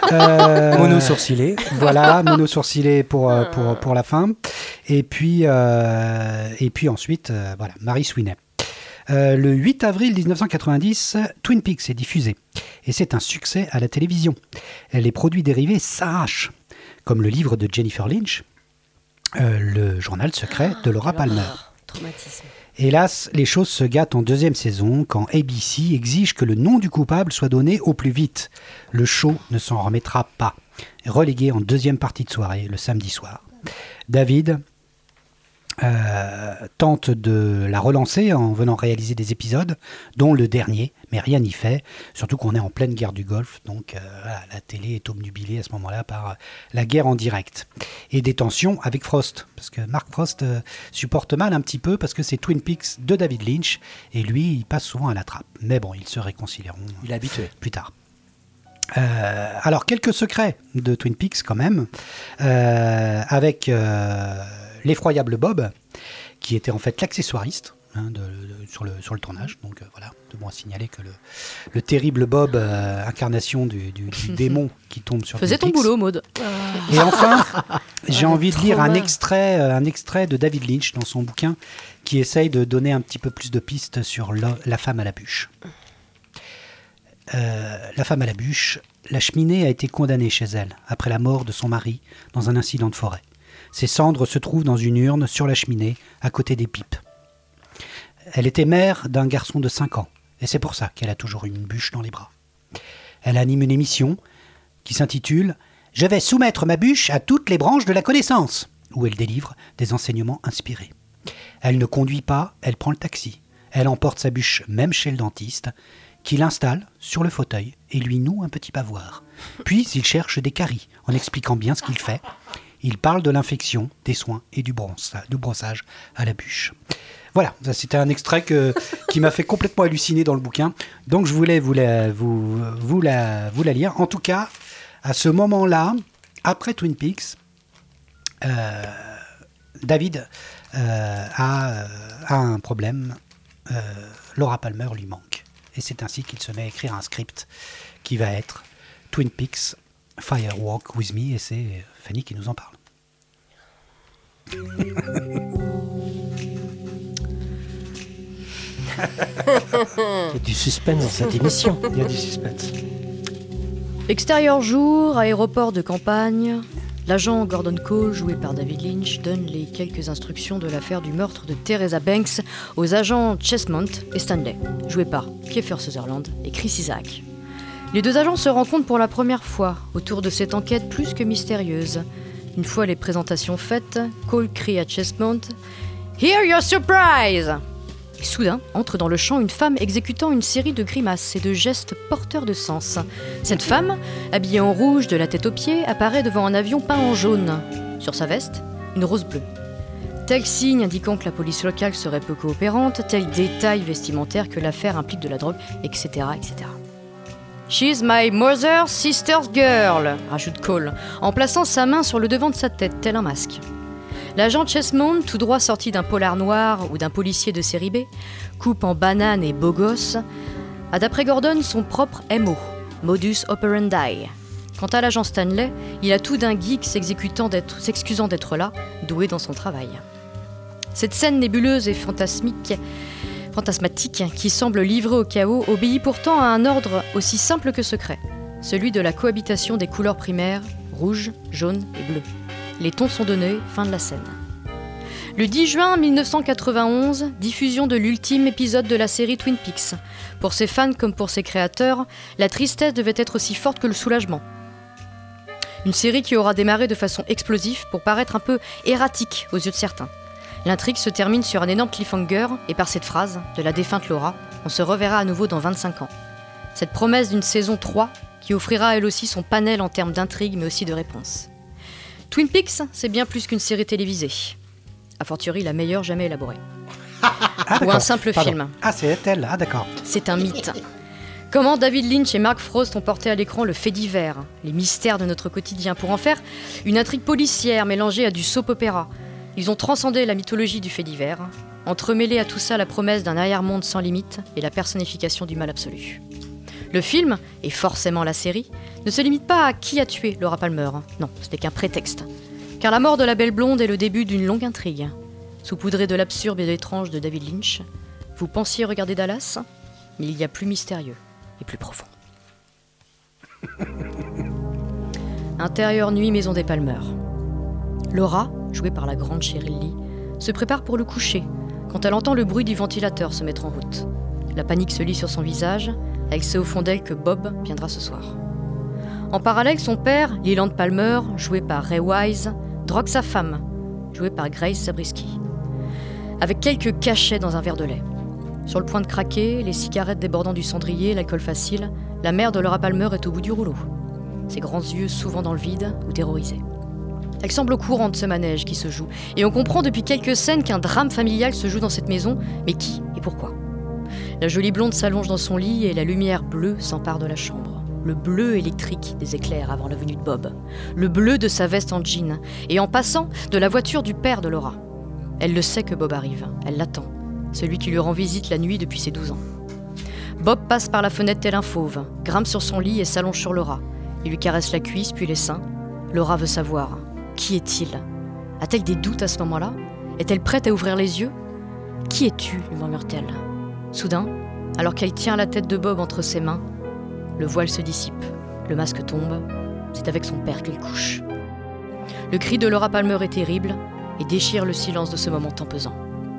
Mono-sourcilé.
Voilà, mono-sourcilé pour la fin. Et puis ensuite, voilà, Mary Sweeney. Le 8 avril 1990, Twin Peaks est diffusé et c'est un succès à la télévision. Les produits dérivés s'arrachent, comme le livre de Jennifer Lynch. le journal secret de Laura Palmer.
Traumatisme.
Hélas, les choses se gâtent en 2e saison quand ABC exige que le nom du coupable soit donné au plus vite. Le show ne s'en remettra pas. Relégué en 2e partie de soirée, le samedi soir. David tente de la relancer en venant réaliser des épisodes, dont le dernier, mais rien n'y fait, surtout qu'on est en pleine guerre du Golfe, donc voilà, la télé est obnubilée à ce moment-là par la guerre en direct. Et des tensions avec Frost, parce que Mark Frost supporte mal un petit peu, parce que c'est Twin Peaks de David Lynch, et lui, il passe souvent à la trappe. Mais bon, ils se réconcilieront
Il est habitué.
plus tard. Alors, quelques secrets de Twin Peaks quand même, avec l'effroyable Bob, qui était en fait l'accessoiriste sur le tournage. Donc voilà, de bon à signaler que le terrible Bob, incarnation du démon qui tombe sur
Faisais ton
Twin Peaks.
boulot, Maud.
Et enfin, j'ai envie de lire un
trauma.
extrait de David Lynch dans son bouquin qui essaye de donner un petit peu plus de pistes sur la femme à la bûche. La femme à la bûche, la cheminée a été condamnée chez elle après la mort de son mari dans un incident de forêt. Ses cendres se trouvent dans une urne sur la cheminée, à côté des pipes. Elle était mère d'un garçon de 5 ans, et c'est pour ça qu'elle a toujours une bûche dans les bras. Elle anime une émission qui s'intitule « Je vais soumettre ma bûche à toutes les branches de la connaissance », où elle délivre des enseignements inspirés. Elle ne conduit pas, elle prend le taxi. Elle emporte sa bûche même chez le dentiste, qui l'installe sur le fauteuil et lui noue un petit bavoir. Puis il cherche des caries, en expliquant bien ce qu'il fait. Il parle de l'infection, des soins et du brossage à la bûche. Voilà, ça, c'était un extrait qui m'a fait complètement halluciner dans le bouquin. Donc je voulais vous la lire. En tout cas, à ce moment-là, après Twin Peaks, David a un problème. Laura Palmer lui manque. Et c'est ainsi qu'il se met à écrire un script qui va être Twin Peaks Firewalk With Me, et c'est Fanny qui nous en parle.
Il y a du suspense dans cette émission.
Il y a du suspense.
Extérieur jour, aéroport de campagne. L'agent Gordon Cole, joué par David Lynch, donne les quelques instructions de l'affaire du meurtre de Teresa Banks aux agents Chesmont et Stanley, joués par Kiefer Sutherland et Chris Isaac. Les deux agents se rencontrent pour la première fois autour de cette enquête plus que mystérieuse. Une fois les présentations faites, Cole crie à Chesmont « Hear your surprise !» Et soudain, entre dans le champ une femme exécutant une série de grimaces et de gestes porteurs de sens. Cette femme, habillée en rouge de la tête aux pieds, apparaît devant un avion peint en jaune. Sur sa veste, une rose bleue. Tel signe indiquant que la police locale serait peu coopérante, tel détail vestimentaire que l'affaire implique de la drogue, etc., etc. « She's my mother's sister's girl », rajoute Cole, en plaçant sa main sur le devant de sa tête, tel un masque. L'agent Chesmont, tout droit sorti d'un polar noir ou d'un policier de série B, coupe en banane et beau gosse, a d'après Gordon son propre MO, modus operandi. Quant à l'agent Stanley, il a tout d'un geek s'excusant d'être là, doué dans son travail. Cette scène nébuleuse et fantasmatique qui semble livrée au chaos obéit pourtant à un ordre aussi simple que secret, celui de la cohabitation des couleurs primaires, rouge, jaune et bleu. Les tons sont donnés, fin de la scène. Le 10 juin 1991, diffusion de l'ultime épisode de la série Twin Peaks. Pour ses fans comme pour ses créateurs, la tristesse devait être aussi forte que le soulagement. Une série qui aura démarré de façon explosive pour paraître un peu erratique aux yeux de certains. L'intrigue se termine sur un énorme cliffhanger et par cette phrase de la défunte Laura, on se reverra à nouveau dans 25 ans. Cette promesse d'une saison 3 qui offrira elle aussi son panel en termes d'intrigue mais aussi de réponses. Twin Peaks, c'est bien plus qu'une série télévisée. A fortiori la meilleure jamais élaborée. Ou un simple film.
Ah, c'est elle. Ah, d'accord.
C'est un mythe. Comment David Lynch et Mark Frost ont porté à l'écran le fait divers, les mystères de notre quotidien, pour en faire une intrigue policière mélangée à du soap-opéra. Ils ont transcendé la mythologie du fait divers, entremêlé à tout ça la promesse d'un arrière-monde sans limite et la personnification du mal absolu. Le film, et forcément la série, ne se limite pas à qui a tué Laura Palmer. Non, ce n'est qu'un prétexte. Car la mort de la belle blonde est le début d'une longue intrigue. Saupoudrée de l'absurde et de l'étrange de David Lynch, vous pensiez regarder Dallas, mais il y a plus mystérieux et plus profond. Intérieur nuit, maison des Palmer. Laura, jouée par la grande Cheryl Lee, se prépare pour le coucher quand elle entend le bruit du ventilateur se mettre en route. La panique se lit sur son visage, elle sait au fond d'elle que Bob viendra ce soir. En parallèle, son père, Leland Palmer, joué par Ray Wise, drogue sa femme, jouée par Grace Zabriskie, avec quelques cachets dans un verre de lait. Sur le point de craquer, les cigarettes débordant du cendrier, l'alcool facile, la mère de Laura Palmer est au bout du rouleau, ses grands yeux souvent dans le vide ou terrorisés. Elle semble au courant de ce manège qui se joue, et on comprend depuis quelques scènes qu'un drame familial se joue dans cette maison, mais qui et pourquoi ? La jolie blonde s'allonge dans son lit et la lumière bleue s'empare de la chambre. Le bleu électrique des éclairs avant la venue de Bob. Le bleu de sa veste en jean. Et en passant, de la voiture du père de Laura. Elle le sait que Bob arrive. Elle l'attend. Celui qui lui rend visite la nuit depuis ses 12 ans. Bob passe par la fenêtre tel un fauve, grimpe sur son lit et s'allonge sur Laura. Il lui caresse la cuisse puis les seins. Laura veut savoir. Qui est-il ? A-t-elle des doutes à ce moment-là ? Est-elle prête à ouvrir les yeux ? Qui es-tu ? lui murmure-t-elle. Soudain, alors qu'elle tient la tête de Bob entre ses mains, le voile se dissipe, le masque tombe, c'est avec son père qu'elle couche. Le cri de Laura Palmer est terrible et déchire le silence de ce moment tant pesant.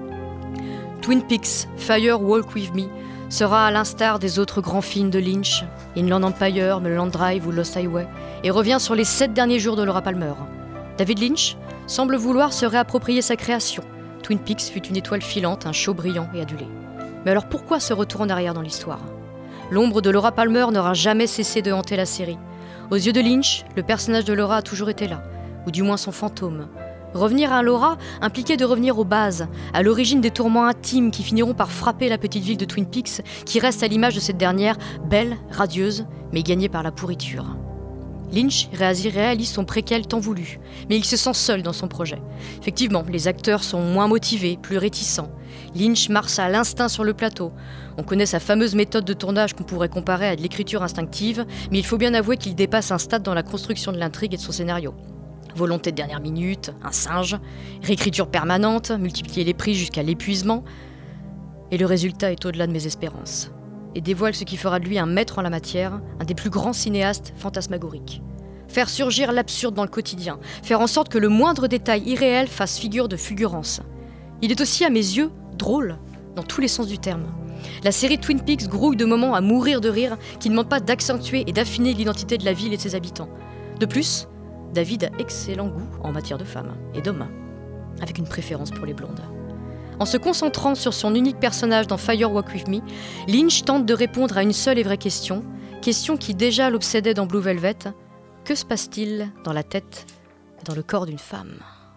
Twin Peaks, Fire Walk With Me sera à l'instar des autres grands films de Lynch, Inland Empire, Mulholland Drive ou Lost Highway, et revient sur les 7 derniers jours de Laura Palmer. David Lynch semble vouloir se réapproprier sa création. Twin Peaks fut une étoile filante, un show brillant et adulé. Mais alors pourquoi ce retour en arrière dans l'histoire ? L'ombre de Laura Palmer n'aura jamais cessé de hanter la série. Aux yeux de Lynch, le personnage de Laura a toujours été là, ou du moins son fantôme. Revenir à Laura impliquait de revenir aux bases, à l'origine des tourments intimes qui finiront par frapper la petite ville de Twin Peaks, qui reste à l'image de cette dernière, belle, radieuse, mais gagnée par la pourriture. Lynch réalise son préquel tant voulu, mais il se sent seul dans son projet. Effectivement, les acteurs sont moins motivés, plus réticents. Lynch marche à l'instinct sur le plateau. On connaît sa fameuse méthode de tournage qu'on pourrait comparer à de l'écriture instinctive, mais il faut bien avouer qu'il dépasse un stade dans la construction de l'intrigue et de son scénario. Volonté de dernière minute, un singe, réécriture permanente, multiplier les prix jusqu'à l'épuisement, et le résultat est au-delà de mes espérances. Et dévoile ce qui fera de lui un maître en la matière, un des plus grands cinéastes fantasmagoriques. Faire surgir l'absurde dans le quotidien, faire en sorte que le moindre détail irréel fasse figure de fulgurance. Il est aussi, à mes yeux, drôle, dans tous les sens du terme. La série Twin Peaks grouille de moments à mourir de rire qui ne manquent pas d'accentuer et d'affiner l'identité de la ville et de ses habitants. De plus, David a excellent goût en matière de femmes et d'hommes, avec une préférence pour les blondes. En se concentrant sur son unique personnage dans Fire Walk With Me, Lynch tente de répondre à une seule et vraie question qui déjà l'obsédait dans Blue Velvet. Que se passe-t-il dans la tête et dans le corps d'une femme ?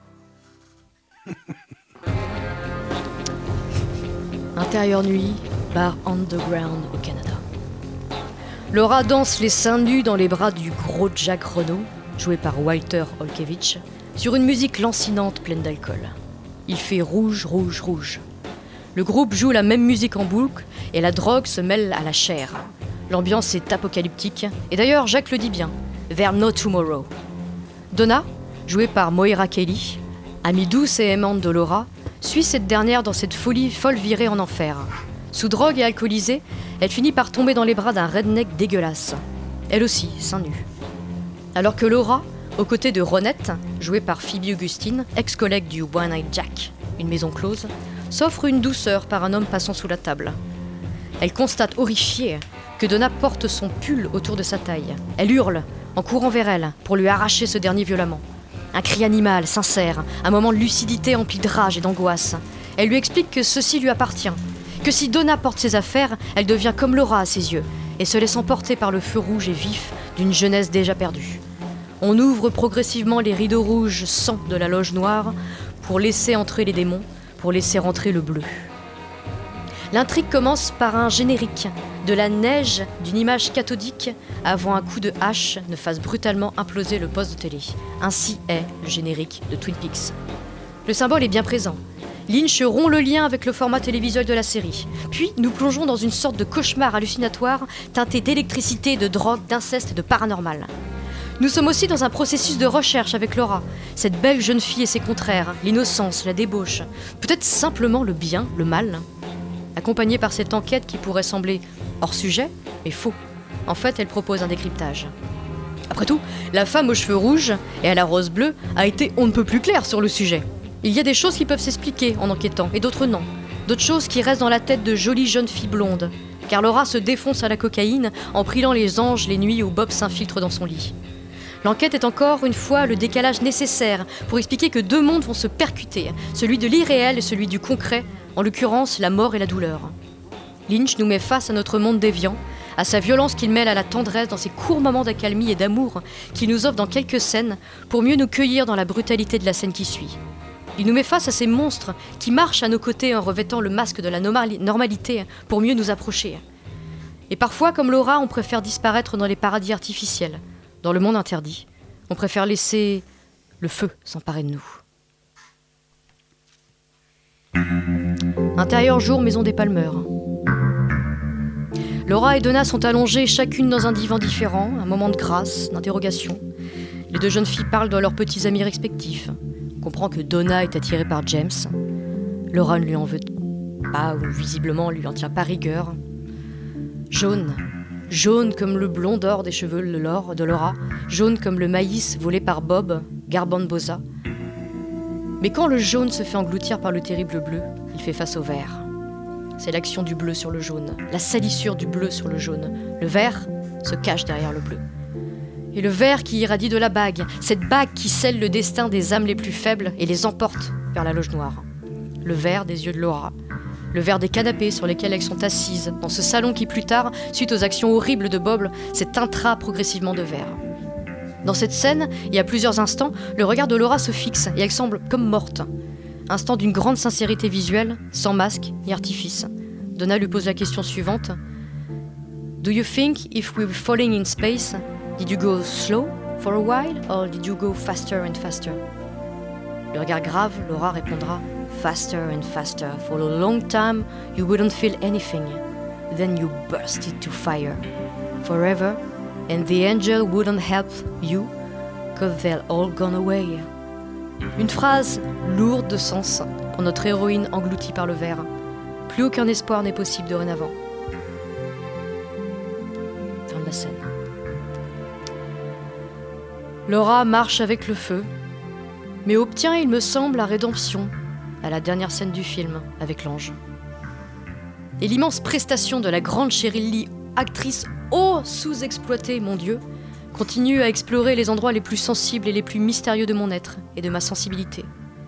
Intérieur nuit, bar underground au Canada. Laura danse les seins nus dans les bras du gros Jack Renault, joué par Walter Olkewicz, sur une musique lancinante pleine d'alcool. Il fait rouge, rouge, rouge. Le groupe joue la même musique en boucle et la drogue se mêle à la chair. L'ambiance est apocalyptique, et d'ailleurs Jacques le dit bien, vers No Tomorrow. Donna, jouée par Moira Kelly, amie douce et aimante de Laura, suit cette dernière dans cette folle virée en enfer. Sous drogue et alcoolisée, elle finit par tomber dans les bras d'un redneck dégueulasse. Elle aussi, seins nus. Alors que Laura, aux côtés de Ronette, jouée par Phoebe Augustine, ex-collègue du One Night Jack, une maison close, s'offre une douceur par un homme passant sous la table. Elle constate horrifiée que Donna porte son pull autour de sa taille. Elle hurle, en courant vers elle, pour lui arracher ce dernier violemment. Un cri animal, sincère, un moment de lucidité empli de rage et d'angoisse. Elle lui explique que ceci lui appartient, que si Donna porte ses affaires, elle devient comme Laura à ses yeux, et se laisse emporter par le feu rouge et vif d'une jeunesse déjà perdue. On ouvre progressivement les rideaux rouges sang de la loge noire pour laisser entrer les démons, pour laisser entrer le bleu. L'intrigue commence par un générique, de la neige d'une image cathodique avant un coup de hache ne fasse brutalement imploser le poste de télé. Ainsi est le générique de Twin Peaks. Le symbole est bien présent. Lynch rompt le lien avec le format télévisuel de la série. Puis nous plongeons dans une sorte de cauchemar hallucinatoire teinté d'électricité, de drogue, d'inceste et de paranormal. Nous sommes aussi dans un processus de recherche avec Laura, cette belle jeune fille et ses contraires, l'innocence, la débauche, peut-être simplement le bien, le mal. Accompagnée par cette enquête qui pourrait sembler hors sujet, mais faux. En fait, elle propose un décryptage. Après tout, la femme aux cheveux rouges et à la rose bleue a été on ne peut plus claire sur le sujet. Il y a des choses qui peuvent s'expliquer en enquêtant, et d'autres non. D'autres choses qui restent dans la tête de jolies jeunes filles blondes. Car Laura se défonce à la cocaïne en priant les anges les nuits où Bob s'infiltre dans son lit. L'enquête est encore une fois le décalage nécessaire pour expliquer que deux mondes vont se percuter, celui de l'irréel et celui du concret, en l'occurrence la mort et la douleur. Lynch nous met face à notre monde déviant, à sa violence qu'il mêle à la tendresse dans ses courts moments d'accalmie et d'amour qu'il nous offre dans quelques scènes pour mieux nous cueillir dans la brutalité de la scène qui suit. Il nous met face à ces monstres qui marchent à nos côtés en revêtant le masque de la normalité pour mieux nous approcher. Et parfois, comme Laura, on préfère disparaître dans les paradis artificiels, dans le monde interdit. On préfère laisser le feu s'emparer de nous. Intérieur jour, maison des Palmer. Laura et Donna sont allongées chacune dans un divan différent, un moment de grâce, d'interrogation. Les deux jeunes filles parlent de leurs petits amis respectifs. On comprend que Donna est attirée par James. Laura ne lui en veut pas, ou visiblement lui en tient pas rigueur. Jaune comme le blond d'or des cheveux de Laura, jaune comme le maïs volé par Bob, Garbanbosa. Mais quand le jaune se fait engloutir par le terrible bleu, il fait face au vert. C'est l'action du bleu sur le jaune, la salissure du bleu sur le jaune. Le vert se cache derrière le bleu. Et le vert qui irradie de la bague, cette bague qui scelle le destin des âmes les plus faibles et les emporte vers la loge noire. Le vert des yeux de Laura, le vert des canapés sur lesquels elles sont assises, dans ce salon qui plus tard, suite aux actions horribles de Bob, s'est teintera progressivement de vert. Dans cette scène, il y a plusieurs instants, le regard de Laura se fixe et elle semble comme morte. Instant d'une grande sincérité visuelle, sans masque ni artifice. Donna lui pose la question suivante. Do you think if we were falling in space, did you go slow for a while or did you go faster and faster? Le regard grave, Laura répondra faster and faster. For a long time, you wouldn't feel anything. Then you burst into fire. Forever, and the angel wouldn't help you, 'cause they're all gone away. Une phrase lourde de sens pour notre héroïne engloutie par le verre. Plus aucun espoir n'est possible dorénavant. Fin de la scène. Laura marche avec le feu, mais obtient, il me semble, la rédemption à la dernière scène du film avec l'ange. Et l'immense prestation de la grande Cheryl Lee, actrice sous-exploitée, mon Dieu, continue à explorer les endroits les plus sensibles et les plus mystérieux de mon être et de ma sensibilité.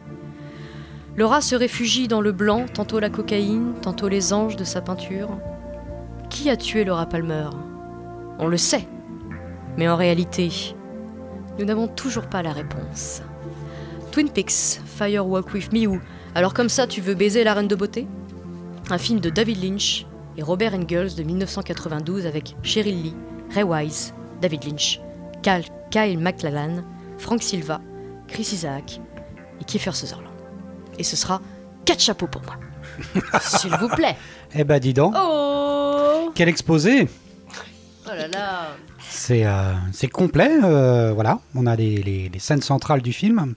Laura se réfugie dans le blanc, tantôt la cocaïne, tantôt les anges de sa peinture. Qui a tué Laura Palmer ? On le sait, mais en réalité, nous n'avons toujours pas la réponse. Twin Peaks, Fire Walk With Me ou Alors comme ça tu veux baiser la reine de beauté ? Un film de David Lynch et Robert Engels de 1992 avec Cheryl Lee, Ray Wise, David Lynch, Kyle MacLachlan, Frank Silva, Chris Isaac et Kiefer Sutherland. Et ce sera 4 chapeaux pour moi. S'il vous plaît.
Eh ben dis donc.
Oh,
Quel exposé.
oh là là.
C'est complet, voilà. On a les scènes centrales du film.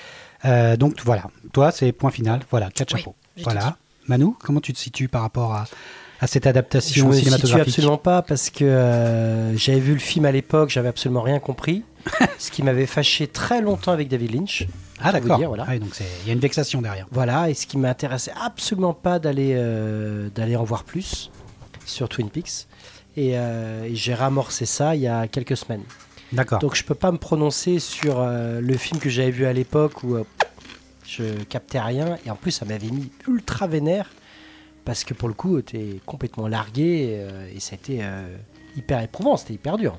Donc voilà, toi c'est point final. Voilà, 4
Oui,
chapeaux.
j'ai
Voilà.
tout dit.
Manu, comment tu te situes par rapport à cette
Je
adaptation
me situe
cinématographique?
absolument pas parce que j'avais vu le film à l'époque, j'avais absolument rien compris. Ce qui m'avait fâché très longtemps avec David Lynch.
Ah
pour vous
d'accord.
dire, voilà.
Ah oui, donc il y a une vexation derrière.
Voilà, et ce qui m'intéressait absolument pas d'aller en voir plus sur Twin Peaks. Et j'ai ramorcé ça il y a quelques semaines.
D'accord.
Donc je peux pas me prononcer sur le film que j'avais vu à l'époque où je captais rien. Et en plus, ça m'avait mis ultra vénère parce que pour le coup, t'es complètement largué et ça a été hyper éprouvant, c'était hyper dur.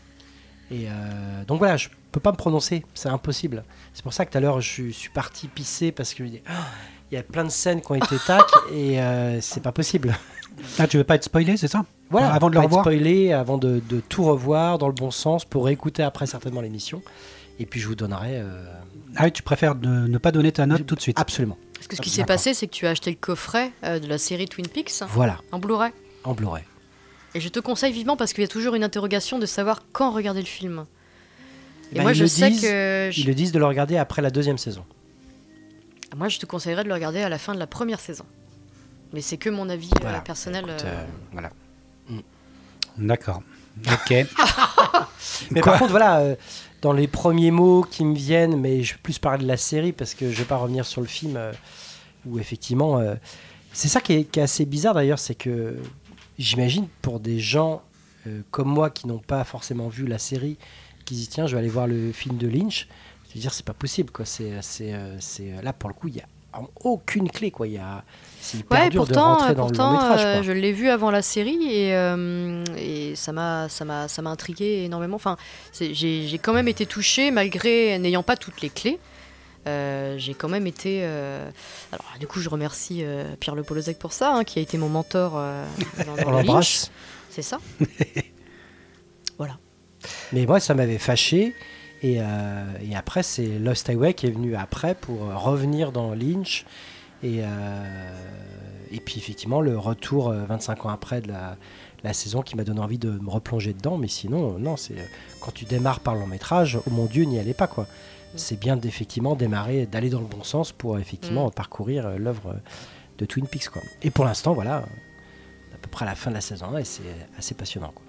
Et donc voilà, je peux pas me prononcer, c'est impossible. C'est pour ça que tout à l'heure, je suis parti pisser parce que il y a plein de scènes qui ont été tac et c'est pas possible.
Ah, tu veux pas être spoilé, c'est ça?
Voilà,
Avant de le
pas être
revoir.
spoilé, avant de tout revoir dans le bon sens pour réécouter après certainement l'émission. Et puis je vous donnerai...
Ah oui, tu préfères ne pas donner ta note tout de suite.
Absolument.
Parce que ce qui s'est
D'accord.
passé, c'est que tu as acheté le coffret de la série Twin Peaks
Voilà,
en Blu-ray.
en Blu-ray.
Et je te conseille vivement parce qu'il y a toujours une interrogation de savoir quand regarder le film. Et
Ben,
moi,
ils
je
le
sais
disent,
que...
Ils le disent de le regarder après la 2e saison.
Moi, je te conseillerais de le regarder à la fin de la première saison. Mais c'est que mon avis
Voilà.
personnel.
Écoute, voilà.
D'accord. Ok.
Mais
Quoi
par contre, voilà, dans les premiers mots qui me viennent, mais je vais plus parler de la série parce que je vais pas revenir sur le film où effectivement, c'est ça qui est assez bizarre d'ailleurs, c'est que j'imagine pour des gens comme moi qui n'ont pas forcément vu la série, qui disent tiens, je vais aller voir le film de Lynch, je veux dire c'est pas possible quoi. C'est là pour le coup, il y a aucune clé quoi. C'est hyper dur de rentrer dans le long métrage. Quoi.
Je l'ai vu avant la série et ça m'a intrigué énormément. Enfin, j'ai quand même été touchée malgré n'ayant pas toutes les clés. J'ai quand même été. Alors, du coup, je remercie Pierre Le Polozek pour ça, qui a été mon mentor dans
On l'embrasse.
C'est ça. Voilà.
Mais moi, ça m'avait fâché. Et après, c'est Lost Highway qui est venu après pour revenir dans Lynch. Et puis, effectivement, le retour 25 ans après de la saison qui m'a donné envie de me replonger dedans. Mais sinon, non, c'est quand tu démarres par le long métrage, oh mon Dieu, n'y allez pas, quoi. C'est bien d'effectivement démarrer, d'aller dans le bon sens pour effectivement parcourir l'œuvre de Twin Peaks, quoi. Et pour l'instant, voilà, à peu près à la fin de la saison 1, et c'est assez passionnant, quoi.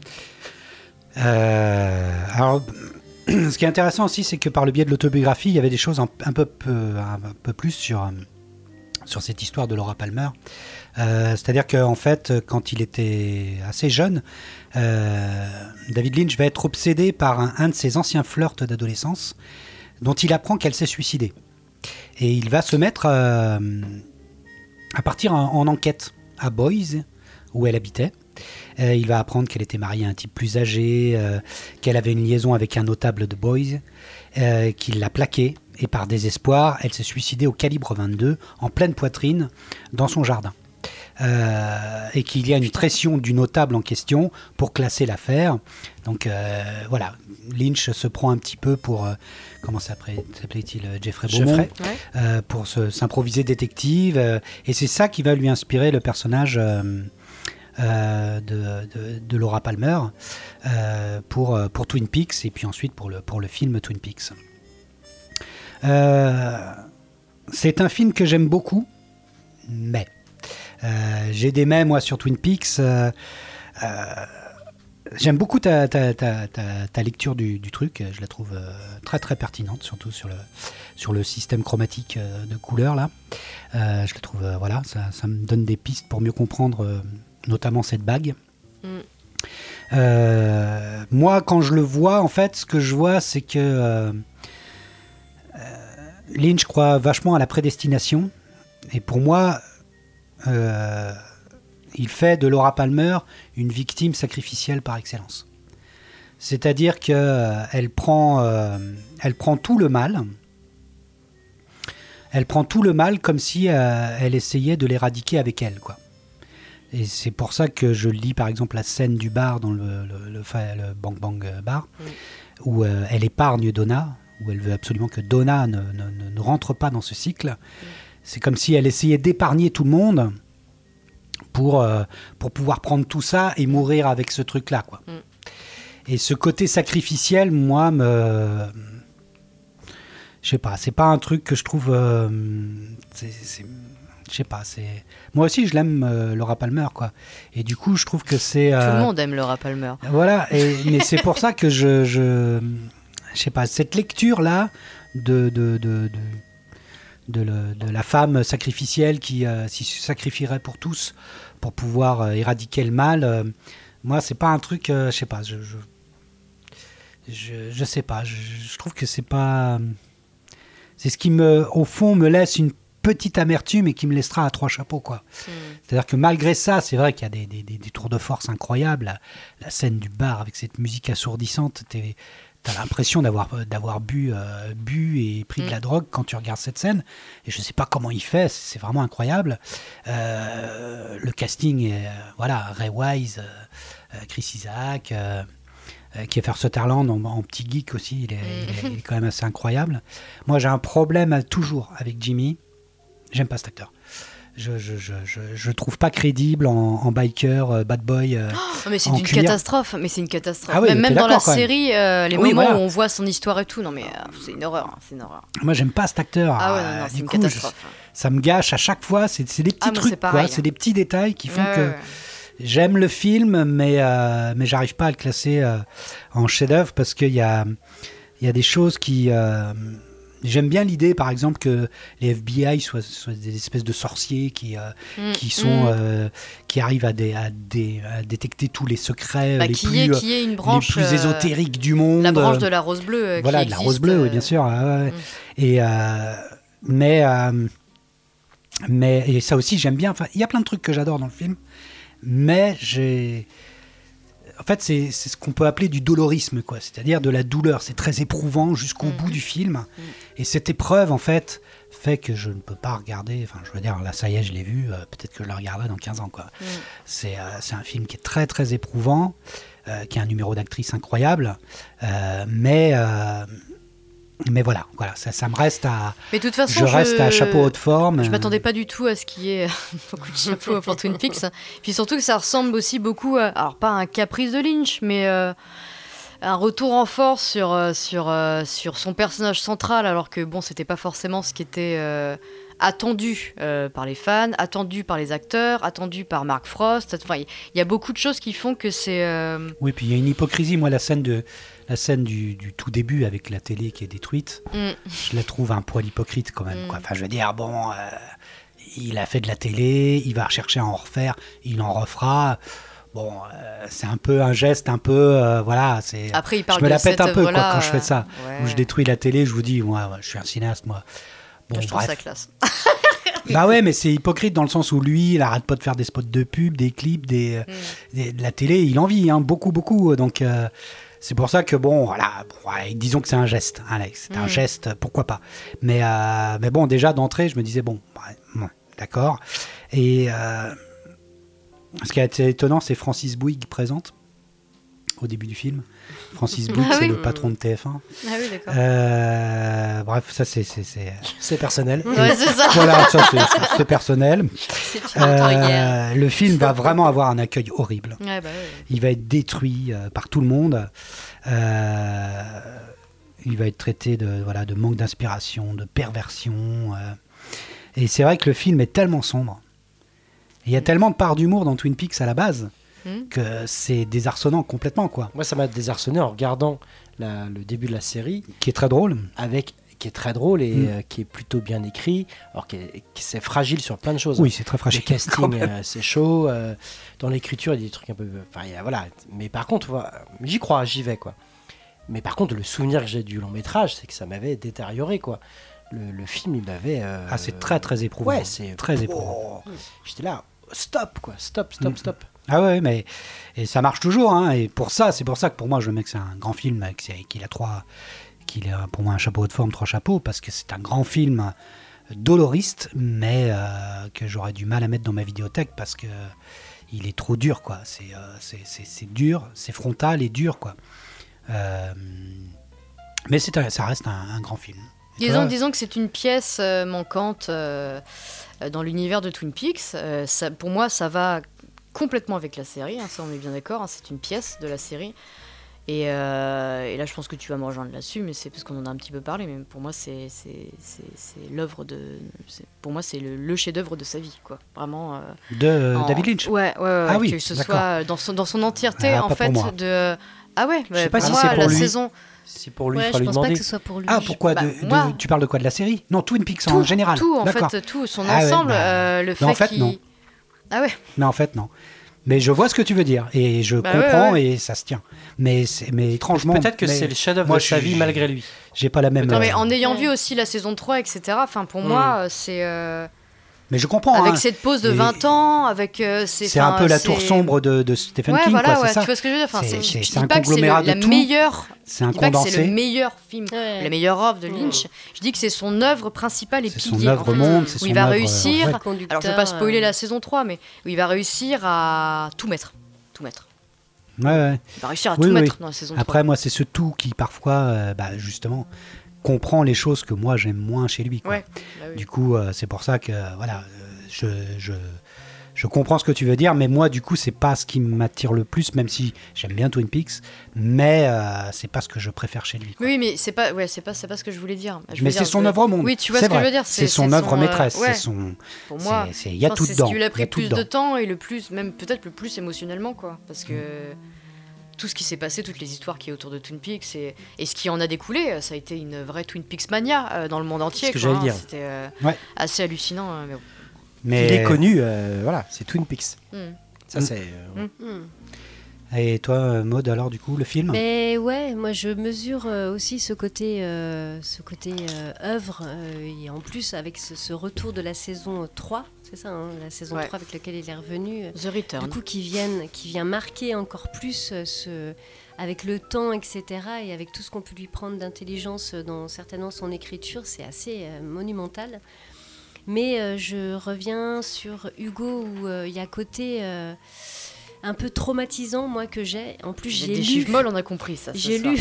Alors, ce qui est intéressant aussi, c'est que par le biais de l'autobiographie, il y avait des choses un peu plus sur cette histoire de Laura Palmer. C'est-à-dire qu'en fait, quand il était assez jeune, David Lynch va être obsédé par un de ses anciens flirts d'adolescence, dont il apprend qu'elle s'est suicidée. Et il va se mettre à partir en enquête à Boise, où elle habitait. Il va apprendre qu'elle était mariée à un type plus âgé, qu'elle avait une liaison avec un notable de Boise, qu'il l'a plaquée, et par désespoir, elle s'est suicidée au calibre 22, en pleine poitrine, dans son jardin. Et qu'il y a une pression du notable en question pour classer l'affaire. Donc voilà, Lynch se prend un petit peu pour, comment s'appelait-il, Jeffrey Beaumont, pour s'improviser détective. Et c'est ça qui va lui inspirer le personnage de Laura Palmer pour Twin Peaks, et puis ensuite pour le film Twin Peaks. C'est un film que j'aime beaucoup, mais j'ai des mets moi sur Twin Peaks. J'aime beaucoup ta lecture du truc. Je la trouve très très pertinente, surtout sur le système chromatique de couleurs là. Je la trouve voilà, ça me donne des pistes pour mieux comprendre notamment cette bague. Moi, quand je le vois, en fait, ce que je vois, c'est que Lynch croit vachement à la prédestination, et pour moi, il fait de Laura Palmer une victime sacrificielle par excellence. C'est-à-dire qu'elle prend tout le mal. Elle prend tout le mal comme si elle essayait de l'éradiquer avec elle, quoi. Et c'est pour ça que je lis par exemple la scène du bar dans le Bang Bang Bar, où elle épargne Donna, où elle veut absolument que Donna ne rentre pas dans ce cycle. C'est comme si elle essayait d'épargner tout le monde pour pouvoir prendre tout ça et mourir avec ce truc-là, quoi. Et ce côté sacrificiel, moi, je sais pas, c'est pas un truc que je trouve... je sais pas, c'est... Moi aussi, je l'aime, Laura Palmer, quoi. Et du coup, je trouve que c'est...
Tout le monde aime Laura Palmer.
Voilà, mais c'est pour ça que je sais pas, cette lecture-là de la femme sacrificielle qui s'y sacrifierait pour tous, pour pouvoir éradiquer le mal, moi, c'est pas un truc... je sais pas, je sais pas, je trouve que c'est pas... C'est ce qui, au fond, me laisse une petite amertume et qui me laissera à trois chapeaux, quoi. C'est-à-dire que malgré ça, c'est vrai qu'il y a des tours de force incroyables. La scène du bar avec cette musique assourdissante, t'as l'impression d'avoir bu et pris de la drogue quand tu regardes cette scène. Et je sais pas comment il fait, c'est vraiment incroyable. Le casting est, voilà, Ray Wise, Chris Isaac, Kiefer Sutherland en petit geek aussi, il est quand même assez incroyable. Moi, j'ai un problème toujours avec Jimmy. J'aime pas cet acteur. Je trouve pas crédible en biker, bad boy.
Mais c'est une catastrophe. Mais c'est une catastrophe.
Ah oui,
même dans la série, les moments
voilà.
où on voit son histoire et tout, non mais c'est une horreur. C'est une horreur.
Moi, j'aime pas cet acteur.
Ah ouais, non, c'est une catastrophe.
Ça me gâche à chaque fois. C'est des petits trucs, quoi. C'est des petits détails qui font j'aime le film, mais j'arrive pas à le classer en chef-d'œuvre parce qu'il y a des choses qui... J'aime bien l'idée, par exemple, que les FBI soient des espèces de sorciers qui arrivent à détecter tous les secrets
qui est une branche,
les plus ésotériques du monde.
La branche de la rose bleue.
Voilà,
de
la rose bleue, oui, bien sûr. Et ça aussi, j'aime bien. Enfin, il y a plein de trucs que j'adore dans le film, mais en fait, c'est ce qu'on peut appeler du dolorisme, quoi. C'est-à-dire de la douleur. C'est très éprouvant jusqu'au bout du film. Et cette épreuve, en fait que je ne peux pas regarder. Enfin, je veux dire, là, ça y est, je l'ai vu. Peut-être que je le regarderai dans 15 ans, quoi. C'est un film qui est très, très éprouvant, qui a un numéro d'actrice incroyable. Mais voilà, ça me reste à...
Mais de toute façon,
je reste à chapeau haute forme.
Je m'attendais pas du tout à ce qu'il y ait beaucoup de chapeaux pour Twin Peaks. Puis surtout que ça ressemble aussi beaucoup à... Alors, pas un caprice de Lynch, mais un retour en force sur son personnage central, alors que, bon, c'était pas forcément ce qui était attendu par les fans, attendu par les acteurs, attendu par Mark Frost. Enfin, il y a beaucoup de choses qui font que c'est...
Oui, puis il y a une hypocrisie. Moi, la scène du tout début avec la télé qui est détruite, je la trouve un poil hypocrite quand même. Quoi. Enfin, je veux dire, bon, il a fait de la télé, il va chercher à en refaire, il en refera. Bon, c'est un peu un geste, un peu, voilà.
Après, il parle
je me la pète un peu
voilà,
quoi, quand je fais ça.
Ouais.
Où je détruis la télé, je vous dis, moi, je suis un cinéaste, moi. Bon,
je trouve ça classe.
Bah ouais, mais c'est hypocrite dans le sens où lui, il arrête pas de faire des spots de pub, des clips, de la télé, il en vit, hein, beaucoup. Donc, c'est pour ça que, bon, voilà, disons que c'est un geste, Alex. C'est un geste, pourquoi pas. Mais bon, déjà d'entrée, je me disais, bon, d'accord. Et ce qui a été étonnant, c'est Francis Bouygues présente au début du film. Francis Bouygues, c'est le patron de TF1.
Ah oui, d'accord.
Bref, ça,
C'est personnel.
Ouais, c'est ça.
Voilà, ça, c'est personnel.
C'est une entre-guerres.
Le film va vraiment avoir un accueil horrible.
Ouais, bah, ouais.
Il va être détruit par tout le monde. Il va être traité de manque d'inspiration, de perversion. Et c'est vrai que le film est tellement sombre. Il y a tellement de parts d'humour dans Twin Peaks à la base que c'est désarçonnant complètement, quoi.
Moi, ça m'a désarçonné en regardant le début de la série.
Qui est très drôle.
Qui est très drôle et qui est plutôt bien écrit, alors que c'est fragile sur plein de choses.
Oui, c'est très fragile.
Le casting, c'est chaud. Dans l'écriture, il y a des trucs un peu... Enfin, voilà. Mais par contre, j'y crois, j'y vais, quoi. Mais par contre, le souvenir que j'ai du long métrage, c'est que ça m'avait détérioré, quoi. Le film, il m'avait...
c'est très, très éprouvant.
Ouais, c'est...
très éprouvant.
J'étais là, stop, quoi. Stop.
Ah ouais, mais et ça marche toujours, hein. Et c'est pour ça que pour moi, je mets que c'est un grand film, qu'il a pour moi un chapeau haute forme, 3 chapeaux, parce que c'est un grand film doloriste, mais que j'aurais du mal à mettre dans ma vidéothèque parce que il est trop dur, quoi. C'est dur, c'est frontal et dur, quoi. Mais ça reste un grand film.
Disons que c'est une pièce manquante dans l'univers de Twin Peaks. Pour moi, ça va complètement avec la série, hein, ça on est bien d'accord, hein, c'est une pièce de la série. Et là, je pense que tu vas me rejoindre là-dessus, mais c'est parce qu'on en a un petit peu parlé. Mais pour moi, c'est l'œuvre de. Pour moi, c'est le chef-d'œuvre de sa vie, quoi. Vraiment.
David Lynch.
Ouais.
Ah oui,
que ce
d'accord.
soit dans son entièreté, en fait. Ah ouais.
Je sais pas
pour
si
moi,
c'est pour
la
lui.
saison.
Si pour lui, il
Ouais,
faut
je
lui
pense pas
demander.
que ce soit pour lui.
Ah, pourquoi
moi-
tu parles de quoi, de la série? Non, Twin Peaks en général.
Tout, en
D'accord.
fait, tout, son
Ah ouais,
ensemble.
bah,
Le
mais
fait
en fait,
qu'il.
non.
Ah ouais.
Mais en fait, non. Mais je vois ce que tu veux dire et je comprends et ça se tient. Mais étrangement.
Peut-être que c'est le chef-d'œuvre de sa vie malgré lui.
J'ai pas la même.
Non, mais en ayant vu aussi la saison 3, etc., enfin, pour moi, c'est.
Mais je comprends.
Avec
hein.
cette pause de 20 ans, avec.
C'est un peu la tour sombre de Stephen King,
voilà,
quoi, c'est ça.
Tu vois ce que je veux dire, enfin,
C'est
je
un
dis pas que c'est
conglomérat de
la
tout.
meilleure.
C'est un
Je dis pas que c'est le
condensé.
meilleur film, la meilleure œuvre de Lynch. Je dis que c'est son œuvre principale et
C'est
pilier.
son œuvre monde, c'est
où
son
il va
œuvre,
réussir.
ouais.
Alors je veux pas spoiler la saison 3, mais où il va réussir à tout mettre.
Ouais.
Il va réussir à
Oui,
tout
oui.
mettre dans la saison 3.
Après, moi, c'est ce tout qui parfois, justement, comprend les choses que moi j'aime moins chez lui, quoi.
Ouais. Bah oui.
Du coup, c'est pour ça que voilà, Je comprends ce que tu veux dire, mais moi, du coup, c'est pas ce qui m'attire le plus, même si j'aime bien Twin Peaks, mais c'est pas ce que je préfère chez lui, quoi.
Oui, mais c'est pas ce que je voulais dire.
Mais c'est son œuvre au monde.
Oui, tu vois
c'est
ce que
vrai.
je veux dire.
C'est son œuvre maîtresse.
ouais.
C'est son.
Pour moi,
il y a tout
c'est
dedans.
ce qui lui a
Il y
pris
a tout
plus
dedans.
de temps et même peut-être le plus émotionnellement, quoi. Parce que tout ce qui s'est passé, toutes les histoires qui est autour de Twin Peaks et ce qui en a découlé, ça a été une vraie Twin Peaks mania dans le monde entier.
C'est ce que
quoi,
j'allais dire.
C'était
Ouais.
assez hallucinant. Mais bon.
Mais
Il est connu, voilà, c'est Twin Peaks. Ça, c'est.
Et toi, Maud, alors, du coup, le film
Mais ouais, moi je mesure aussi ce côté œuvre, et en plus avec ce retour de la saison 3, c'est ça, hein, la saison 3 avec laquelle il est revenu,
The Return.
du coup qui vient marquer encore plus avec le temps, etc., et avec tout ce qu'on peut lui prendre d'intelligence dans certainement son écriture, c'est assez monumental. Mais je reviens sur Hugo où il y a côté un peu traumatisant, moi, que j'ai. En plus, j'ai
des
lu...
chiffres molles, on a compris ça.
J'ai lu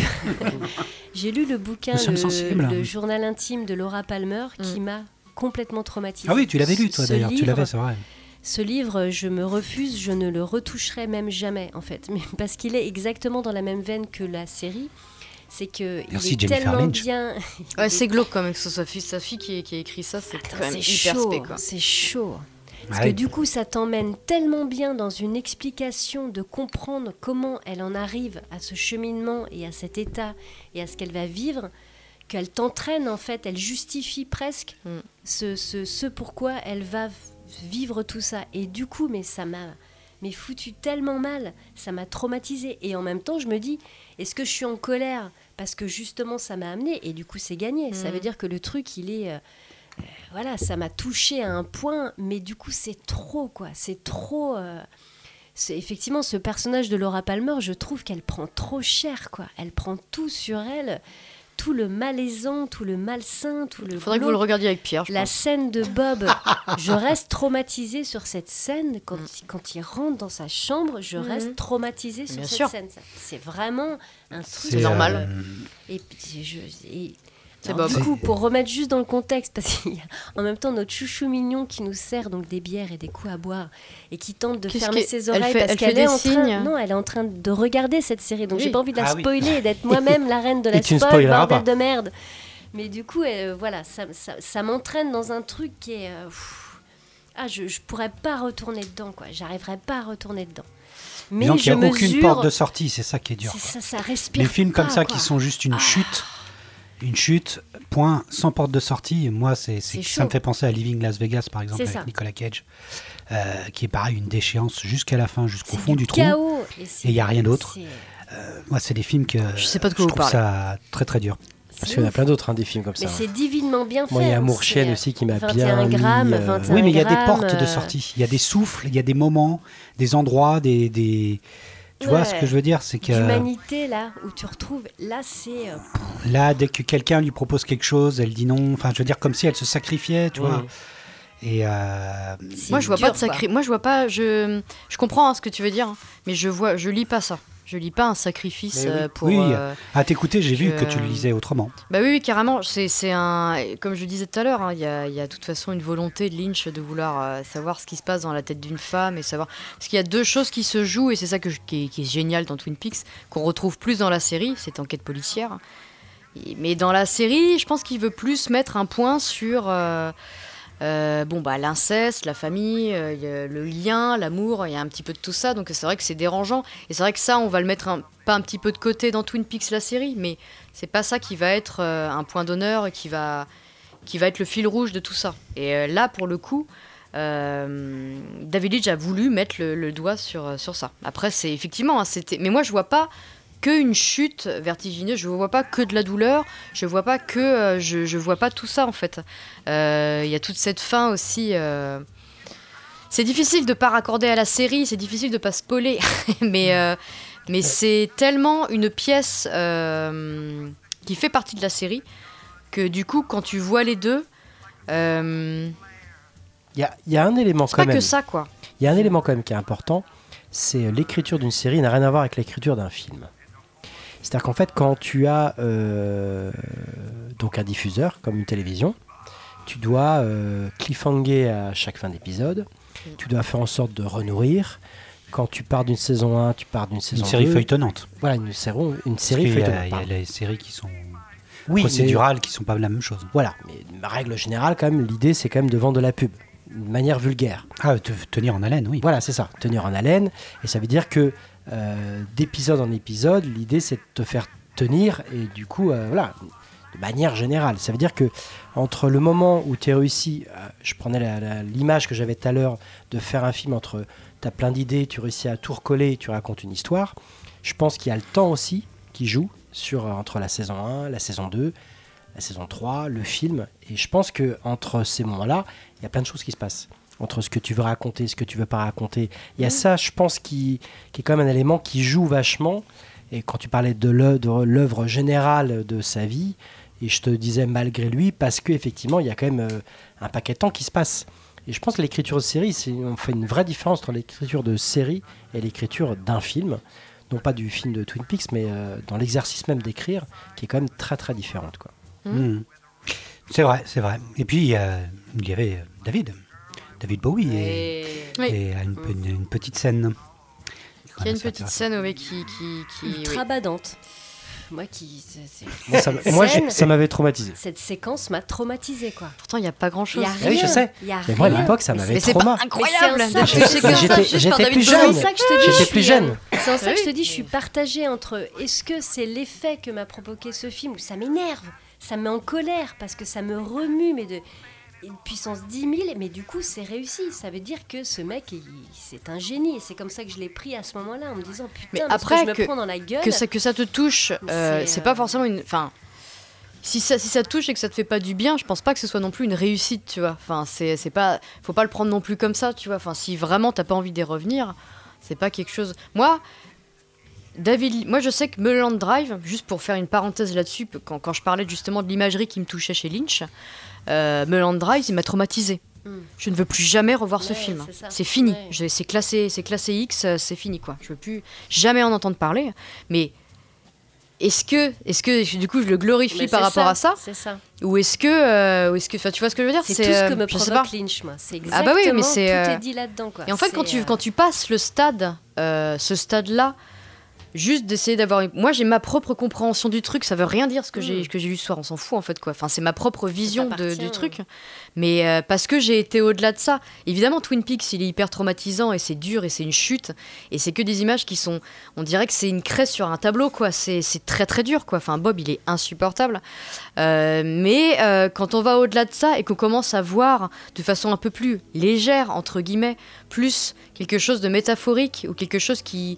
le bouquin,
Nous sommes sensibles.
le journal intime de Laura Palmer, qui m'a complètement traumatisée.
Ah oui, tu l'avais lu, toi, d'ailleurs. Tu l'avais, c'est vrai.
Ce livre, je me refuse, je ne le retoucherai même jamais, en fait. Mais parce qu'il est exactement dans la même veine que la série. C'est que
Merci,
il est
Jennifer
tellement
Lynch.
bien...
Ouais, c'est glauque quand même que ce soit sa fille qui a écrit ça, c'est
Attends,
quand même
c'est
hyper
chaud,
spé, quoi.
c'est chaud. Parce
Ouais.
que du coup, ça t'emmène tellement bien dans une explication de comprendre comment elle en arrive à ce cheminement et à cet état et à ce qu'elle va vivre, qu'elle t'entraîne en fait, elle justifie presque ce pourquoi elle va vivre tout ça. Et du coup, mais ça m'a foutu tellement mal, ça m'a traumatisée. Et en même temps, je me dis, est-ce que je suis en colère parce que justement ça m'a amené, et du coup c'est gagné. Ça veut dire que le truc, il est... voilà, ça m'a touchée à un point, mais du coup c'est trop, quoi. C'est trop... effectivement, ce personnage de Laura Palmer, je trouve qu'elle prend trop cher, quoi. Elle prend tout sur elle, tout le malaisant, tout le malsain, tout le...
Il faudrait que vous le regardiez avec Pierre, je
La
pense.
scène de Bob, je reste traumatisée sur cette scène. Quand il rentre dans sa chambre, je reste traumatisée sur
Bien
cette
sûr.
scène. C'est vraiment un truc...
C'est normal.
Et puis,
C'est
alors,
Bob.
du coup, pour remettre juste dans le contexte, parce qu'il y a en même temps notre chouchou mignon qui nous sert donc des bières et des coups à boire et qui tente de
Qu'est-ce
fermer
qu'elle-
ses
elle
oreilles
fait-
parce
elle fait
qu'elle
des
est en
signes
train, non, elle est en train de regarder cette série, donc
Oui.
j'ai pas envie de la
Ah oui.
spoiler et d'être moi-même la reine de la
Et tu ne
spoil,
spoileras
bordel
pas.
de merde. Mais du coup, voilà, ça m'entraîne dans un truc qui est, je pourrais pas retourner dedans, quoi. J'arriverais pas à retourner dedans. Mais
Donc, il
je
n'y a aucune
mesure,
porte de sortie, c'est ça qui est dur.
c'est
quoi.
ça respire.
Les films comme
pas,
ça
quoi.
qui sont juste une chute, point, sans porte de sortie, moi, ça
chaud.
me fait penser à Living Las Vegas, par exemple,
C'est
avec
ça.
Nicolas Cage, qui est pareil, une déchéance jusqu'à la fin, jusqu'au
C'est
fond du trou.
chaos.
Et il n'y a rien d'autre. Moi, c'est des films que
Je sais pas de quoi
je
vous
trouve
parlez.
ça très très dur.
Parce qu'il y en a plein d'autres, des films comme
Mais
ça.
c'est divinement bien fait.
Moi, il y a
hein.
Amour
C'est,
Chienne aussi qui m'a
21
bien
grammes,
mis,
21
Oui, mais il y a des
grammes,
portes de sortie, il y a des souffles, il y a des moments, des endroits, des... Tu vois
Ouais.
ce que je veux dire, c'est que
d'humanité, là, où tu retrouves... Là, c'est...
là, dès que quelqu'un lui propose quelque chose, elle dit non. Enfin, je veux dire, comme si elle se sacrifiait, tu vois. Et
c'est
Moi, je vois
dur,
pas de sacré. Moi, je vois pas. Je comprends ce que tu veux dire, hein, mais je lis pas ça. Je lis pas un sacrifice
Mais oui.
pour.
oui, à t'écouter, j'ai vu
que-
que tu le lisais autrement.
Bah oui, carrément. C'est un. Comme je disais tout à l'heure, hein, il y a de toute façon une volonté de Lynch de vouloir savoir ce qui se passe dans la tête d'une femme et savoir. Parce qu'il y a deux choses qui se jouent et c'est ça qui est génial dans Twin Peaks, qu'on retrouve plus dans la série, cette enquête policière. Mais dans la série, je pense qu'il veut plus mettre un point sur. L'inceste, la famille, il y a le lien, l'amour, il y a un petit peu de tout ça, donc c'est vrai que c'est dérangeant. Et c'est vrai que ça, on va le mettre pas un petit peu de côté dans Twin Peaks, la série, mais c'est pas ça qui va être un point d'honneur et qui va être le fil rouge de tout ça. Et là, pour le coup, David Lynch a voulu mettre le doigt sur ça. Après, c'est effectivement, mais moi, je vois pas qu'une chute vertigineuse, je vois pas que de la douleur, je vois pas que je vois pas tout ça en fait. Il y a toute cette fin aussi. C'est difficile de pas raccorder à la série, c'est difficile de pas spoiler, mais c'est tellement une pièce qui fait partie de la série que du coup quand tu vois les deux,
Il y a un élément
c'est
quand
pas
même.
que ça quoi.
Il y a un élément quand même qui est important, c'est l'écriture d'une série n'a rien à voir avec l'écriture d'un film. C'est-à-dire qu'en fait, quand tu as donc un diffuseur, comme une télévision, tu dois cliffhanger à chaque fin d'épisode Tu dois faire en sorte de renourrir. Quand tu pars d'une saison 1, tu pars d'une saison 2.
Une série feuilletonnante.
Voilà, une série
Parce qu'il
feuilletonnante.
y a les séries qui sont
Oui,
procédurales, qui sont pas la même chose.
Voilà, mais de règle générale, quand même, l'idée, c'est quand même de vendre de la pub, de manière vulgaire.
Ah, tenir en haleine, oui.
Voilà, c'est ça, tenir en haleine. Et ça veut dire que d'épisode en épisode, l'idée, c'est de te faire tenir. Et du coup, voilà, de manière générale. Ça veut dire que entre le moment où tu es réussi, je prenais l'image que j'avais tout à l'heure, de faire un film entre... Tu as plein d'idées, tu réussis à tout recoller, tu racontes une histoire. Je pense qu'il y a le temps aussi qui joue entre la saison 1, la saison 2, la saison 3, le film. Et je pense qu'entre ces moments-là, il y a plein de choses qui se passent. Entre ce que tu veux raconter, ce que tu veux pas raconter. Il y a ça, je pense, qui est quand même un élément qui joue vachement. Et quand tu parlais de l'œuvre générale de sa vie, et je te disais malgré lui, parce qu'effectivement, il y a quand même un paquet de temps qui se passe. Et je pense que l'écriture de série, on fait une vraie différence entre l'écriture de série et l'écriture d'un film. Non pas du film de Twin Peaks, mais dans l'exercice même d'écrire, qui est quand même très très différente, quoi.
C'est vrai, c'est vrai. Et puis, il y avait David Bowie, et une petite scène.
Il y a une petite scène qui
ultra badante. Moi,
ça m'avait traumatisé.
Cette séquence m'a traumatisé, quoi.
Pourtant, il n'y a pas grand-chose.
Il y a rien.
Oui, je sais. Mais moi, à l'époque, ça m'avait traumatisé.
Incroyable.
J'étais plus jeune. J'étais plus jeune.
C'est en ça que je te dis, je suis partagée entre est-ce que c'est l'effet que m'a provoqué ce film où ça m'énerve, ça me met en colère parce que ça me remue, mais de puissance 10 000, mais du coup c'est réussi. Ça veut dire que ce mec, c'est un génie. Et c'est comme ça que je l'ai pris à ce moment-là, en me disant putain,
mais
après, je me prends dans la gueule.
Que ça te touche, c'est pas forcément une... Enfin, si ça te touche et que ça te fait pas du bien, je pense pas que ce soit non plus une réussite, tu vois. Enfin, c'est pas... Faut pas le prendre non plus comme ça, tu vois. Enfin, si vraiment t'as pas envie d'y revenir, c'est pas quelque chose... Moi, je sais que Mulholland Drive, juste pour faire une parenthèse là-dessus, quand je parlais justement de l'imagerie qui me touchait chez Lynch, Mulholland Drive, il m'a traumatisé. Je ne veux plus jamais revoir ce film. C'est fini. Ouais. C'est classé X, c'est fini, quoi. Je veux plus jamais en entendre parler. Mais est-ce que du coup je le glorifie par rapport à ça, ou est-ce que, tu vois ce que je veux dire,
c'est tout ce que me provoque Lynch, moi. C'est exactement tout est dit là-dedans, quoi.
Et en fait, quand tu passes le stade, ce stade-là. Juste d'essayer d'avoir... Moi, j'ai ma propre compréhension du truc. Ça veut rien dire ce que j'ai lu ce soir. On s'en fout, en fait, quoi. Enfin, c'est ma propre vision du truc. Mais parce que j'ai été au-delà de ça. Évidemment, Twin Peaks, il est hyper traumatisant et c'est dur et c'est une chute. Et c'est que des images qui sont... On dirait que c'est une craie sur un tableau, quoi. C'est très, très dur, quoi. Enfin, Bob, il est insupportable. Mais quand on va au-delà de ça et qu'on commence à voir de façon un peu plus légère, entre guillemets, plus quelque chose de métaphorique ou quelque chose qui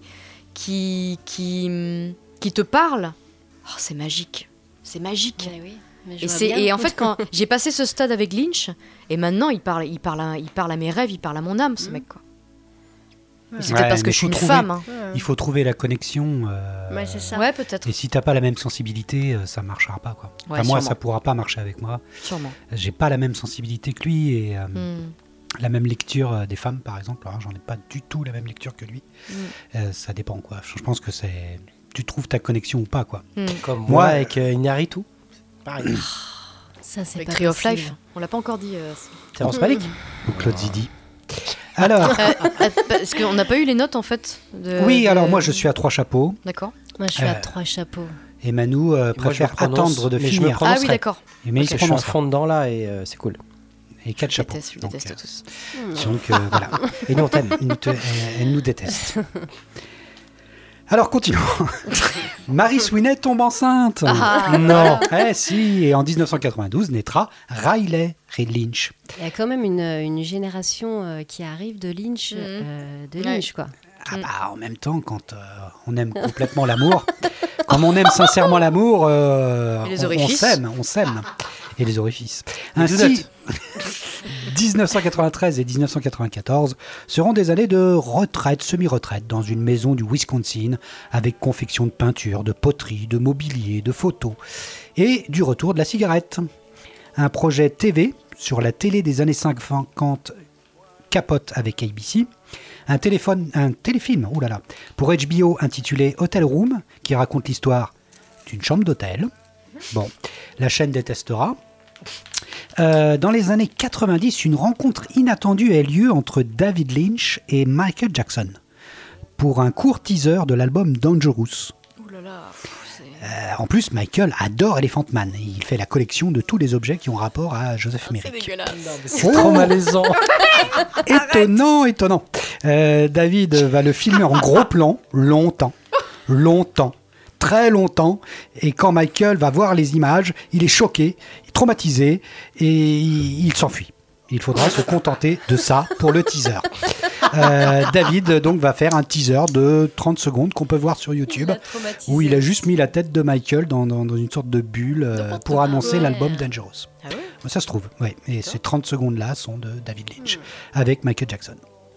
te parle, c'est magique. C'est magique. Et en fait, quand j'ai passé ce stade avec Lynch, et maintenant il parle à mes rêves, il parle à mon âme, ce mec, quoi. C'est peut-être parce que je suis une femme. Hein.
Il faut trouver la connexion.
C'est ça.
Ouais, peut-être.
Et si t'as pas la même sensibilité, ça marchera pas, quoi.
Ouais,
moi, ça pourra pas marcher avec moi.
Sûrement.
J'ai pas la même sensibilité que lui et la même lecture des femmes, par exemple. Alors, j'en ai pas du tout la même lecture que lui. Ça dépend, quoi. Je pense que c'est... Tu trouves ta connexion ou pas, quoi.
Comme moi avec Iñárritu. Pareil.
Ça, c'est
avec
pas
Tree of Life. On l'a pas encore dit.
Terrence Malick
ou Claude Zidi. Alors...
Parce qu'on n'a pas eu les notes, en fait.
Alors moi, je suis à 3 chapeaux.
D'accord.
Moi, je suis à 3 chapeaux.
Et Manu préfère attendre de finir.
Ah oui, d'accord.
Mais
je suis en fond dedans, là, et c'est cool.
Et 4 chapeaux.
Je déteste tous.
Donc voilà. Et nous on t'aime. Elle nous déteste. Alors continuons. Marie Sweeney tombe enceinte. Non. Si. Et en 1992 naîtra Riley Reid Lynch.
Il y a quand même une génération qui arrive de Lynch, quoi.
En même temps, quand on aime complètement l'amour, comme on aime sincèrement l'amour, on s'aime. Et les orifices. Ainsi, 1993 et 1994 seront des années de retraite, semi-retraite, dans une maison du Wisconsin, avec confection de peinture, de poterie, de mobilier, de photos, et du retour de la cigarette. Un projet TV sur la télé des années 50 capote avec ABC. Un téléfilm pour HBO intitulé Hotel Room, qui raconte l'histoire d'une chambre d'hôtel. Bon, la chaîne détestera. Dans les années 90, une rencontre inattendue a lieu entre David Lynch et Michael Jackson pour un court teaser de l'album Dangerous.
Ouh là là,
En plus, Michael adore Elephant Man. Il fait la collection de tous les objets qui ont rapport à Joseph
c'est
Merrick.
dégueulasse.
C'est trop malaisant.
Étonnant. David va le filmer en gros plan, longtemps, très longtemps. Et quand Michael va voir les images, il est choqué, traumatisé et il s'enfuit. Il faudra se contenter de ça pour le teaser. David donc va faire un teaser de 30 secondes qu'on peut voir sur YouTube où il a juste mis la tête de Michael dans une sorte de bulle pour annoncer l'album Dangerous.
Ah ouais.
Ça se trouve, ouais. Et ces 30 secondes-là sont de David Lynch avec Michael Jackson.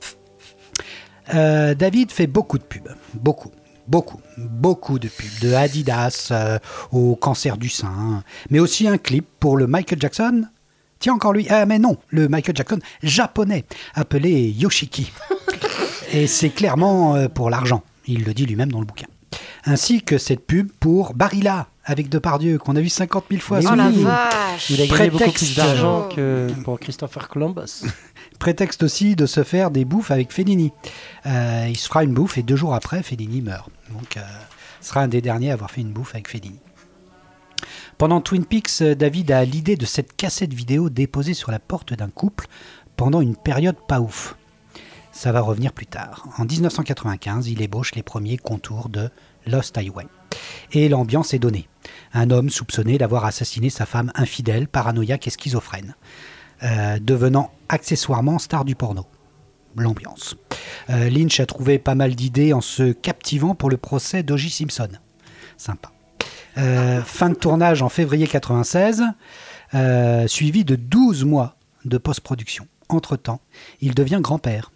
David fait beaucoup de pubs. Beaucoup de pubs. De Adidas au cancer du sein. Mais aussi un clip pour le Michael Jackson. Tiens, encore lui. Ah, mais non, le Michael Jackson japonais, appelé Yoshiki. Et c'est clairement pour l'argent. Il le dit lui-même dans le bouquin. Ainsi que cette pub pour Barilla avec Depardieu, qu'on a vu 50 000 fois.
Mais
Oh
sur
la
YouTube.
vache.
Il a gagné beaucoup
Prétexte.
plus d'argent que pour Christopher Columbus.
Prétexte aussi de se faire des bouffes avec Fellini. Il se fera une bouffe et 2 jours après, Fellini meurt. Donc, ce sera un des derniers à avoir fait une bouffe avec Fellini. Pendant Twin Peaks, David a l'idée de cette cassette vidéo déposée sur la porte d'un couple pendant une période pas ouf. Ça va revenir plus tard. En 1995, il ébauche les premiers contours de Lost Highway. Et l'ambiance est donnée. Un homme soupçonné d'avoir assassiné sa femme infidèle, paranoïaque et schizophrène, devenant accessoirement star du porno. L'ambiance. Lynch a trouvé pas mal d'idées en se captivant pour le procès d'O.J. Simpson. Sympa. Fin de tournage en février 1996, suivi de 12 mois de post-production. Entre-temps, il devient grand-père.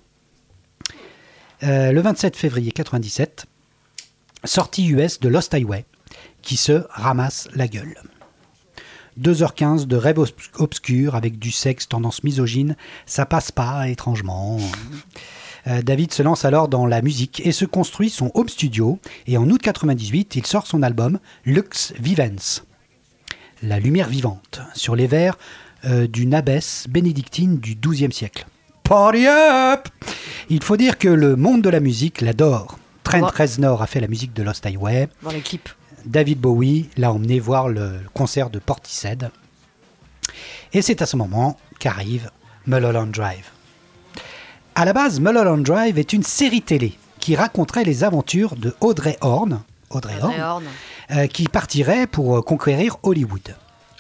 Le 27 février 1997, sortie US de Lost Highway, qui se ramasse la gueule. 2h15 de rêve obscur avec du sexe tendance misogyne, ça passe pas étrangement. David se lance alors dans la musique et se construit son home studio. Et en août 1998, il sort son album Lux Vivens, la lumière vivante, sur les vers d'une abbesse bénédictine du XIIe siècle. Party up! Il faut dire que le monde de la musique l'adore. Trent Reznor a fait la musique de Lost Highway.
Voir les clips.
David Bowie l'a emmené voir le concert de Portishead. Et c'est à ce moment qu'arrive Mulholland Drive. À la base, Mulholland Drive est une série télé qui raconterait les aventures de Audrey Horne, qui partirait pour conquérir Hollywood.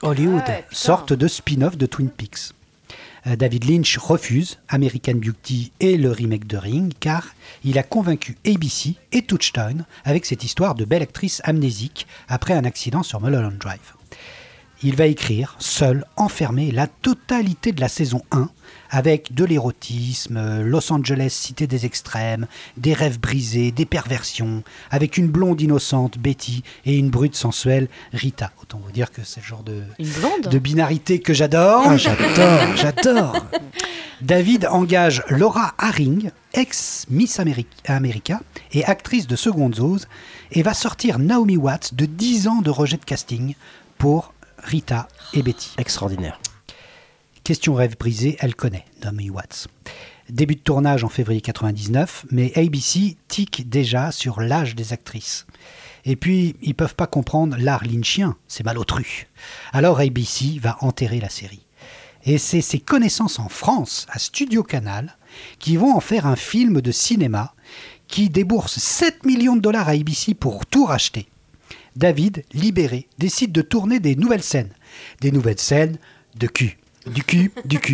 Sorte de spin-off de Twin Peaks. David Lynch refuse American Beauty et le remake de Ring car il a convaincu ABC et Touchstone avec cette histoire de belle actrice amnésique après un accident sur Mulholland Drive. Il va écrire, seul, enfermé, la totalité de la saison 1 avec de l'érotisme, Los Angeles, cité des extrêmes, des rêves brisés, des perversions, avec une blonde innocente, Betty, et une brute sensuelle, Rita. Autant vous dire que c'est le genre de binarité que j'adore.
Ah, j'adore.
David engage Laura Haring, ex-Miss America et actrice de seconde dose, et va sortir Naomi Watts de 10 ans de rejet de casting pour Rita et Betty.
Extraordinaire.
Question rêve brisé, elle connaît, Naomi Watts. Début de tournage en février 1999, mais ABC tique déjà sur l'âge des actrices. Et puis, ils peuvent pas comprendre l'art lynchien, c'est malotru. Alors ABC va enterrer la série. Et c'est ses connaissances en France, à Studio Canal, qui vont en faire un film de cinéma qui débourse 7 millions de dollars à ABC pour tout racheter. David, libéré, décide de tourner des nouvelles scènes. Des nouvelles scènes de cul. Du cul.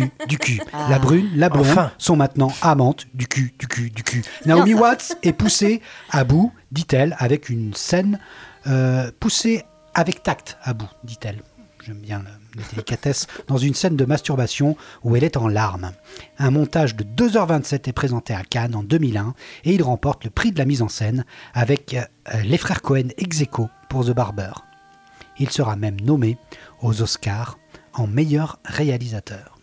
La brune, la blonde sont maintenant amantes du cul. Naomi Watts est poussée à bout, dit-elle, avec une scène poussée avec tact à bout, dit-elle. J'aime bien la délicatesse, dans une scène de masturbation où elle est en larmes. Un montage de 2h27 est présenté à Cannes en 2001 et il remporte le prix de la mise en scène avec les frères Cohen ex aequo pour The Barber. Il sera même nommé aux Oscars en meilleur réalisateur.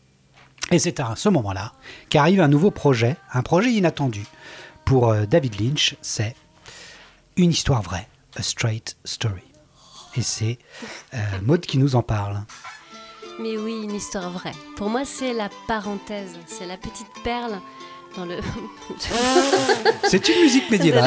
Et c'est à ce moment-là qu'arrive un nouveau projet, un projet inattendu pour David Lynch, c'est une histoire vraie, A Straight Story. Et c'est Maud qui nous en parle.
Mais oui, une histoire vraie. Pour moi, c'est la parenthèse, c'est la petite perle dans le...
C'est une musique médiévale.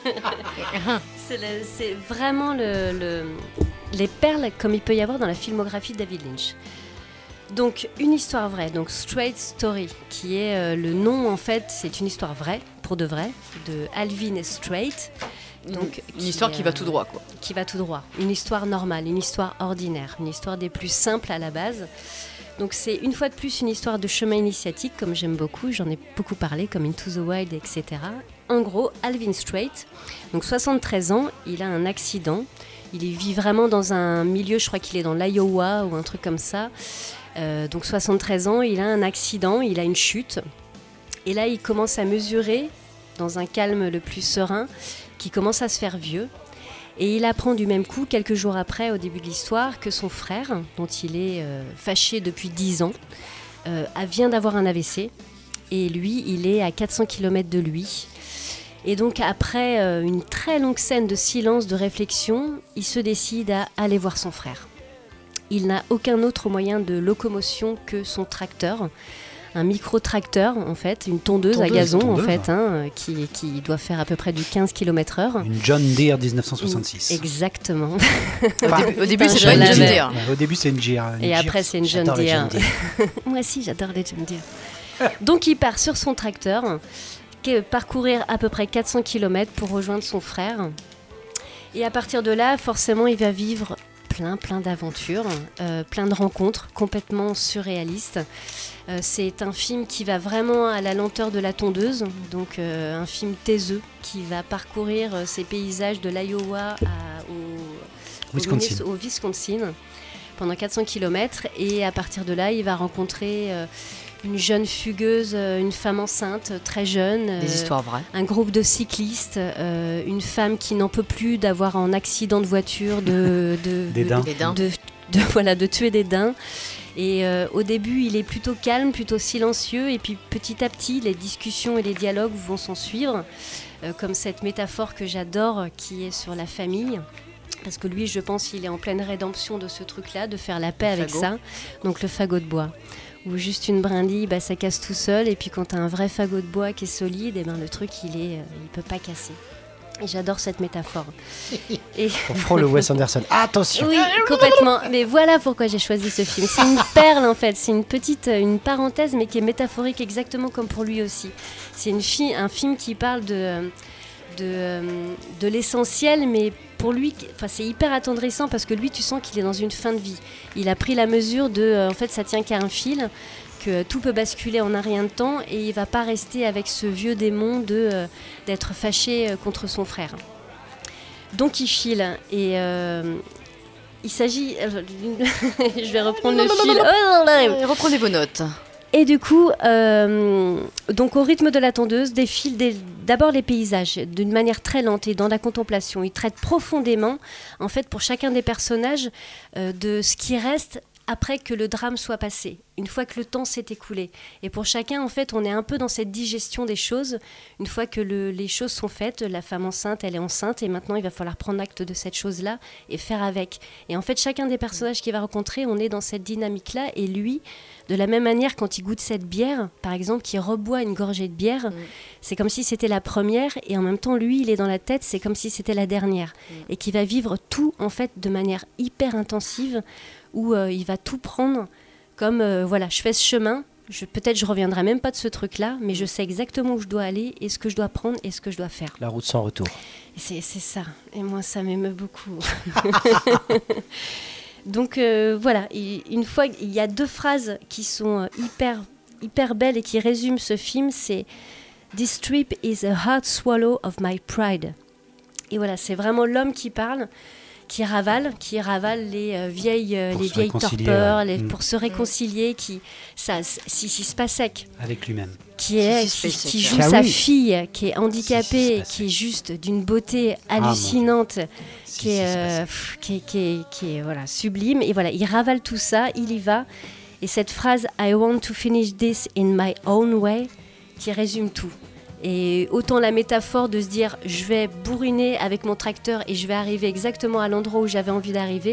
c'est vraiment les perles comme il peut y avoir dans la filmographie de David Lynch. Donc, une histoire vraie, donc Straight Story, qui est le nom, en fait, c'est une histoire vraie, pour de vrai, de Alvin Straight. Donc,
une histoire qui va tout droit, quoi.
Qui va tout droit. Une histoire normale, une histoire ordinaire, une histoire des plus simples à la base. Donc c'est une fois de plus une histoire de chemin initiatique, comme j'aime beaucoup, j'en ai beaucoup parlé, comme Into the Wild, etc. En gros, Alvin Straight, donc 73 ans, il a un accident. Il vit vraiment dans un milieu, je crois qu'il est dans l'Iowa ou un truc comme ça. Donc 73 ans, il a un accident, il a une chute. Et là, il commence à mesurer, dans un calme le plus serein, qui commence à se faire vieux. Et il apprend du même coup, quelques jours après, au début de l'histoire, que son frère, dont il est fâché depuis 10 ans, vient d'avoir un AVC. Et lui, il est à 400 km de lui. Et donc, après une très longue scène de silence, de réflexion, il se décide à aller voir son frère. Il n'a aucun autre moyen de locomotion que son tracteur. Un micro-tracteur, en fait, une tondeuse à gazon, en fait, qui doit faire à peu près du 15 km/h.
Une John Deere 1966.
Exactement.
Au début, c'est pas une John Deere.
Au début, c'est une Deere.
Et après, c'est une John Deere. Moi aussi, j'adore les John Deere. Donc, il part sur son tracteur, parcourir à peu près 400 km pour rejoindre son frère. Et à partir de là, forcément, il va vivre plein d'aventures, plein de rencontres complètement surréalistes. C'est un film qui va vraiment à la lenteur de la tondeuse, donc un film taiseux qui va parcourir ces paysages de l'Iowa au Wisconsin pendant 400 km. Et à partir de là, il va rencontrer une jeune fugueuse, une femme enceinte, très jeune.
Des histoires vraies.
Un groupe de cyclistes, une femme qui n'en peut plus d'avoir un accident de voiture, de tuer des daims. Et au début, il est plutôt calme, plutôt silencieux. Et puis petit à petit, les discussions et les dialogues vont s'en suivre. Comme cette métaphore que j'adore, qui est sur la famille. Parce que lui, je pense qu'il est en pleine rédemption de ce truc-là, de faire la paix avec ça. Donc le fagot de bois. Ou juste une brindille, ça casse tout seul. Et puis quand tu as un vrai fagot de bois qui est solide, le truc, il peut pas casser. Et j'adore cette métaphore.
On frôle le Wes Anderson. Attention.
Oui, complètement. Mais voilà pourquoi j'ai choisi ce film. C'est une perle, en fait. C'est une parenthèse, mais qui est métaphorique exactement comme pour lui aussi. C'est un film qui parle de l'essentiel, mais pour lui, c'est hyper attendrissant parce que lui, tu sens qu'il est dans une fin de vie. Il a pris la mesure en fait, ça tient qu'à un fil, que tout peut basculer en un rien de temps et il va pas rester avec ce vieux démon d'être fâché contre son frère. Donc il file et il s'agit... je vais reprendre le fil.
Reprenez vos notes.
Et du coup, donc au rythme de la tondeuse, défilent d'abord les paysages d'une manière très lente et dans la contemplation. Il traite profondément, en fait, pour chacun des personnages, de ce qui reste après que le drame soit passé, une fois que le temps s'est écoulé. Et pour chacun, en fait, on est un peu dans cette digestion des choses. Une fois que les choses sont faites, la femme enceinte, elle est enceinte, et maintenant, il va falloir prendre acte de cette chose-là et faire avec. Et en fait, chacun des personnages qu'il va rencontrer, on est dans cette dynamique-là. Et lui, de la même manière, quand il goûte cette bière, par exemple, qu'il reboit une gorgée de bière, c'est comme si c'était la première, et en même temps, lui, il est dans la tête, c'est comme si c'était la dernière. Et qu'il va vivre tout, en fait, de manière hyper intensive, où il va tout prendre comme, je fais ce chemin, peut-être je reviendrai même pas de ce truc-là, mais je sais exactement où je dois aller, et ce que je dois prendre, et ce que je dois faire.
La route sans retour.
C'est ça, et moi, ça m'émeut beaucoup. Donc une fois, il y a 2 phrases qui sont hyper belles et qui résument ce film, c'est « This trip is a hard swallow of my pride ». Et voilà, c'est vraiment l'homme qui parle, qui ravale les vieilles torpeurs, pour se réconcilier, s'il se passe sec.
Avec lui-même.
Qui joue sa fille, qui est handicapée, qui est juste d'une beauté hallucinante, qui est sublime. Et voilà, il ravale tout ça, il y va. Et cette phrase « I want to finish this in my own way » qui résume tout. Et autant la métaphore de se dire je vais bourriner avec mon tracteur et je vais arriver exactement à l'endroit où j'avais envie d'arriver,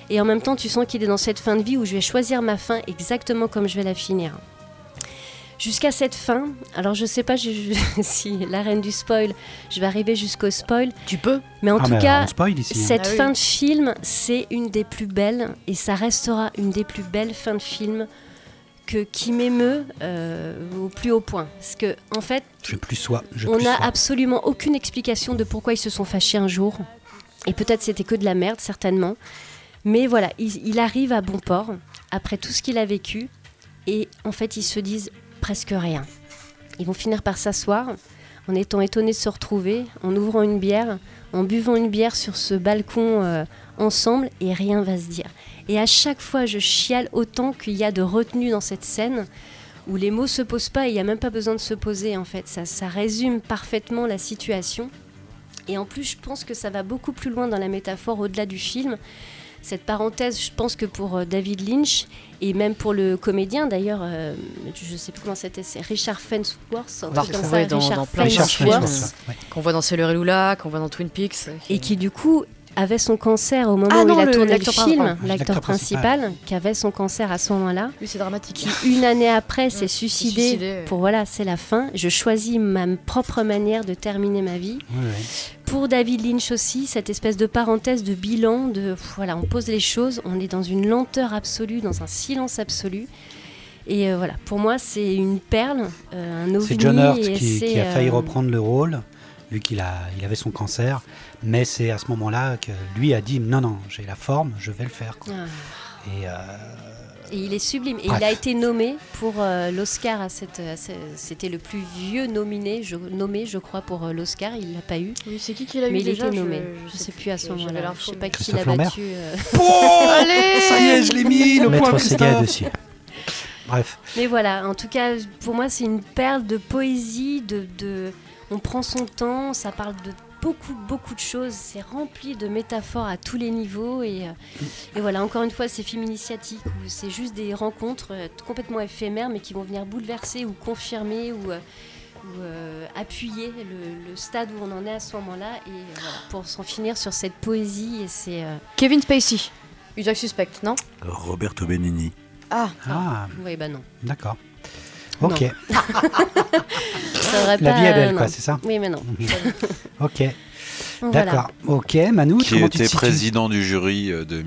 Et en même temps, tu sens qu'il est dans cette fin de vie où je vais choisir ma fin exactement comme je vais la finir. Jusqu'à cette fin, alors je sais pas si la reine du spoil, je vais arriver jusqu'au spoil.
Tu peux.
Mais en tout cas,
on spoil ici, hein.
cette
Ah oui.
fin de film, c'est une des plus belles et ça restera une des plus belles fins de film qui m'émeut au plus haut point. Parce que en fait, on n'a absolument aucune explication de pourquoi ils se sont fâchés un jour. Et peut-être c'était que de la merde, certainement. Mais voilà, il arrive à bon port après tout ce qu'il a vécu. Et en fait, ils se disent presque rien. Ils vont finir par s'asseoir en étant étonnés de se retrouver, en ouvrant une bière, en buvant une bière sur ce balcon ensemble, et rien va se dire. Et à chaque fois, je chiale autant qu'il y a de retenue dans cette scène où les mots se posent pas et il n'y a même pas besoin de se poser en fait. Ça résume parfaitement la situation. Et en plus, je pense que ça va beaucoup plus loin dans la métaphore au-delà du film. Cette parenthèse, je pense que pour David Lynch et même pour le comédien, d'ailleurs, je ne sais plus comment c'était, c'est Richard Farnsworth,
On va retrouver dans plein de
Farnsworth,
qu'on voit dans Sailor et Lula, qu'on voit dans Twin Peaks.
et qui du coup avait son cancer au moment où il a tourné le film, l'acteur principal, qui avait son cancer à ce moment-là.
Lui, c'est dramatique.
Qui, une année après, s'est
suicidé,
suicidé pour voilà, c'est la fin. Je choisis ma propre manière de terminer ma vie.
Ouais.
Pour David Lynch aussi, cette espèce de parenthèse, de bilan, voilà, on pose les choses, on est dans une lenteur absolue, dans un silence absolu. Et voilà, pour moi, c'est une perle, un ovni.
C'est John Hurt qui a failli reprendre le rôle, vu qu'il avait son cancer. Mais c'est à ce moment-là que lui a dit non, j'ai la forme, je vais le faire. Quoi. Et
il est sublime. Et
bref.
il a été nommé pour l'Oscar. C'était le plus vieux nommé, je crois, pour l'Oscar. Il ne l'a pas eu.
Oui, c'est qui l'a eu
mais il
déjà,
était nommé. Je ne sais plus à ce moment-là. Je ne sais pas qui l'a
Lambert.
battu.
Allez,
ça y est, je l'ai mis, le point
Maître Sega
Christophe.
dessus.
Bref.
Mais voilà, en tout cas, pour moi, c'est une perle de poésie. On prend son temps, ça parle de beaucoup de choses, c'est rempli de métaphores à tous les niveaux et voilà, encore une fois, c'est film initiatique où c'est juste des rencontres complètement éphémères mais qui vont venir bouleverser ou confirmer ou appuyer le stade où on en est à ce moment-là et voilà, pour s'en finir sur cette poésie et c'est...
Kevin Spacey, Usual Suspect, non?
Roberto Benigni.
Ah,
oui, bah non.
D'accord. Ok.
Ça aurait
La
pas,
vie est belle,
non.
quoi, c'est ça?
Oui, mais non.
Ok.
Voilà.
D'accord. Ok, Manu,
Qui
comment tu te
était
situes?
président du jury de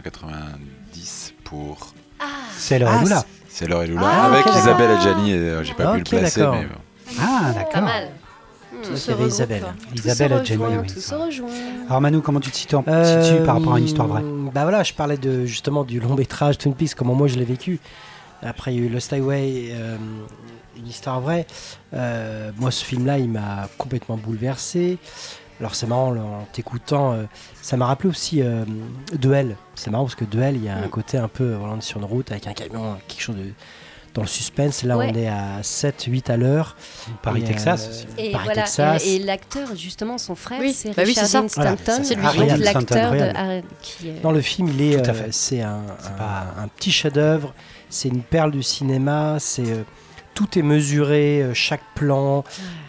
1990 pour
Sailor et Lula.
Sailor et Lula,
Ah,
avec
ok,
Isabelle Adjani. J'ai pas pu le
Ok,
placer,
d'accord.
mais
Ah,
Pas
d'accord.
mal.
Il y avait Isabelle.
Isabelle Adjani, oui.
Tout se rejoint.
Alors Manu, comment tu te situes par rapport à une histoire vraie?
Bah voilà, je parlais justement du long métrage Twin Peaks, comment moi je l'ai vécu. Après, il y a eu Lost Highway, une histoire vraie. Moi, ce film-là, il m'a complètement bouleversé. Alors, c'est marrant, en t'écoutant, ça m'a rappelé aussi Duel. C'est marrant parce que Duel, il y a un côté un peu, voilà, on est sur une route avec un camion, quelque chose dans le suspense. Là,
Ouais.
on est à 7-8 à l'heure.
Paris,
Et,
Texas aussi.
Et
Paris,
voilà,
Texas.
et l'acteur, justement, son frère,
Oui,
c'est
bah oui,
Richard
c'est ça.
Dean
Voilà,
Stanton,
ça, c'est
donc
Ariel
l'acteur
Stanton,
qui est...
Dans le film, il est,
Tout à fait.
c'est
pas-
un petit chef-d'œuvre, c'est une perle du cinéma, tout est mesuré, chaque plan.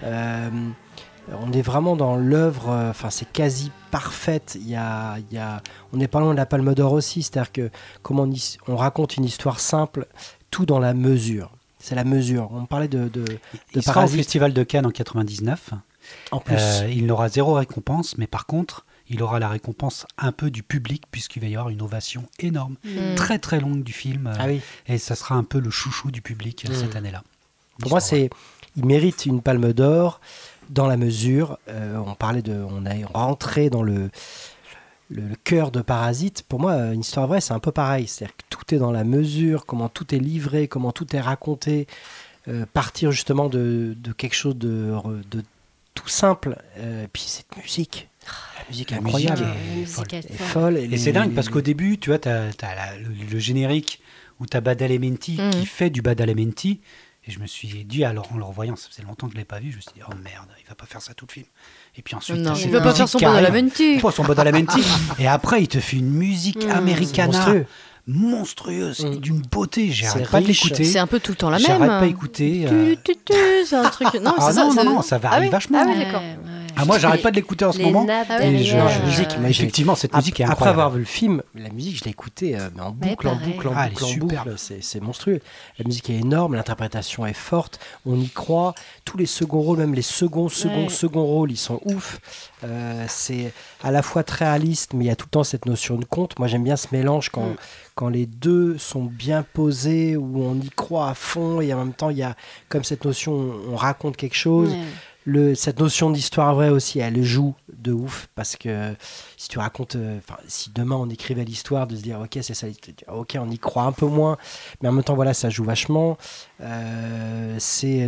On est vraiment dans l'œuvre, enfin c'est quasi parfaite. On n'est pas loin de la Palme d'Or aussi, c'est-à-dire que comment on raconte une histoire simple, tout dans la mesure. C'est la mesure. On parlait de
Il sera au
Parasite.
Festival de Cannes en 99.
En plus,
Il n'aura 0 récompense, mais par contre, il aura la récompense un peu du public, puisqu'il va y avoir une ovation énorme, très très longue du film.
ah oui.
Et ça sera un peu le chouchou du public cette année-là.
Pour moi, il mérite une Palme d'Or dans la mesure. On est rentré dans le cœur de Parasite. Pour moi, une histoire vraie, c'est un peu pareil. C'est-à-dire que tout est dans la mesure, comment tout est livré, comment tout est raconté. Partir justement de quelque chose de tout simple. Puis cette musique. La musique est
La
incroyable.
musique
La musique
Elle est folle.
Et c'est dingue parce qu'au début, tu vois, t'as le générique où t'as Badalamenti qui fait du Badalamenti. Et je me suis dit, alors en le revoyant, ça faisait longtemps que je ne l'ai pas vu, je me suis dit, oh merde, il va pas faire ça tout le film. Et puis ensuite,
Non,
c'est
il va pas faire son Badalamenti.
Son Badalamenti. Et après, il te fait une musique americana
monstrueux.
monstrueuse, et d'une beauté. J'arrête
C'est
pas de
riche.
l'écouter.
C'est un peu tout le temps la même.
J'arrête pas d'écouter.
C'est un truc. Non,
Ah
c'est ça.
non, ça varie
Ah oui,
vachement.
Ah oui, d'accord.
moi, j'arrête pas de l'écouter en ce moment.
nappes
Ah oui,
derrière,
musique, mais
effectivement, cette musique est
Après
incroyable.
avoir vu le film, la musique, je l'ai écoutée mais en boucle, en
pareil.
boucle, en
Ah, elle
boucle,
est
en
superbe.
boucle. C'est monstrueux. La musique est énorme, l'interprétation est forte, on y croit. Tous les seconds rôles, même les seconds rôles, ils sont ouf. C'est à la fois très réaliste, mais il y a tout le temps cette notion de conte. Moi, j'aime bien ce mélange quand les deux sont bien posés, où on y croit à fond, et en même temps, il y a comme cette notion, on raconte quelque chose.
Ouais.
Cette notion d'histoire vraie aussi, elle joue de ouf, parce que si tu racontes, si demain on écrivait l'histoire, de se dire ok c'est ça, ok on y croit un peu moins, mais en même temps voilà ça joue vachement. Moi c'est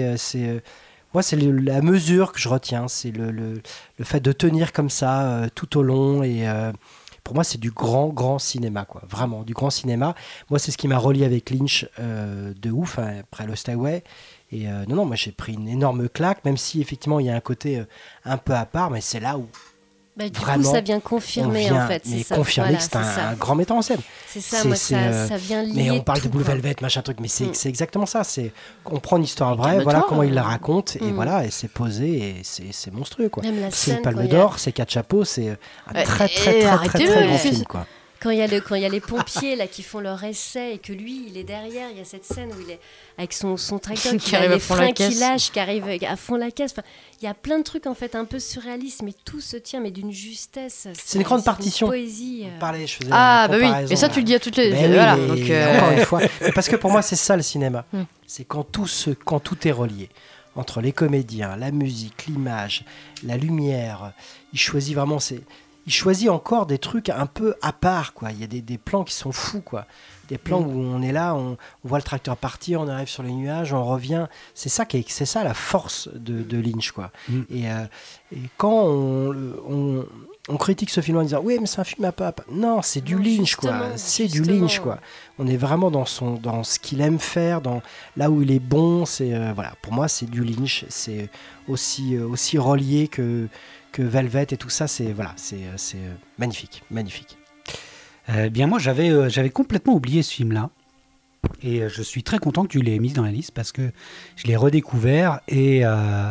la mesure que je retiens, c'est le fait de tenir comme ça tout au long, et pour moi c'est du grand cinéma quoi, vraiment du grand cinéma. Moi c'est ce qui m'a relié avec Lynch de ouf après Lost Highway. Et non, moi j'ai pris une énorme claque, même si effectivement il y a un côté un peu à part, mais c'est là où
Du
vraiment,
coup, ça vient confirmer en fait.
mais
C'est ça.
confirmer
Voilà,
que c'est
c'est
un grand metteur en scène.
C'est ça, moi ça vient lier.
Mais on parle
tout,
de Blue
quoi.
Velvet, machin truc, mais c'est exactement ça. On prend une histoire vraie,
calme-toi,
voilà comment il la raconte, et
Mm.
voilà, et c'est posé, et c'est monstrueux quoi.
Même la
C'est une
scène
Palme
quand il y a-
d'Or, c'est 4 chapeaux, c'est un très
arrêtez-le,
bon
c'est-
film quoi.
Quand il y a les pompiers là qui font leur essai et que lui il est derrière, il y a cette scène où il est avec son tracteur
Qui
qui a
arrive à
les
fond la
freins qui
caisse.
lâchent, qui arrive à fond la caisse. Enfin, il y a plein de trucs en fait un peu surréalistes, mais tout se tient mais d'une justesse.
C'est une grande partition.
Poésie.
Je faisais
Ah,
la
bah oui,
comparaison,
mais ça, tu le dis à toutes les.
Mais oui,
voilà,
mais
donc,
encore une fois, mais parce que pour moi c'est ça le cinéma,
Hmm.
c'est quand tout est relié entre les comédiens, la musique, l'image, la lumière. Il choisit vraiment il choisit encore des trucs un peu à part quoi. Il y a des plans qui sont fous quoi, des plans où on est là, on voit le tracteur partir, on arrive sur les nuages, on revient. C'est ça la force de Lynch quoi. Et quand on critique ce film en disant oui mais c'est un film à pas, non c'est du
Non,
Lynch quoi,
justement,
c'est du
justement.
Lynch quoi. On est vraiment dans ce qu'il aime faire, dans là où il est bon. C'est voilà, pour moi c'est du Lynch, c'est aussi relié que Velvet et tout ça. C'est magnifique.
Bien moi j'avais complètement oublié ce film-là, et je suis très content que tu l'aies mis dans la liste parce que je l'ai redécouvert, et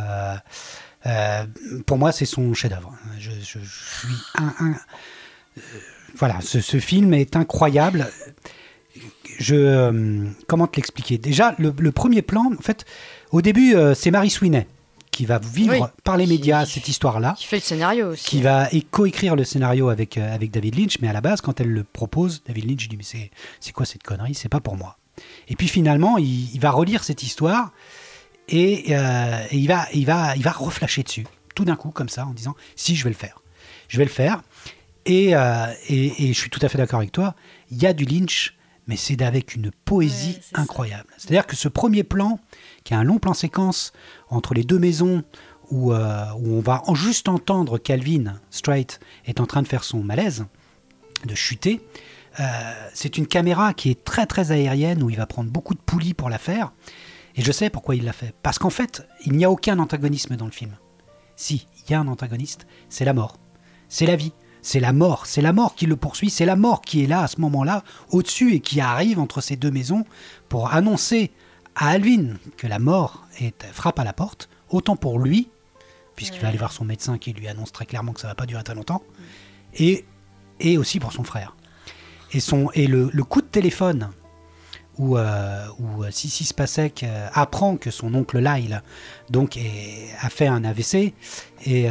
pour moi c'est son chef-d'œuvre. Je suis voilà, ce film est incroyable. Comment te l'expliquer ? Déjà le premier plan, en fait, au début c'est Mary Sweeney qui va vivre
Oui.
par les médias cette histoire-là,
Qui fait le scénario aussi.
qui va coécrire le scénario avec David Lynch, mais à la base, quand elle le propose, David Lynch dit mais c'est quoi cette connerie, c'est pas pour moi. Et puis finalement, il va relire cette histoire et il va reflasher dessus, tout d'un coup comme ça, en disant si je vais le faire. Et je suis tout à fait d'accord avec toi, il y a du Lynch, mais c'est avec une poésie
Ouais, c'est
incroyable. C'est-à-dire que ce premier plan, qui est un long plan séquence entre les deux maisons, où on va juste entendre Calvin Strait est en train de faire son malaise, de chuter. C'est une caméra qui est très très aérienne, où il va prendre beaucoup de poulies pour la faire. Et je sais pourquoi il l'a fait. Parce qu'en fait, il n'y a aucun antagonisme dans le film. Si, il y a un antagoniste, c'est la mort. C'est la vie. C'est la mort qui le poursuit, c'est la mort qui est là à ce moment-là, au-dessus, et qui arrive entre ces deux maisons pour annoncer à Alvin que la mort frappe à la porte, autant pour lui, puisqu'il va aller voir son médecin qui lui annonce très clairement que ça ne va pas durer très longtemps, et aussi pour son frère. Et le coup de téléphone où Sissy Spacek apprend que son oncle Lyle donc a fait un AVC, et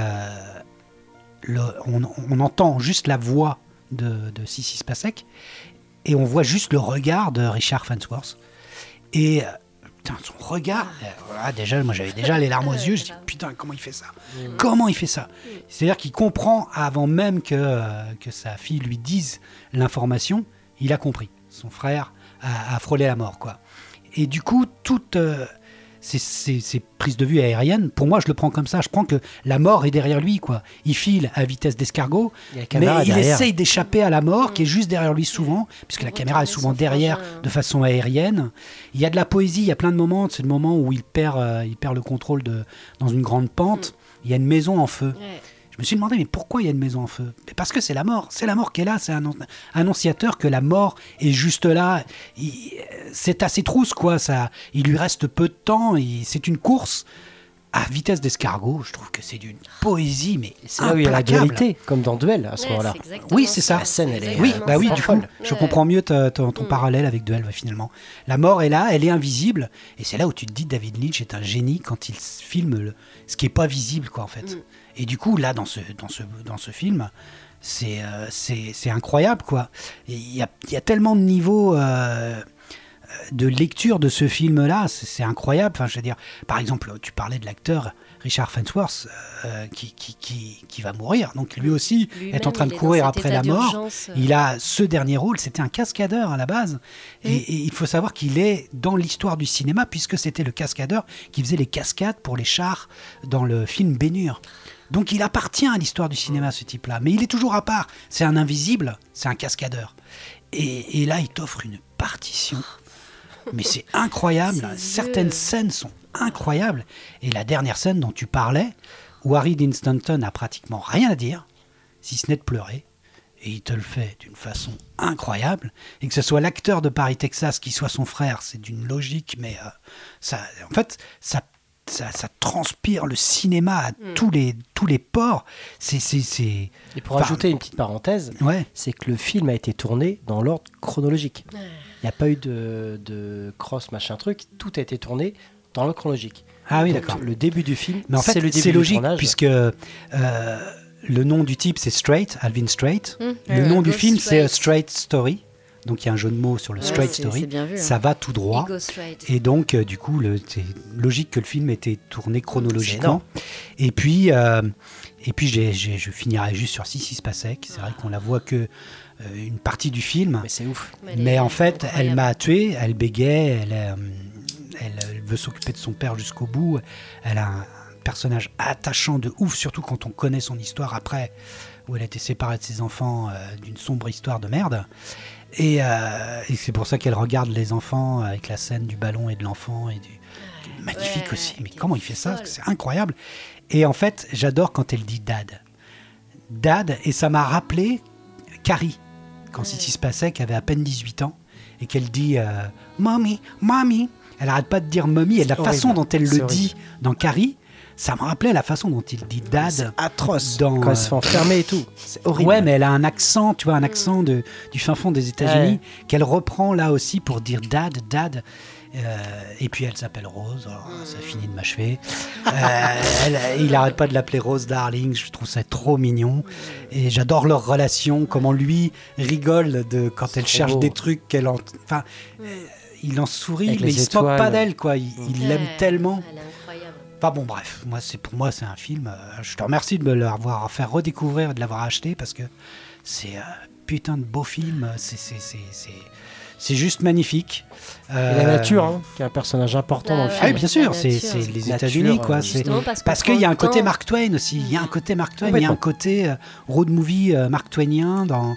on entend juste la voix de Sissy Spacek, et on voit juste le regard de Richard Farnsworth. Et putain, son regard, déjà, moi j'avais déjà les larmes aux yeux, je dis putain, comment il fait ça ? Comment il fait ça ? C'est-à-dire qu'il comprend avant même que sa fille lui dise l'information, il a compris. Son frère a frôlé la mort, quoi. Et du coup, toutes ces prises de vue aériennes, pour moi, je le prends comme ça. Je prends que la mort est derrière lui, quoi. Il file à vitesse d'escargot, mais il essaye d'échapper à la mort qui est juste derrière lui souvent, puisque la caméra est souvent derrière de façon aérienne. Il y a de la poésie, il y a plein de moments. C'est le moment où il perd le contrôle dans une grande pente. Il y a une maison en feu.
Ouais.
Je me suis demandé, mais pourquoi il y a une maison en feu ? Mais parce que c'est la mort qui est là, c'est un annonciateur que la mort est juste là. C'est à ses trousses, quoi. Il lui reste peu de temps, c'est une course, à vitesse d'escargot. Je trouve que c'est d'une poésie, mais
C'est là où il y a la
implacable.
dualité, comme dans Duel à ce
Ouais,
moment-là.
c'est exactement
Oui, c'est ça.
La scène, elle est.
Oui,
exactement
bah oui,
ça.
du coup,
folle.
je
Ouais.
comprends mieux ton parallèle avec Duel, ouais, finalement. La mort est là, elle est invisible, et c'est là où tu te dis David Lynch est un génie quand il filme ce qui est pas visible, quoi, en fait. Et du coup, là, dans ce film, c'est incroyable, quoi. Il y a tellement de niveaux de lecture de ce film-là, c'est incroyable. Enfin, je veux dire, par exemple, tu parlais de l'acteur Richard Farnsworth qui va mourir. Donc lui aussi
Lui-même,
est en train de
il est
courir
dans cet
après
état
la mort.
d'urgence.
Il a ce dernier rôle, c'était un cascadeur à la base. Et il faut savoir qu'il est dans l'histoire du cinéma, puisque c'était le cascadeur qui faisait les cascades pour les chars dans le film Ben-Hur. Donc il appartient à l'histoire du cinéma, ce type-là. Mais il est toujours à part. C'est un invisible, c'est un cascadeur. Et là, il t'offre une partition. Mais c'est incroyable.
Ses
Certaines
yeux.
scènes sont incroyables. Et la dernière scène dont tu parlais, où Harry Dean Stanton a pratiquement rien à dire, si ce n'est de pleurer. Et il te le fait d'une façon incroyable. Et que ce soit l'acteur de Paris, Texas, qui soit son frère, c'est d'une logique, mais ça transpire le cinéma à tous les pores.
Et pour
Enfin,
ajouter une petite parenthèse,
Ouais.
c'est que le film a été tourné dans l'ordre chronologique. Il n'y a pas eu de cross machin truc, tout a été tourné dans l'ordre chronologique.
Ah oui,
Donc,
d'accord.
Le début du film,
Mais en fait,
c'est le début
c'est
du
logique,
tournage.
puisque le nom du type, c'est Straight, Alvin Strait. Le
Ouais,
nom du
Go
film, c'est A
Straight.
Straight Story. Donc il y a un jeu de mots sur le
Ouais,
Straight
c'est
Story.
bien vu, hein.
Ça va tout droit.
He goes straight.
Et donc, du coup, c'est logique que le film ait été tourné
C'est
chronologiquement.
énorme.
Et puis je finirai juste sur Sissy Spacek. C'est vrai qu'on la voit que une partie du film.
Mais c'est ouf.
Mais en fait, elle
incroyable.
m'a tué, elle bégait, elle veut s'occuper de son père jusqu'au bout. Elle a un personnage attachant de ouf, surtout quand on connaît son histoire après, où elle a été séparée de ses enfants d'une sombre histoire de merde. Et c'est pour ça qu'elle regarde les enfants avec la scène du ballon et de l'enfant. Magnifique
Ouais,
aussi, mais
qui est
comment il fait ça?
folle.
C'est incroyable. Et en fait, j'adore quand elle dit dad. Dad, et ça m'a rappelé Carrie, quand Sissy Spacek avait à peine 18 ans, et qu'elle dit Mommy, Mommy. Elle n'arrête pas de dire Mommy, et la
horrible.
façon dont elle
C'est
le dit dans Carrie, ça me rappelait la façon dont il dit
C'est
dad.
atroce.
Dans,
Quand elle se fait enfermer et tout. C'est horrible.
Ouais, mais elle a un accent, tu vois, un accent du fin fond des États-Unis, qu'elle reprend là aussi pour dire dad. Et puis elle s'appelle Rose, alors ça finit de m'achever. Il n'arrête pas de l'appeler Rose Darling, je trouve ça trop mignon. Et j'adore leur relation, comment lui rigole quand elle
trop
cherche
beau.
des trucs, enfin, il en sourit,
Avec
mais
les
il se moque pas
étoiles.
d'elle, quoi. Il l'aime
Ouais,
tellement.
Elle est incroyable.
Enfin bon, bref, pour moi, c'est un film. Je te remercie de me l'avoir fait redécouvrir et de l'avoir acheté parce que c'est un putain de beau film. C'est juste magnifique.
Et la nature, hein, qui est un personnage important dans le
Bah
Ah
film.
oui, bien sûr,
La
c'est
nature.
les
Nature,
États-Unis, quoi. C'est
Justement,
parce
qu'on
qu'il y a
prend
un
le
côté
temps.
Mark Twain aussi. Il y a un côté Mark Twain. Il y a
Complètement.
un côté road movie Mark Twainien dans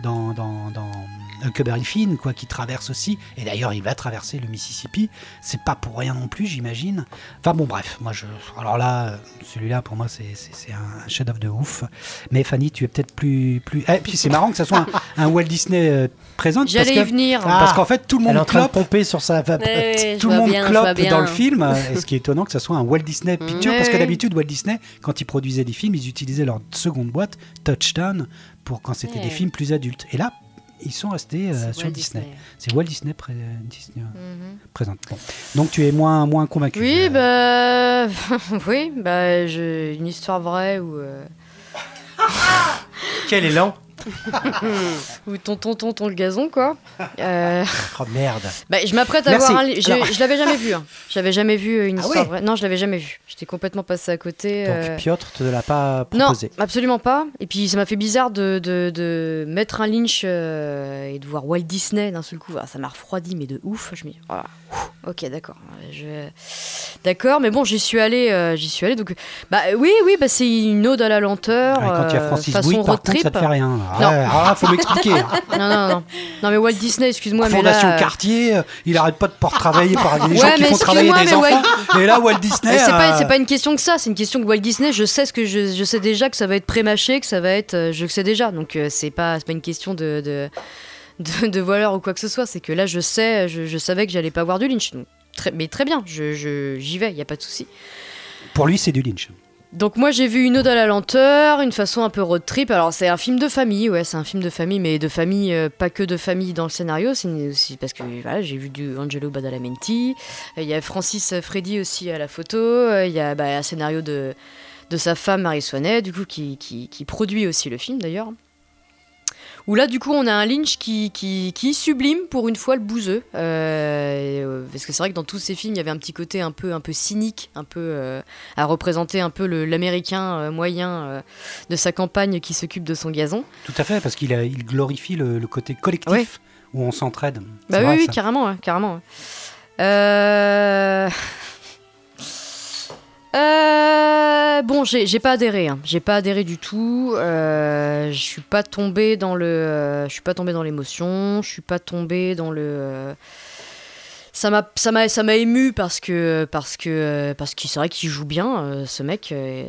Huckleberry Finn, quoi, qui traverse aussi. Et d'ailleurs, il va traverser le Mississippi. C'est pas pour rien non plus, j'imagine. Enfin bon, bref, alors là, celui-là pour moi, c'est un chef-d'œuvre de ouf. Mais Fanny, tu es peut-être plus. Et puis c'est marrant que ça soit un Walt Disney présente.
J'allais y venir.
Parce qu'en fait, tout le
Elle est
monde
en train de
clope.
pomper sur sa vapeur.
Ouais,
Tout
je
le
vois
monde
bien, je vois
clope
bien.
dans le film, et ce qui est étonnant que ça soit un Walt Disney Picture,
Ouais,
parce que
ouais.
d'habitude Walt Disney, quand ils produisaient des films, ils utilisaient leur seconde boîte, Touchdown, pour quand c'était
Ouais.
des films plus adultes. Et là, ils sont restés
C'est
sur
Walt
Disney. C'est Walt Disney, présente. Bon. Donc tu es moins convaincu.
Oui, oui, une histoire vraie
Quel élan.
où ton le gazon, quoi.
Oh merde.
Je m'apprête à
Merci.
voir un
Alors-
je l'avais jamais vu. Hein. J'avais jamais vu une
Ah
histoire
ouais
vraie. Non, je l'avais jamais vu. J'étais complètement passé à côté.
Donc Piotr te l'a pas
Non,
proposé.
absolument pas. Et puis ça m'a fait bizarre de mettre un Lynch et de voir Walt Disney d'un seul coup. Ah, ça m'a refroidi, mais de ouf. Je me dis, voilà. Ok, d'accord. D'accord, mais bon, j'y suis allé. Donc, oui, c'est une ode à la lenteur.
Ouais, quand il y a Francis
façon
Bouygues, par
road
contre,
trip.
ça te fait rien.
Non.
Alors là, faut m'expliquer.
Non, mais Walt Disney, excuse-moi, mais
Fondation
là.
Quartier, il arrête pas de travailler par des gens
Ouais,
qui
mais
font travailler des
excuse-moi, mais
enfants. Et là, Walt Disney.
Mais c'est pas une question que ça, c'est une question que Walt Disney, je sais déjà que ça va être pré-mâché, que ça va être, je le sais déjà, donc c'est pas une question de voleur ou quoi que ce soit, c'est que là je savais que j'allais pas voir du Lynch, donc très bien, j'y vais, y a pas de souci.
Pour lui, c'est du Lynch.
Donc moi j'ai vu Une ode à la lenteur, une façon un peu road trip. Alors c'est un film de famille, c'est un film de famille, mais de famille, pas que de famille dans le scénario, c'est aussi parce que voilà, j'ai vu du Angelo Badalamenti, il y a Francis Freddy aussi à la photo, il y a un scénario de sa femme Marie Swanet, du coup qui produit aussi le film d'ailleurs. Où là, du coup, on a un Lynch qui sublime pour une fois le bouseux. Parce que c'est vrai que dans tous ces films, il y avait un petit côté un peu cynique, un peu à représenter un peu l'américain moyen de sa campagne qui s'occupe de son gazon.
Tout à fait, parce qu'il glorifie le côté collectif
Ouais.
où on s'entraide.
Bah
C'est vrai,
oui,
ça.
carrément. Bon, j'ai pas adhéré, hein. J'ai pas adhéré du tout. Je suis pas tombée dans l'émotion. Je suis pas tombée dans le. Ça m'a ému parce que c'est vrai qu'il joue bien, ce mec.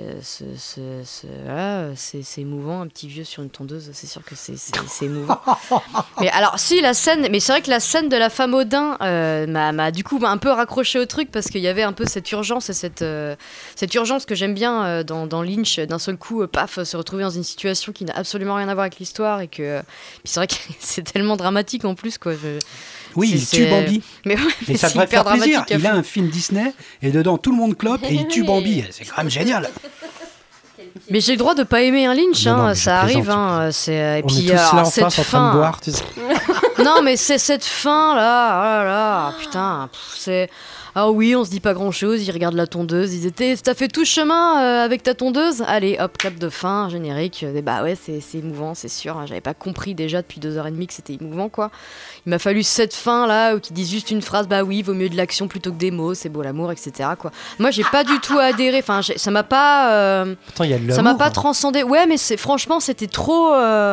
Voilà, c'est émouvant, un petit vieux sur une tondeuse. C'est sûr que c'est émouvant. Mais alors, si la scène, mais c'est vrai que la scène de la femme Odin m'a du coup un peu raccroché au truc parce qu'il y avait un peu cette urgence et cette urgence que j'aime bien dans Lynch. D'un seul coup, paf, se retrouver dans une situation qui n'a absolument rien à voir avec l'histoire et que puis c'est vrai que c'est tellement dramatique en plus quoi.
Oui, il tue Bambi.
Mais ouais,
Et ça
c'est
devrait
hyper
faire plaisir.
dramatique à
Il a
fond.
un film Disney et dedans tout le monde clope et il tue Bambi. C'est quand même génial.
Mais j'ai le droit de pas aimer un Lynch,
Non, non, mais je
ça arrive.
plaisante.
Et
On
puis
est tous là en
cette
face en train de
fin.
boire, tu sais.
Non, mais c'est cette fin là, oh là là, putain, c'est. Ah oui, on se dit pas grand chose, ils regardent la tondeuse, ils étaient. T'as fait tout ce chemin avec ta tondeuse? Allez, hop, clap de fin, générique. Bah ouais, c'est émouvant, c'est sûr. J'avais pas compris déjà depuis 2h30 que c'était émouvant quoi. Il m'a fallu cette fin là qui disent juste une phrase, bah oui, vaut mieux de l'action plutôt que des mots, c'est beau l'amour, etc. quoi. Moi j'ai pas du tout adhéré, enfin ça m'a pas.
Pourtant, il y a de
Ça m'a
l'amour.
pas transcendé. Ouais, mais franchement, c'était trop.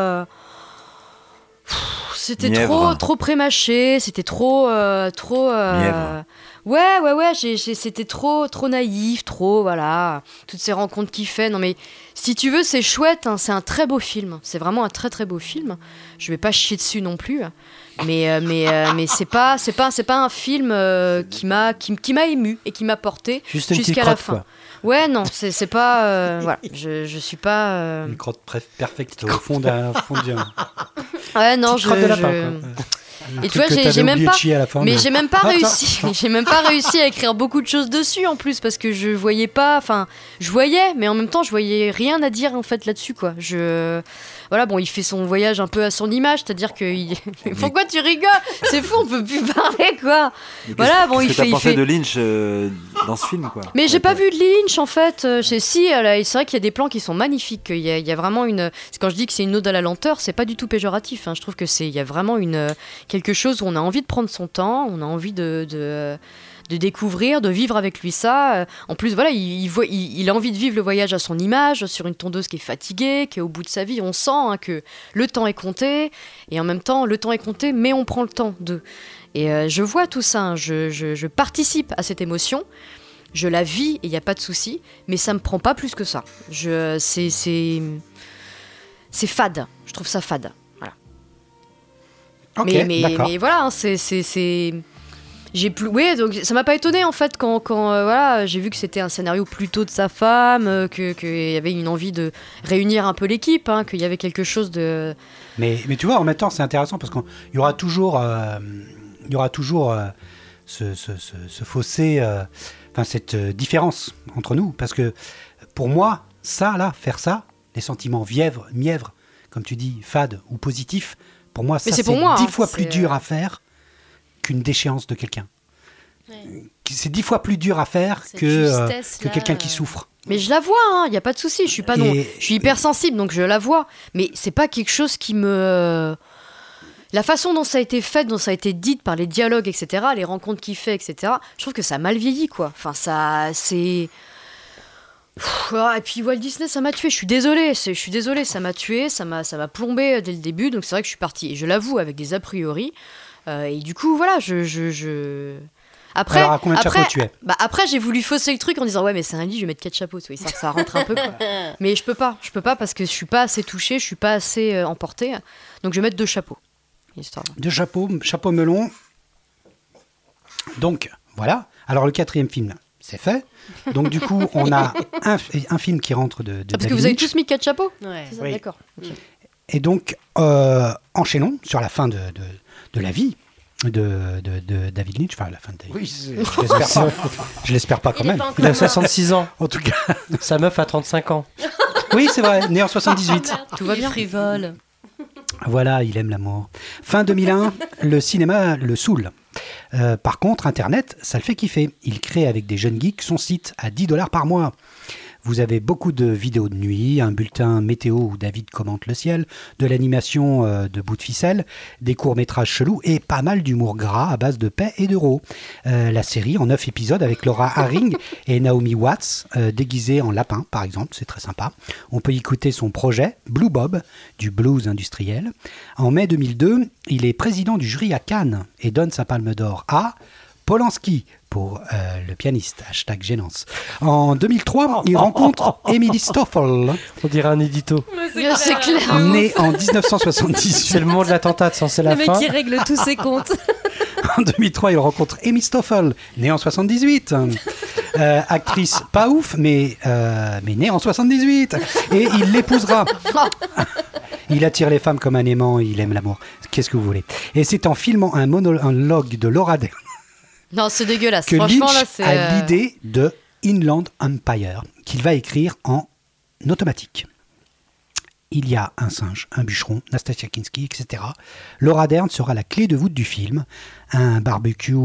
C'était
Mièvre.
trop prémâché. C'était trop.
Mièvre.
Ouais. C'était trop naïf, trop. Voilà. Toutes ces rencontres qu'il fait. Non, mais si tu veux, c'est chouette. Hein, c'est un très beau film. C'est vraiment un très très beau film. Je vais pas chier dessus non plus. Mais c'est pas un film qui m'a ému et qui m'a porté
Juste une petite
jusqu'à la
crotte,
fin.
quoi.
Ouais, non, c'est pas. Voilà, je suis pas.
Une crotte perfecte au fond d'un.
Ouais, non,
Petite crotte de lapin,
Et tu vois, j'ai même pas.
À la fin,
Mais j'ai même pas
Attends.
réussi. J'ai même pas réussi à écrire beaucoup de choses dessus en plus parce que je voyais pas. Enfin, je voyais, mais en même temps, je voyais rien à dire en fait là-dessus quoi. Voilà, bon, il fait son voyage un peu à son image, c'est-à-dire que. Mais pourquoi tu rigoles? C'est fou, on peut plus parler quoi. Voilà, bon,
Qu'est-ce que t'as
il
pensé
fait.
de Lynch dans ce film, quoi?
Mais j'ai pas vu de Lynch en fait. C'est vrai qu'il y a des plans qui sont magnifiques. Il y a vraiment une. Quand je dis que c'est une ode à la lenteur, c'est pas du tout péjoratif. Hein. Je trouve que il y a vraiment quelque chose où on a envie de prendre son temps, on a envie de découvrir, de vivre avec lui ça. En plus, voilà, il a envie de vivre le voyage à son image, sur une tondeuse qui est fatiguée, qui est au bout de sa vie. On sent que le temps est compté, et en même temps, le temps est compté, mais on prend le temps de. Et je vois tout ça, hein. Je participe à cette émotion. Je la vis et il n'y a pas de souci, mais ça me prend pas plus que ça. C'est fade. Je trouve ça fade. Voilà.
Ok, d'accord.
Mais voilà, hein, j'ai plus. Oui, donc ça m'a pas étonné en fait quand voilà, j'ai vu que c'était un scénario plutôt de sa femme, qu'il y avait une envie de réunir un peu l'équipe, hein, qu'il y avait quelque chose de.
Mais tu vois, en même temps, c'est intéressant parce qu'il y aura toujours, ce fossé, cette différence entre nous. Parce que pour moi, faire ça, les sentiments mièvres, comme tu dis, fades ou positifs, pour moi, ça
c'est
c'est
pour moi,
10
hein,
fois plus dur à faire qu'une déchéance de quelqu'un.
Ouais.
C'est 10 fois plus dur à faire
Cette
que
justesse-là,
quelqu'un qui souffre.
Mais je la vois, il n'y a pas de souci. Je suis pas
Et-
je suis hypersensible, donc je la vois. Mais c'est pas quelque chose qui me. La façon dont ça a été fait, dont ça a été dit par les dialogues, etc., les rencontres qu'il fait, etc., je trouve que ça a mal vieilli, quoi. Enfin, c'est. Et puis Walt Disney, ça m'a tué. Je suis désolée, ça m'a tué, ça m'a plombé dès le début. Donc c'est vrai que je suis partie, et je l'avoue, avec des a priori. Et du coup, voilà, Après,
Alors, à combien de chapeaux tu es?
Après, j'ai voulu fausser le truc en disant ouais, mais c'est un lit, je vais mettre 4 chapeaux, tu vois, ça rentre un peu. Quoi. Mais je peux pas parce que je suis pas assez touchée, je suis pas assez emportée. Donc je vais mettre 2 chapeaux. Histoire.
2 chapeaux melon. Donc, voilà. Alors, le 4e film, là, c'est fait. Donc du coup, on a un film qui rentre de
Parce que
David
vous avez
Lynch.
tous mis 4 chapeaux.
Ouais.
C'est ça,
Oui.
d'accord. Ok.
Et donc, enchaînons sur la fin de la vie de David Lynch. Enfin, la fin de David Lynch. Je l'espère pas. Je l'espère pas quand
Il est
même.
pas encore
Il a
mort.
66 ans.
En tout cas,
Sa meuf a 35 ans.
oui, c'est vrai, né en 78.
Tout va bien.
Frivole.
Voilà, il aime l'amour. Fin 2001, le cinéma le saoule. Par contre, Internet, ça le fait kiffer. Il crée avec des jeunes geeks son site à $10 par mois. Vous avez beaucoup de vidéos de nuit, un bulletin météo où David commente le ciel, de l'animation de bout de ficelle, des courts-métrages chelous et pas mal d'humour gras à base de paix et d'euros. La série en 9 épisodes avec Laura Harring et Naomi Watts, déguisées en lapin par exemple, c'est très sympa. On peut écouter son projet Blue Bob, du blues industriel. En mai 2002, il est président du jury à Cannes et donne sa palme d'or à Polanski pour le pianiste, #gênance. En 2003, il rencontre Emily Stoffel,
On dirait un édito.
C'est clair.
née en 1978.
C'est le moment de l'attentat, c'est la
Le mec
fin.
qui règle tous ses comptes.
En 2003, il rencontre Emily Stoffel, née en 78. Actrice pas ouf, mais née en 78. Et il l'épousera. Il attire les femmes comme un aimant, il aime l'amour. Qu'est-ce que vous voulez? Et c'est en filmant un monologue de Laura Dern
Non, c'est dégueulasse.
que
Franchement,
Lynch
là, c'est.
a l'idée de Inland Empire, qu'il va écrire en automatique. Il y a un singe, un bûcheron, Nastasia Kinski, etc. Laura Dern sera la clé de voûte du film. Un barbecue,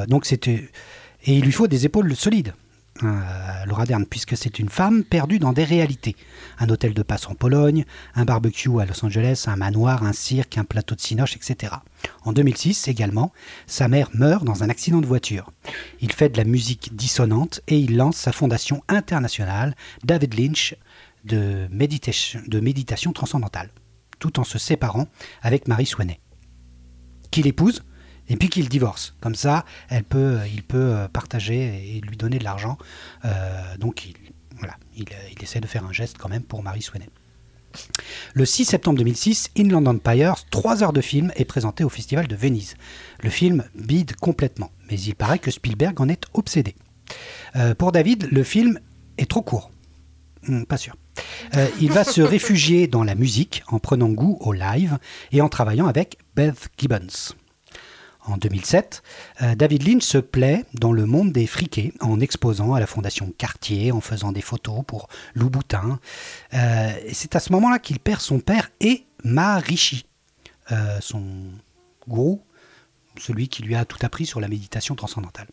et il lui faut des épaules solides. Laura Dern, puisque c'est une femme perdue dans des réalités. Un hôtel de passe en Pologne, un barbecue à Los Angeles, un manoir, un cirque, un plateau de cinoche, etc. En 2006 également, sa mère meurt dans un accident de voiture. Il fait de la musique dissonante et il lance sa fondation internationale, David Lynch, de méditation transcendantale, tout en se séparant avec Mary Sweeney, qu'il épouse et puis qu'il divorce. Comme ça, il peut partager et lui donner de l'argent. Donc, il essaie de faire un geste quand même pour Mary Sweeney. Le 6 septembre 2006, Inland Empire, 3 heures de film, est présenté au Festival de Venise. Le film bide complètement, mais il paraît que Spielberg en est obsédé. Pour David, le film est trop court. Pas sûr. Il va se réfugier dans la musique en prenant goût au live et en travaillant avec Beth Gibbons. En 2007, David Lynch se plaît dans le monde des friqués en exposant à la Fondation Cartier, en faisant des photos pour Louboutin. Et c'est à ce moment-là qu'il perd son père et Maharishi, son gourou, celui qui lui a tout appris sur la méditation transcendantale.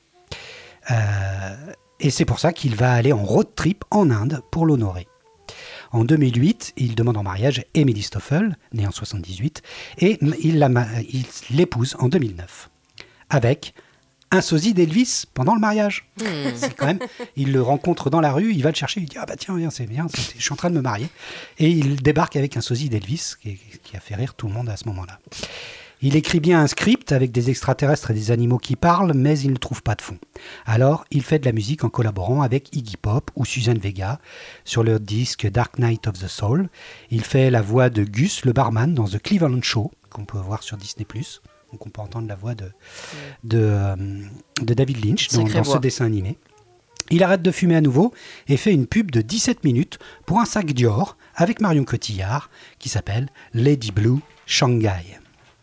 Et c'est pour ça qu'il va aller en road trip en Inde pour l'honorer. En 2008, il demande en mariage Emily Stoffel, née en 78, et il l'épouse en 2009, avec un sosie d'Elvis pendant le mariage. C'est quand même, il le rencontre dans la rue, il va le chercher, il dit « Ah bah tiens, viens, c'est bien, je suis en train de me marier ». Et il débarque avec un sosie d'Elvis, qui a fait rire tout le monde à ce moment-là. Il écrit bien un script avec des extraterrestres et des animaux qui parlent, mais il ne trouve pas de fond. Alors, il fait de la musique en collaborant avec Iggy Pop ou Suzanne Vega sur leur disque Dark Night of the Soul. Il fait la voix de Gus, le barman, dans The Cleveland Show, qu'on peut voir sur Disney+. Donc on peut entendre la voix de David Lynch dans ce dessin animé. Il arrête de fumer à nouveau et fait une pub de 17 minutes pour un sac Dior avec Marion Cotillard qui s'appelle Lady Blue Shanghai.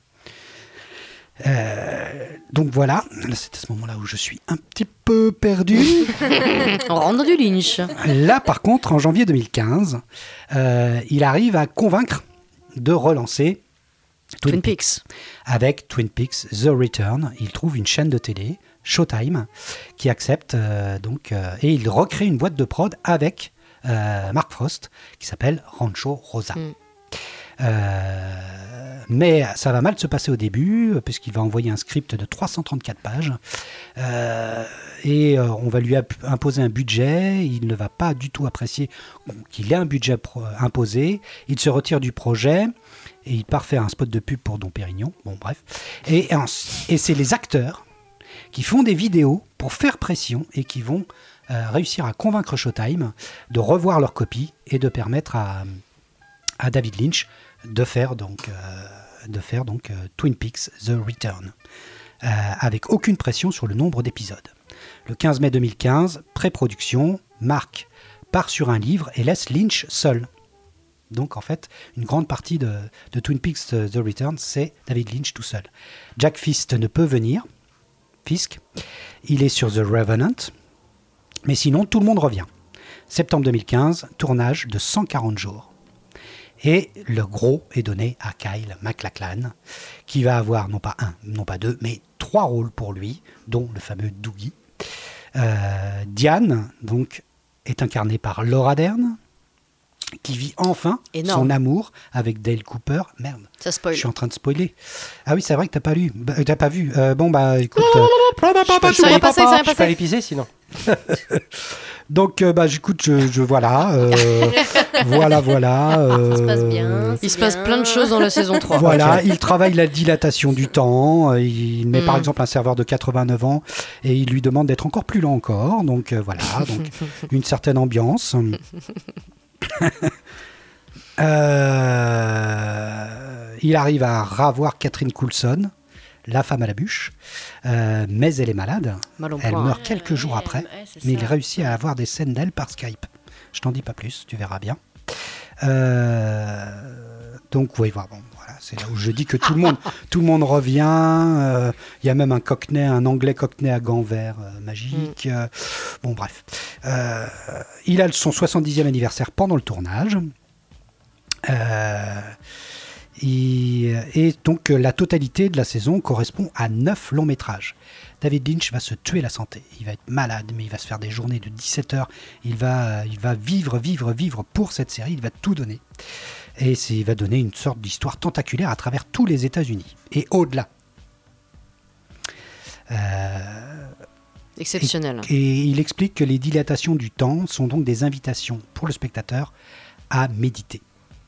Donc voilà, c'est à ce moment-là où je suis un petit peu perdu.
On rentre dans du Lynch.
Là, par contre, en janvier 2015, il arrive à convaincre de relancer
Twin Peaks.
Avec Twin Peaks The Return. Il trouve une chaîne de télé, Showtime, qui accepte et il recrée une boîte de prod avec Mark Frost qui s'appelle Rancho Rosa. Mais ça va mal se passer au début, puisqu'il va envoyer un script de 334 pages. On va lui imposer un budget. Il ne va pas du tout apprécier qu'il ait un budget imposé. Il se retire du projet et il part faire un spot de pub pour Dom Pérignon. Bon, bref. Et c'est les acteurs qui font des vidéos pour faire pression et qui vont réussir à convaincre Showtime de revoir leur copie et de permettre à David Lynch de faire donc Twin Peaks The Return avec aucune pression sur le nombre d'épisodes. Le 15 mai 2015, pré-production, Mark part sur un livre et laisse Lynch seul. Donc en fait, une grande partie de Twin Peaks The Return, c'est David Lynch tout seul. Jack Fisk ne peut venir. Fisk, il est sur The Revenant. Mais sinon, tout le monde revient. Septembre 2015, tournage de 140 jours. Et le gros est donné à Kyle MacLachlan, qui va avoir non pas un, non pas deux, mais 3 rôles pour lui, dont le fameux Doogie. Diane, donc, est incarnée par Laura Dern, qui vit enfin son amour avec Dale Cooper. Merde,
ça spoil.
Je suis en train de spoiler. Ah oui, c'est vrai que t'as pas lu. T'as pas vu. Bon, bah écoute.
Ça rien passé, ça rien
Je peux
passé.
aller pisser sinon.
Donc, écoute, je voilà. Voilà.
Ça se passe bien.
Il se passe plein de choses dans la saison 3.
Voilà, il travaille la dilatation du temps. Il met par exemple un serveur de 89 ans et il lui demande d'être encore plus lent encore. Donc voilà, donc une certaine ambiance. Il arrive à ravoir Catherine Coulson, la femme à la bûche, mais elle est malade. Elle meurt quelques jours après, mais il réussit à avoir des scènes d'elle par Skype. Je t'en dis pas plus, tu verras bien. Donc oui, voilà, c'est là où je dis que tout le monde revient. Il y a même un anglais cockney à gants verts magique. Bon bref, il a son 70e anniversaire pendant le tournage. Et donc la totalité de la saison correspond à 9 longs métrages. David Lynch va se tuer la santé. Il va être malade, mais il va se faire des journées de 17 heures. Il va vivre pour cette série. Il va tout donner. Et il va donner une sorte d'histoire tentaculaire à travers tous les États-Unis et au-delà.
Exceptionnel.
Et il explique que les dilatations du temps sont donc des invitations pour le spectateur à méditer.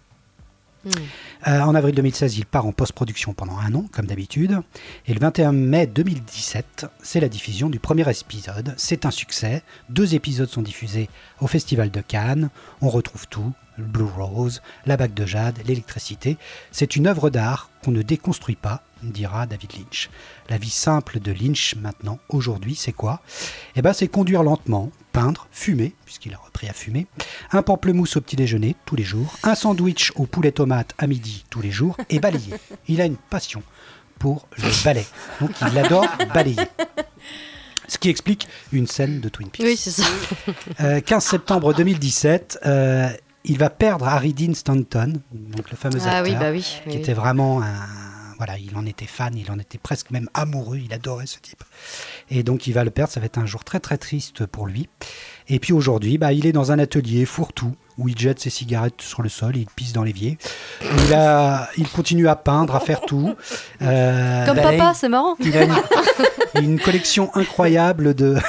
En avril 2016, il part en post-production pendant 1 an, comme d'habitude. Et le 21 mai 2017, c'est la diffusion du premier épisode. C'est un succès. 2 épisodes sont diffusés au Festival de Cannes. On retrouve tout. Le Blue Rose, la bague de jade, l'électricité. C'est une œuvre d'art qu'on ne déconstruit pas, dira David Lynch. La vie simple de Lynch maintenant, aujourd'hui, c'est quoi ? Eh ben, c'est conduire lentement, peindre, fumer, puisqu'il a repris à fumer, un pamplemousse au petit déjeuner tous les jours, un sandwich au poulet tomate à midi tous les jours et balayer. Il a une passion pour le balai, donc il adore balayer. Ce qui explique une scène de Twin Peaks.
Oui, c'est ça.
15 septembre 2017, il va perdre Harry Dean Stanton, donc le fameux acteur, qui était vraiment voilà, il en était fan, il en était presque même amoureux, il adorait ce type. Et donc il va le perdre, ça va être un jour très très triste pour lui. Et puis aujourd'hui, il est dans un atelier fourre-tout, où il jette ses cigarettes sur le sol, il pisse dans l'évier. Il continue à peindre, à faire tout.
Comme papa, c'est marrant.
Il a une collection incroyable de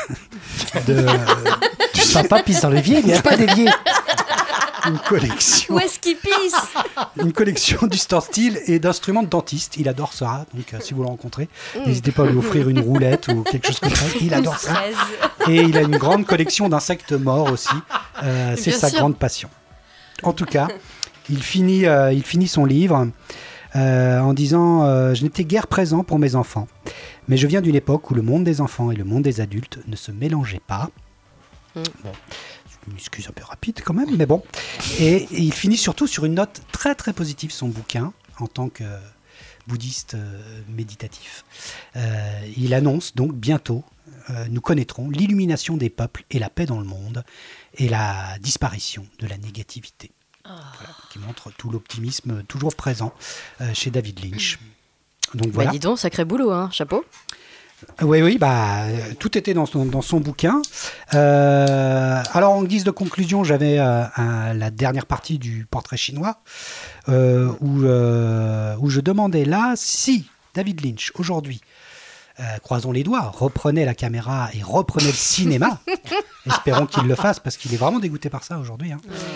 papa pisse dans l'évier, il n'y a pas d'évier. Une collection.
Où est-ce qu'il pisse ?
Une collection d'Histoire Style et d'instruments de dentiste. Il adore ça. Donc, si vous le rencontrez, n'hésitez pas à lui offrir une roulette ou quelque chose comme ça. Il adore ça. Et il a une grande collection d'insectes morts aussi. C'est sa grande passion. En tout cas, il finit son livre en disant je n'étais guère présent pour mes enfants, mais je viens d'une époque où le monde des enfants et le monde des adultes ne se mélangeaient pas. Bon. Une excuse un peu rapide quand même, mais bon. Et il finit surtout sur une note très très positive, son bouquin, en tant que bouddhiste méditatif. Il annonce donc bientôt, nous connaîtrons l'illumination des peuples et la paix dans le monde, et la disparition de la négativité. Voilà, qui montre tout l'optimisme toujours présent chez David Lynch. Donc voilà.
Dis donc, sacré boulot, hein, chapeau.
Oui, tout était dans son bouquin. Alors, en guise de conclusion, j'avais la dernière partie du portrait chinois où je demandais là si David Lynch, aujourd'hui, croisons les doigts, reprenait la caméra et reprenait le cinéma, espérons qu'il le fasse parce qu'il est vraiment dégoûté par ça aujourd'hui.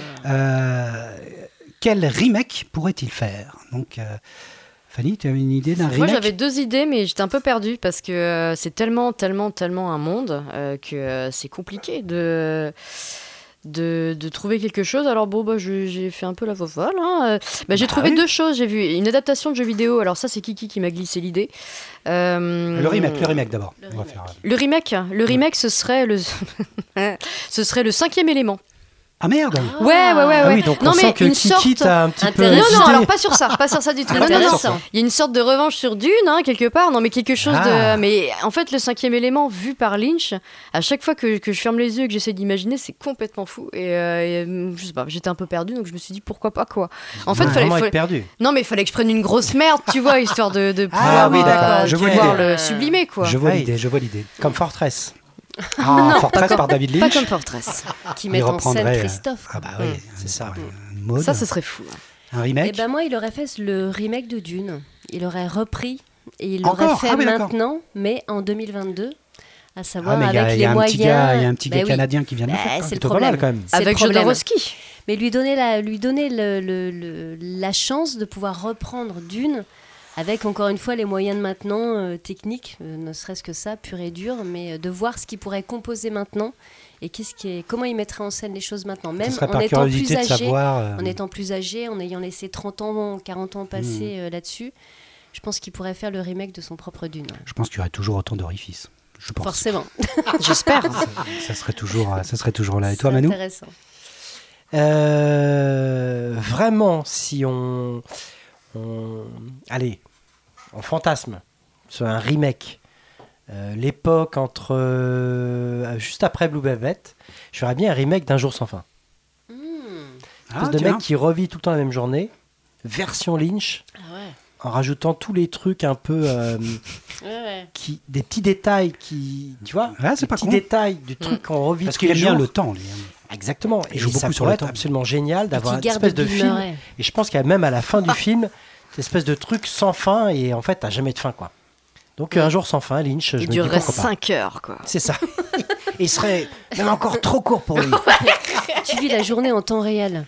Quel remake pourrait-il faire ? Donc... Fanny, tu as une idée d'un remake ?
Moi, j'avais 2 idées, mais j'étais un peu perdue parce que c'est tellement un monde que c'est compliqué de de trouver quelque chose. Alors bon, j'ai fait un peu la fofolle. Hein. J'ai trouvé deux choses. J'ai vu une adaptation de jeu vidéo. Alors ça, c'est Kiki qui m'a glissé l'idée.
Le remake d'abord.
Le remake, ce serait le cinquième élément.
Ah merde.
Ouais.
Ah oui, donc on sent que Kiki t'a un petit peu...
Non, alors pas sur ça du tout. Non.
Intéressant.
Il y a une sorte de revanche sur Dune, quelque part. Non, mais quelque chose de... Mais en fait, le cinquième élément, vu par Lynch, à chaque fois que je ferme les yeux et que j'essaie d'imaginer, c'est complètement fou. Et je sais pas, j'étais un peu perdue, donc je me suis dit, pourquoi pas, quoi. En fait,
fallait être perdu.
Non, mais il fallait que je prenne une grosse merde, tu vois, histoire de
Ah oui, d'accord. Je
pouvoir le sublimer, quoi.
Je vois l'idée.
Comme Fortress.
Ah, Fortress par David Lynch.
Pas comme Fortress.
Qui met en scène Christophe.
Ah bah oui,
c'est ça.
Ça, ce serait fou.
Un remake.
Et ben moi, il aurait fait le remake de Dune. Il aurait repris et il l'aurait fait
d'accord.
maintenant, mais en 2022. À savoir
mais
avec les moyens.
Il y a un petit gars canadien qui vient de le faire.
C'est le
plutôt pas mal,
problème.
quand même.
Avec Jodorowsky.
Mais lui donner la chance de pouvoir reprendre Dune avec encore une fois les moyens de maintenant techniques, ne serait-ce que ça, pur et dur, mais de voir ce qu'il pourrait composer maintenant et comment il mettrait en scène les choses maintenant, même en étant plus âgé, en ayant laissé 30 ans, 40 ans passer là-dessus. Je pense qu'il pourrait faire le remake de son propre Dune.
Je pense qu'il y aurait toujours autant d'orifices. Je pense.
Forcément.
J'espère.
Ça serait toujours là. Et toi, Manu ?
Intéressant.
Vraiment, si on fantasme sur un remake, l'époque juste après Blue Velvet, je ferais bien un remake d'Un jour sans fin. Mec qui revit tout le temps la même journée, version Lynch, en rajoutant tous les trucs un peu des petits détails qui, tu vois,
c'est pas
petits
con.
détails du truc qu'on revit
parce qu'il aime bien le temps, lui.
Exactement.
Il joue beaucoup
ça
sur
pourrait
le
être
temps.
absolument génial d'avoir une espèce de film. Et je pense qu'il y a même à la fin du film, cette espèce de truc sans fin et en fait, t'as jamais de fin, quoi. Donc Un jour sans fin, Lynch,
il durerait 5 heures, quoi.
C'est ça. Et il serait même encore trop court pour lui.
Tu vis la journée en temps réel.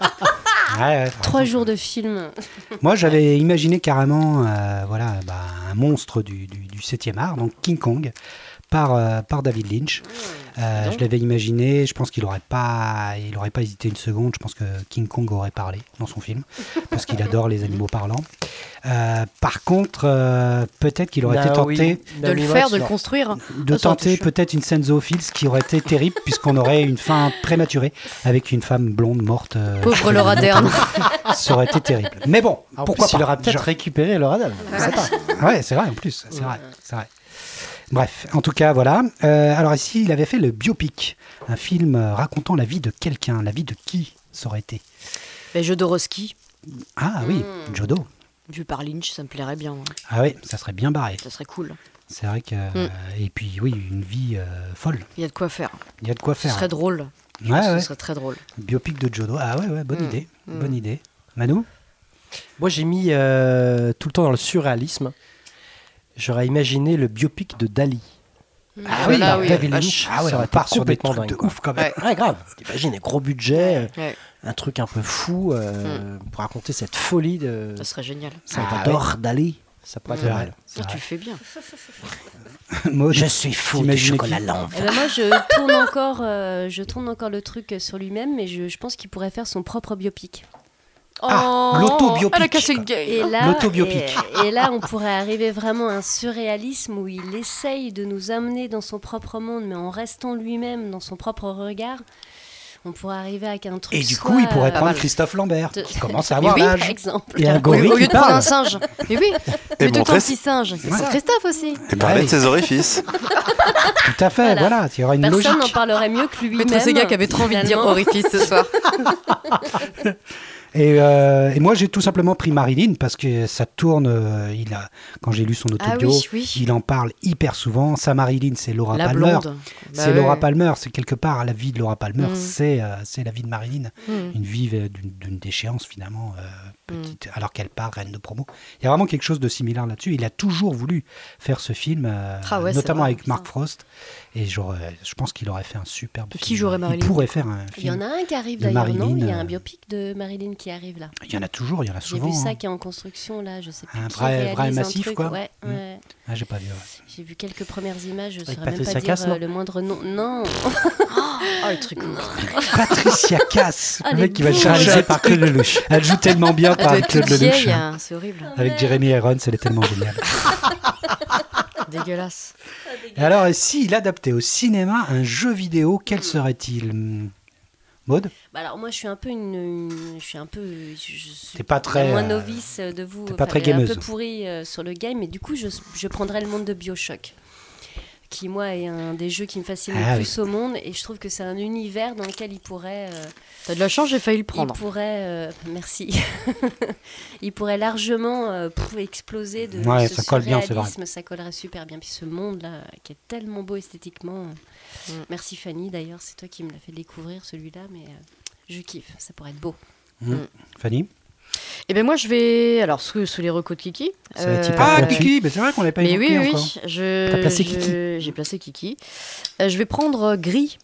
3 jours de film.
Moi, j'avais imaginé carrément un monstre du 7e art, donc King Kong, par David Lynch. Je l'avais imaginé, je pense qu'il n'aurait pas hésité une seconde. Je pense que King Kong aurait parlé dans son film, parce qu'il adore les animaux parlants. Par contre, peut-être qu'il aurait été tenté
de le faire, de le construire.
De tenter peut-être une scène zoophile, ce qui aurait été terrible, puisqu'on aurait une fin prématurée avec une femme blonde morte.
Pauvre Laura Dern.
Ça aurait été terrible. Mais bon, pourquoi pas.
Il aura peut-être récupéré Laura Dern.
Ouais, c'est vrai en plus. C'est vrai. Bref, en tout cas, voilà. Alors ici, il avait fait le biopic, un film racontant la vie de quelqu'un. La vie de qui ça aurait été ?
Jodorowsky.
Ah oui, Jodo.
Vu par Lynch, ça me plairait bien.
Ah oui, ça serait bien barré.
Ça serait cool.
C'est vrai que... Et puis oui, une vie folle.
Il y a de quoi faire.
Ce
serait drôle. Ce serait très drôle.
Biopic de Jodo. Ah ouais, bonne idée. Bonne idée. Manu ?
Moi, j'ai mis tout le temps dans le surréalisme. J'aurais imaginé le biopic de Dali. David Lynch.
Ah ouais, on part sur des trucs de ouf quand même.
Ouais, grave. T'imagines, des gros budgets, un truc un peu fou pour raconter cette folie de...
Ça serait génial.
Salvador Dali. Ça pourrait être mal.
Tu le fais bien.
Je suis fou du chocolat l'enfer.
Moi, je tourne encore le truc sur lui-même, mais je pense qu'il pourrait faire son propre biopic.
L'autobiopic.
Elle a cassé le game.
L'autobiopic.
Et là, on pourrait arriver vraiment à un surréalisme où il essaye de nous amener dans son propre monde, mais en restant lui-même dans son propre regard. On pourrait arriver avec un truc.
Et du coup, il pourrait prendre Christophe Lambert, qui commence à avoir l'âge.
Par exemple.
Et un gorille
au lieu
qui
de prendre
parle.
un singe. Mais oui.
Et
plutôt
montrer
un petit singe. C'est Christophe aussi.
Et parler de ses orifices.
Tout à fait, voilà. Il y aura une logique.
Personne n'en parlerait mieux que lui-même.
Maître Sega qui avait trop envie de dire orifice ce soir.
Et moi, j'ai tout simplement pris Marilyn parce que ça tourne. Quand j'ai lu son autobio, il en parle hyper souvent. Sa Marilyn, c'est Laura Palmer. C'est Laura Palmer. C'est quelque part la vie de Laura Palmer. C'est la vie de Marilyn. Une vie d'une déchéance finalement petite, alors qu'elle part reine de promo. Il y a vraiment quelque chose de similaire là-dessus. Il a toujours voulu faire ce film, notamment avec Mark Frost. Et je pense qu'il aurait fait un superbe film.
Qui jouerait Marilyn ?
Il pourrait faire un film.
Il y en a un qui arrive d'ailleurs, non ? Il y a un biopic de Marilyn qui arrive là.
Il y en a toujours, il y en a
J'ai
souvent.
vu ça
hein.
qui est en construction là, je sais plus.
Un
qui
vrai
réalise un
massif,
truc.
quoi.
Ouais, ouais.
Ah, j'ai pas vu. Ouais.
J'ai vu quelques premières images, je ne
Avec
saurais même
Patricia
pas
Cass,
dire
non
le moindre nom. Non.
Oh, le truc.
Patricia Cass,
Ah,
le
les
mec qui va
boules.
chercher
Réalisé
à
par Claude Lelouch.
Elle joue tellement bien
Elle
par
doit être
Claude
toute
Lelouch.
vieille, hein, c'est horrible.
Avec Jeremy Irons, elle est tellement géniale.
Dégueulasse.
Et alors, et s'il adaptait au cinéma un jeu vidéo, quel serait-il Maud?
Bah alors moi je suis un peu je suis
T'es pas très,
la moins novice de vous.
t'es pas très
un
gameuse.
peu pourrie sur le game, mais du coup je prendrais le monde de BioShock, qui moi est un des jeux qui me fascine
Ah
le
oui.
plus au monde, et je trouve que c'est un univers dans lequel il pourrait
T'as de la chance, j'ai failli le prendre.
merci. Il pourrait largement exploser de
Ouais,
ce
ça colle bien, c'est vrai.
surréalisme, ça collerait super bien. Puis ce monde-là, qui est tellement beau esthétiquement. Merci Fanny, d'ailleurs, c'est toi qui me l'as fait découvrir celui-là, mais je kiffe, ça pourrait être beau.
Fanny?
Et ben moi je vais alors sous les recos de Kiki.
Ça va être hyper
Ah,
compliqué.
Kiki, mais c'est vrai qu'on l'avait pas
Mais
évoqué
oui,
encore.
T'as placé Kiki.
J'ai placé Kiki. Je vais prendre Gris.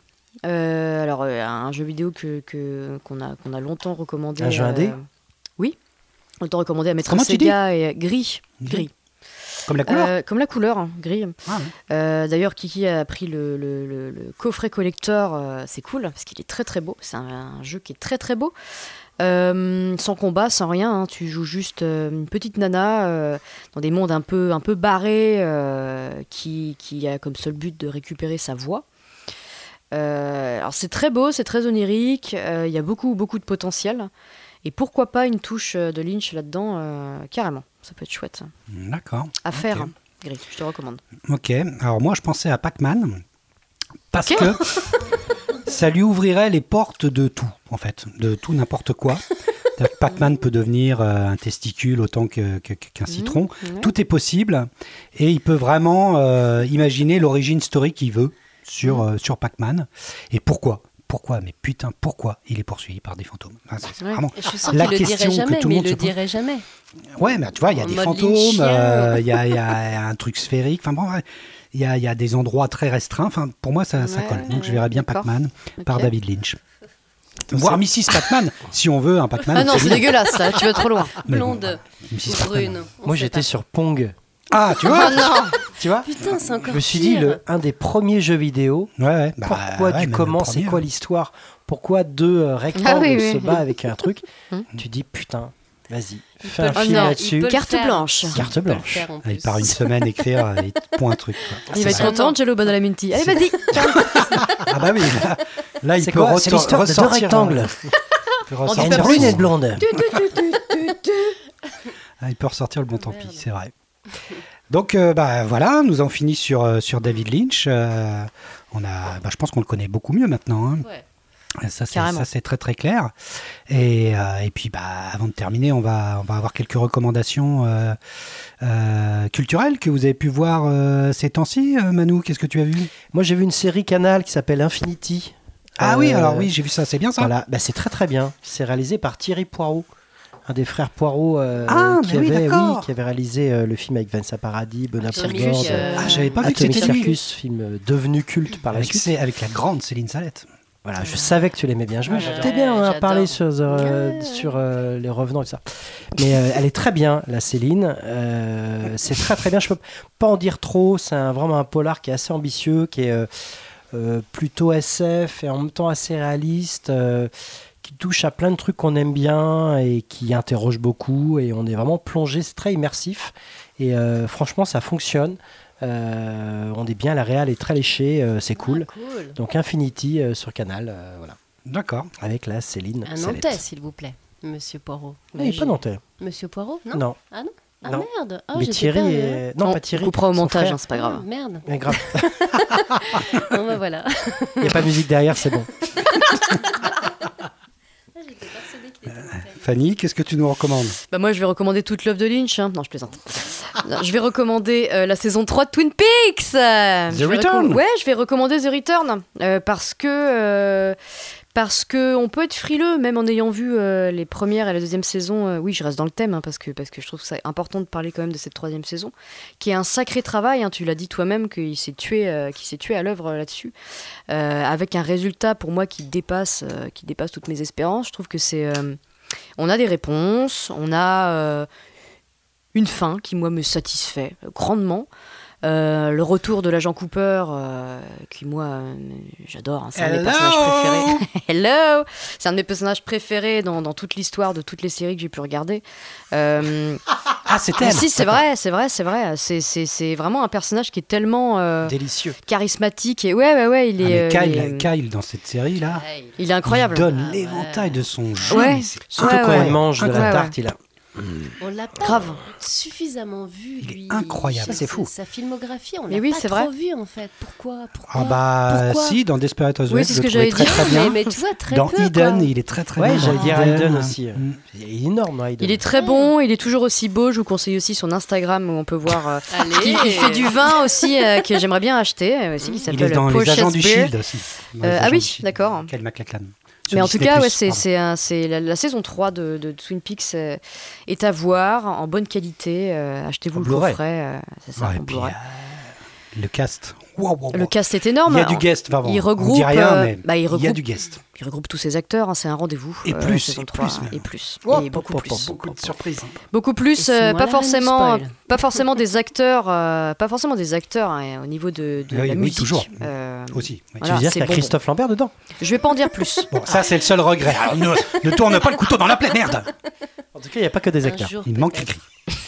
Un jeu vidéo qu'on a longtemps recommandé.
Un jeu indé
Oui, longtemps recommandé à Maître
Comment tu dis
Sega et Gris.
Comme la couleur
Comme la couleur, hein, gris.
Ah, ouais.
D'ailleurs, Kiki a pris le coffret collector. C'est cool parce qu'il est très très beau. C'est un jeu qui est très très beau. Sans combat, sans rien. Hein. Tu joues juste une petite nana dans des mondes un peu barrés qui a comme seul but de récupérer sa voix. Alors c'est très beau, c'est très onirique. Il y a beaucoup de potentiel. Et pourquoi pas une touche de Lynch là-dedans, carrément. Ça peut être chouette.
D'accord.
À faire,
Ok.
Gris, je te recommande.
Ok, alors moi je pensais à Pac-Man parce
Ok.
que ça lui ouvrirait les portes de tout, en fait, de tout n'importe quoi. C'est-à-dire que Pac-Man peut devenir un testicule autant qu'un citron.
Ouais.
Tout est possible et il peut vraiment imaginer l'origine story qu'il veut sur Pac-Man. Et pourquoi ? Mais putain, pourquoi il est poursuivi par des fantômes? C'est
Ouais.
vraiment
Et je suis sûre
la
qu'il le
question
dirait jamais,
que tout le
mais
monde
il
se
le
pose.
dirait jamais.
Ouais, mais tu vois, il y a
En
des
mode
fantômes,
lynchien.
il y a un truc sphérique, enfin bon, ouais, il y a des endroits très restreints. Enfin, pour moi, ça
Ouais,
colle. Donc, je verrais bien
d'accord.
Pac-Man par
Ok.
David Lynch. Voire Mrs. Pac-Man, si on veut un Pac-Man.
Ah non, c'est
féminin.
dégueulasse, là, tu vas trop loin.
Mais bon,
Blonde,
Mrs.
ou
Pac-Man.
brune. on
Moi
sait
j'étais
pas.
sur Pong.
Ah, tu vois
Oh non.
Tu vois
Putain, c'est encore
Je me suis
pire.
dit, un des premiers jeux vidéo,
Ouais.
pourquoi
ouais,
du
même
comment,
le
c'est
premier,
quoi
hein.
l'histoire, pourquoi deux rectangles
Ah oui,
se
oui.
battent avec un truc,
Hum.
tu dis putain, vas-y,
Il
fais
peut
un
le
film
faire,
là-dessus.
il peut le
Carte
faire.
blanche.
Carte
Il peut le
blanche.
faire, en
Ah, il
plus.
part une semaine écrire et il te pond un truc. Quoi.
Il va être content, Jello Badalamenti. Allez, vas-y.
Ah bah oui, là il
C'est
peut
quoi C'est l'histoire de deux
ressortir.
rectangles.
Il peut
On dit
ressortir
Une
pas
le-
plus.
brune et une blonde.
Ah, il peut ressortir le bon tant
Merde.
pis, c'est vrai. Donc voilà, nous en finissons sur David Lynch. Je pense qu'on le connaît beaucoup mieux maintenant. Hein.
Ouais.
Ça
Carrément.
c'est très très clair. Et puis avant de terminer, on va avoir quelques recommandations culturelles que vous avez pu voir ces temps-ci. Manu, qu'est-ce que tu as vu?
Moi j'ai vu une série Canal qui s'appelle Infinity.
Ah oui, alors oui, j'ai vu ça. C'est bien ça.
Voilà, c'est très très bien. C'est réalisé par Thierry Poirot, un des frères Poirot
mais oui, d'accord.
qui avait réalisé le film avec Vanessa Paradis, Benoît
Atomic,
Poulvord,
Ah, j'avais pas vu que
Atomic
c'était lui.
Circus, film devenu culte par la
Avec,
suite.
avec la grande Céline Salette.
Voilà, je savais que tu l'aimais bien. Je me
Ouais,
doutais bien, on a
j'adore.
parlé sur les revenants et ça. Mais elle est très bien, la Céline. C'est très très bien. Je peux pas en dire trop. C'est vraiment un polar qui est assez ambitieux, qui est plutôt SF et en même temps assez réaliste, qui touche à plein de trucs qu'on aime bien et qui interroge beaucoup. Et on est vraiment plongé. C'est très immersif. Et franchement, ça fonctionne. On est bien, la réal est très léchée, c'est cool.
Ah, cool.
Donc Infinity sur Canal, voilà,
D'accord.
avec la Céline
Un
Salette.
Nantais, s'il vous plaît, Monsieur Poirot.
Il n'est pas nantais.
Monsieur Poirot, non?
Non.
Ah non. Ah
Non.
merde. Ah,
Mais
j'étais
Thierry
perdue.
est... Non,
On
pas Thierry.
coupera au
son
montage,
frère.
hein, c'est pas
Ah,
grave.
merde.
Mais grave.
Bon, bah voilà.
Il n'y a pas de musique derrière, c'est bon.
J'étais persuadée qu'il était nantais.
Fanny, qu'est-ce que tu nous recommandes?
Bah moi, je vais recommander toute l'œuvre de Lynch. Hein. Non, je plaisante. Non, je vais recommander la saison 3 de Twin Peaks.
The Return.
Ouais, je vais recommander The Return. Parce que on peut être frileux, même en ayant vu les premières et la deuxième saison. Oui, je reste dans le thème, hein, parce que je trouve ça important de parler quand même de cette troisième saison, qui est un sacré travail. Hein, tu l'as dit toi-même qu'il s'est tué à l'œuvre là-dessus, avec un résultat pour moi qui dépasse toutes mes espérances. Je trouve que On a des réponses, on a une fin qui, moi, me satisfait grandement. Le retour de l'agent Cooper, qui moi j'adore, hein, c'est un de mes personnages préférés. Hello, c'est un de mes personnages préférés dans toute l'histoire de toutes les séries que j'ai pu regarder.
C'est elle.
Si, c'est vrai. C'est vraiment un personnage qui est tellement
Délicieux.
Charismatique et ouais, il est.
Kyle dans cette série là,
il est incroyable.
Il donne l'éventail de son jeu.
Ouais.
Surtout quand il mange de la tarte, il a.
On l'a pas
Grave.
suffisamment vu,
Il est
lui.
incroyable, c'est fou.
Sa filmographie, on
Mais
l'a
oui,
pas
c'est
trop
vrai.
vu en fait. Pourquoi Pourquoi
Si, dans Desperate Housewives,
Oui, c'est ce
je
que
le trouvais
j'allais
très
dire,
très bien.
mais tu vois, très
Dans
peu.
Eden,
quoi.
il est très très
Ouais,
bien.
j'allais
Dans
dire Eden aussi.
Mm.
Il est énorme, Eden.
Il est très bon, il est toujours aussi beau. Je vous conseille aussi son Instagram où on peut voir.
Allez.
Il fait du vin aussi que j'aimerais bien acheter, aussi, qui
Il
s'appelle
est dans Les
Portia's
Agents du
Beer.
Shield aussi. Dans Les
Ah
Agents
oui,
du Shield.
d'accord.
Kyle MacLachlan.
Mais en tout cas, ouais,
Disney+,
c'est la saison 3 de Twin Peaks est à voir en bonne qualité. Achetez-vous
En
le
Blu-ray.
coffret. C'est ça,
Ouais,
en
et puis,
Blu-ray.
le cast. Wow.
Le cast est énorme.
Il y a du guest. Enfin, bon,
Il
on
regroupe,
dit rien, mais
il
il y a
regroupe-
du guest.
Il regroupe tous ces acteurs, hein, c'est un rendez-vous.
Et
la
plus,
saison
et
3,
plus même.
et plus.
Oh,
Et beaucoup plus.
Beaucoup de surprises.
Beaucoup
Et
plus,
c'est moi
pas
la reine du spoil.
forcément des acteurs, hein, au niveau de
Oui,
la
oui,
musique.
toujours.
Euh,
Aussi. oui.
Tu
Voilà,
veux dire
c'est
qu'il y a
bon.
Christophe Lambert dedans?
Je vais pas en dire plus.
Bon, ça, c'est le seul regret. Alors, ne tourne pas le couteau dans la plaie, merde.
En tout cas, il n'y a pas que des
Un
acteurs.
jour,
Il manque
peut-être.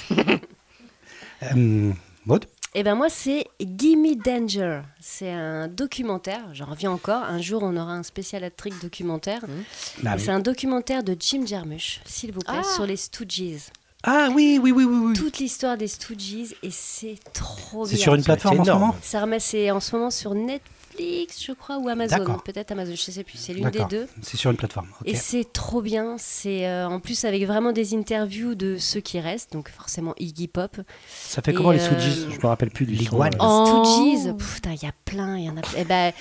Maud.
Eh ben moi, c'est Gimme Danger. C'est un documentaire. J'en reviens encore. Un jour, on aura un spécial hat-trick documentaire.
Bah
Et
oui.
c'est un documentaire de Jim Jarmusch, s'il vous plaît,
Ah.
sur les Stooges.
Ah oui.
Toute l'histoire des Stooges, et c'est trop
C'est
bien.
sur une plateforme en ce
énorme.
moment.
Ça remet, c'est en ce moment sur Netflix, je crois, ou Amazon.
D'accord.
Peut-être Amazon, je sais plus. C'est l'une des
D'accord.
deux.
C'est sur une plateforme. Ok.
Et c'est trop bien. C'est en plus avec vraiment des interviews de ceux qui restent, donc forcément Iggy Pop.
Ça fait
Et,
comment les Stooges? Je me rappelle plus du son.
l'iguane.
Oh.
Stooges, putain, il y a plein, il y en a. Eh ben,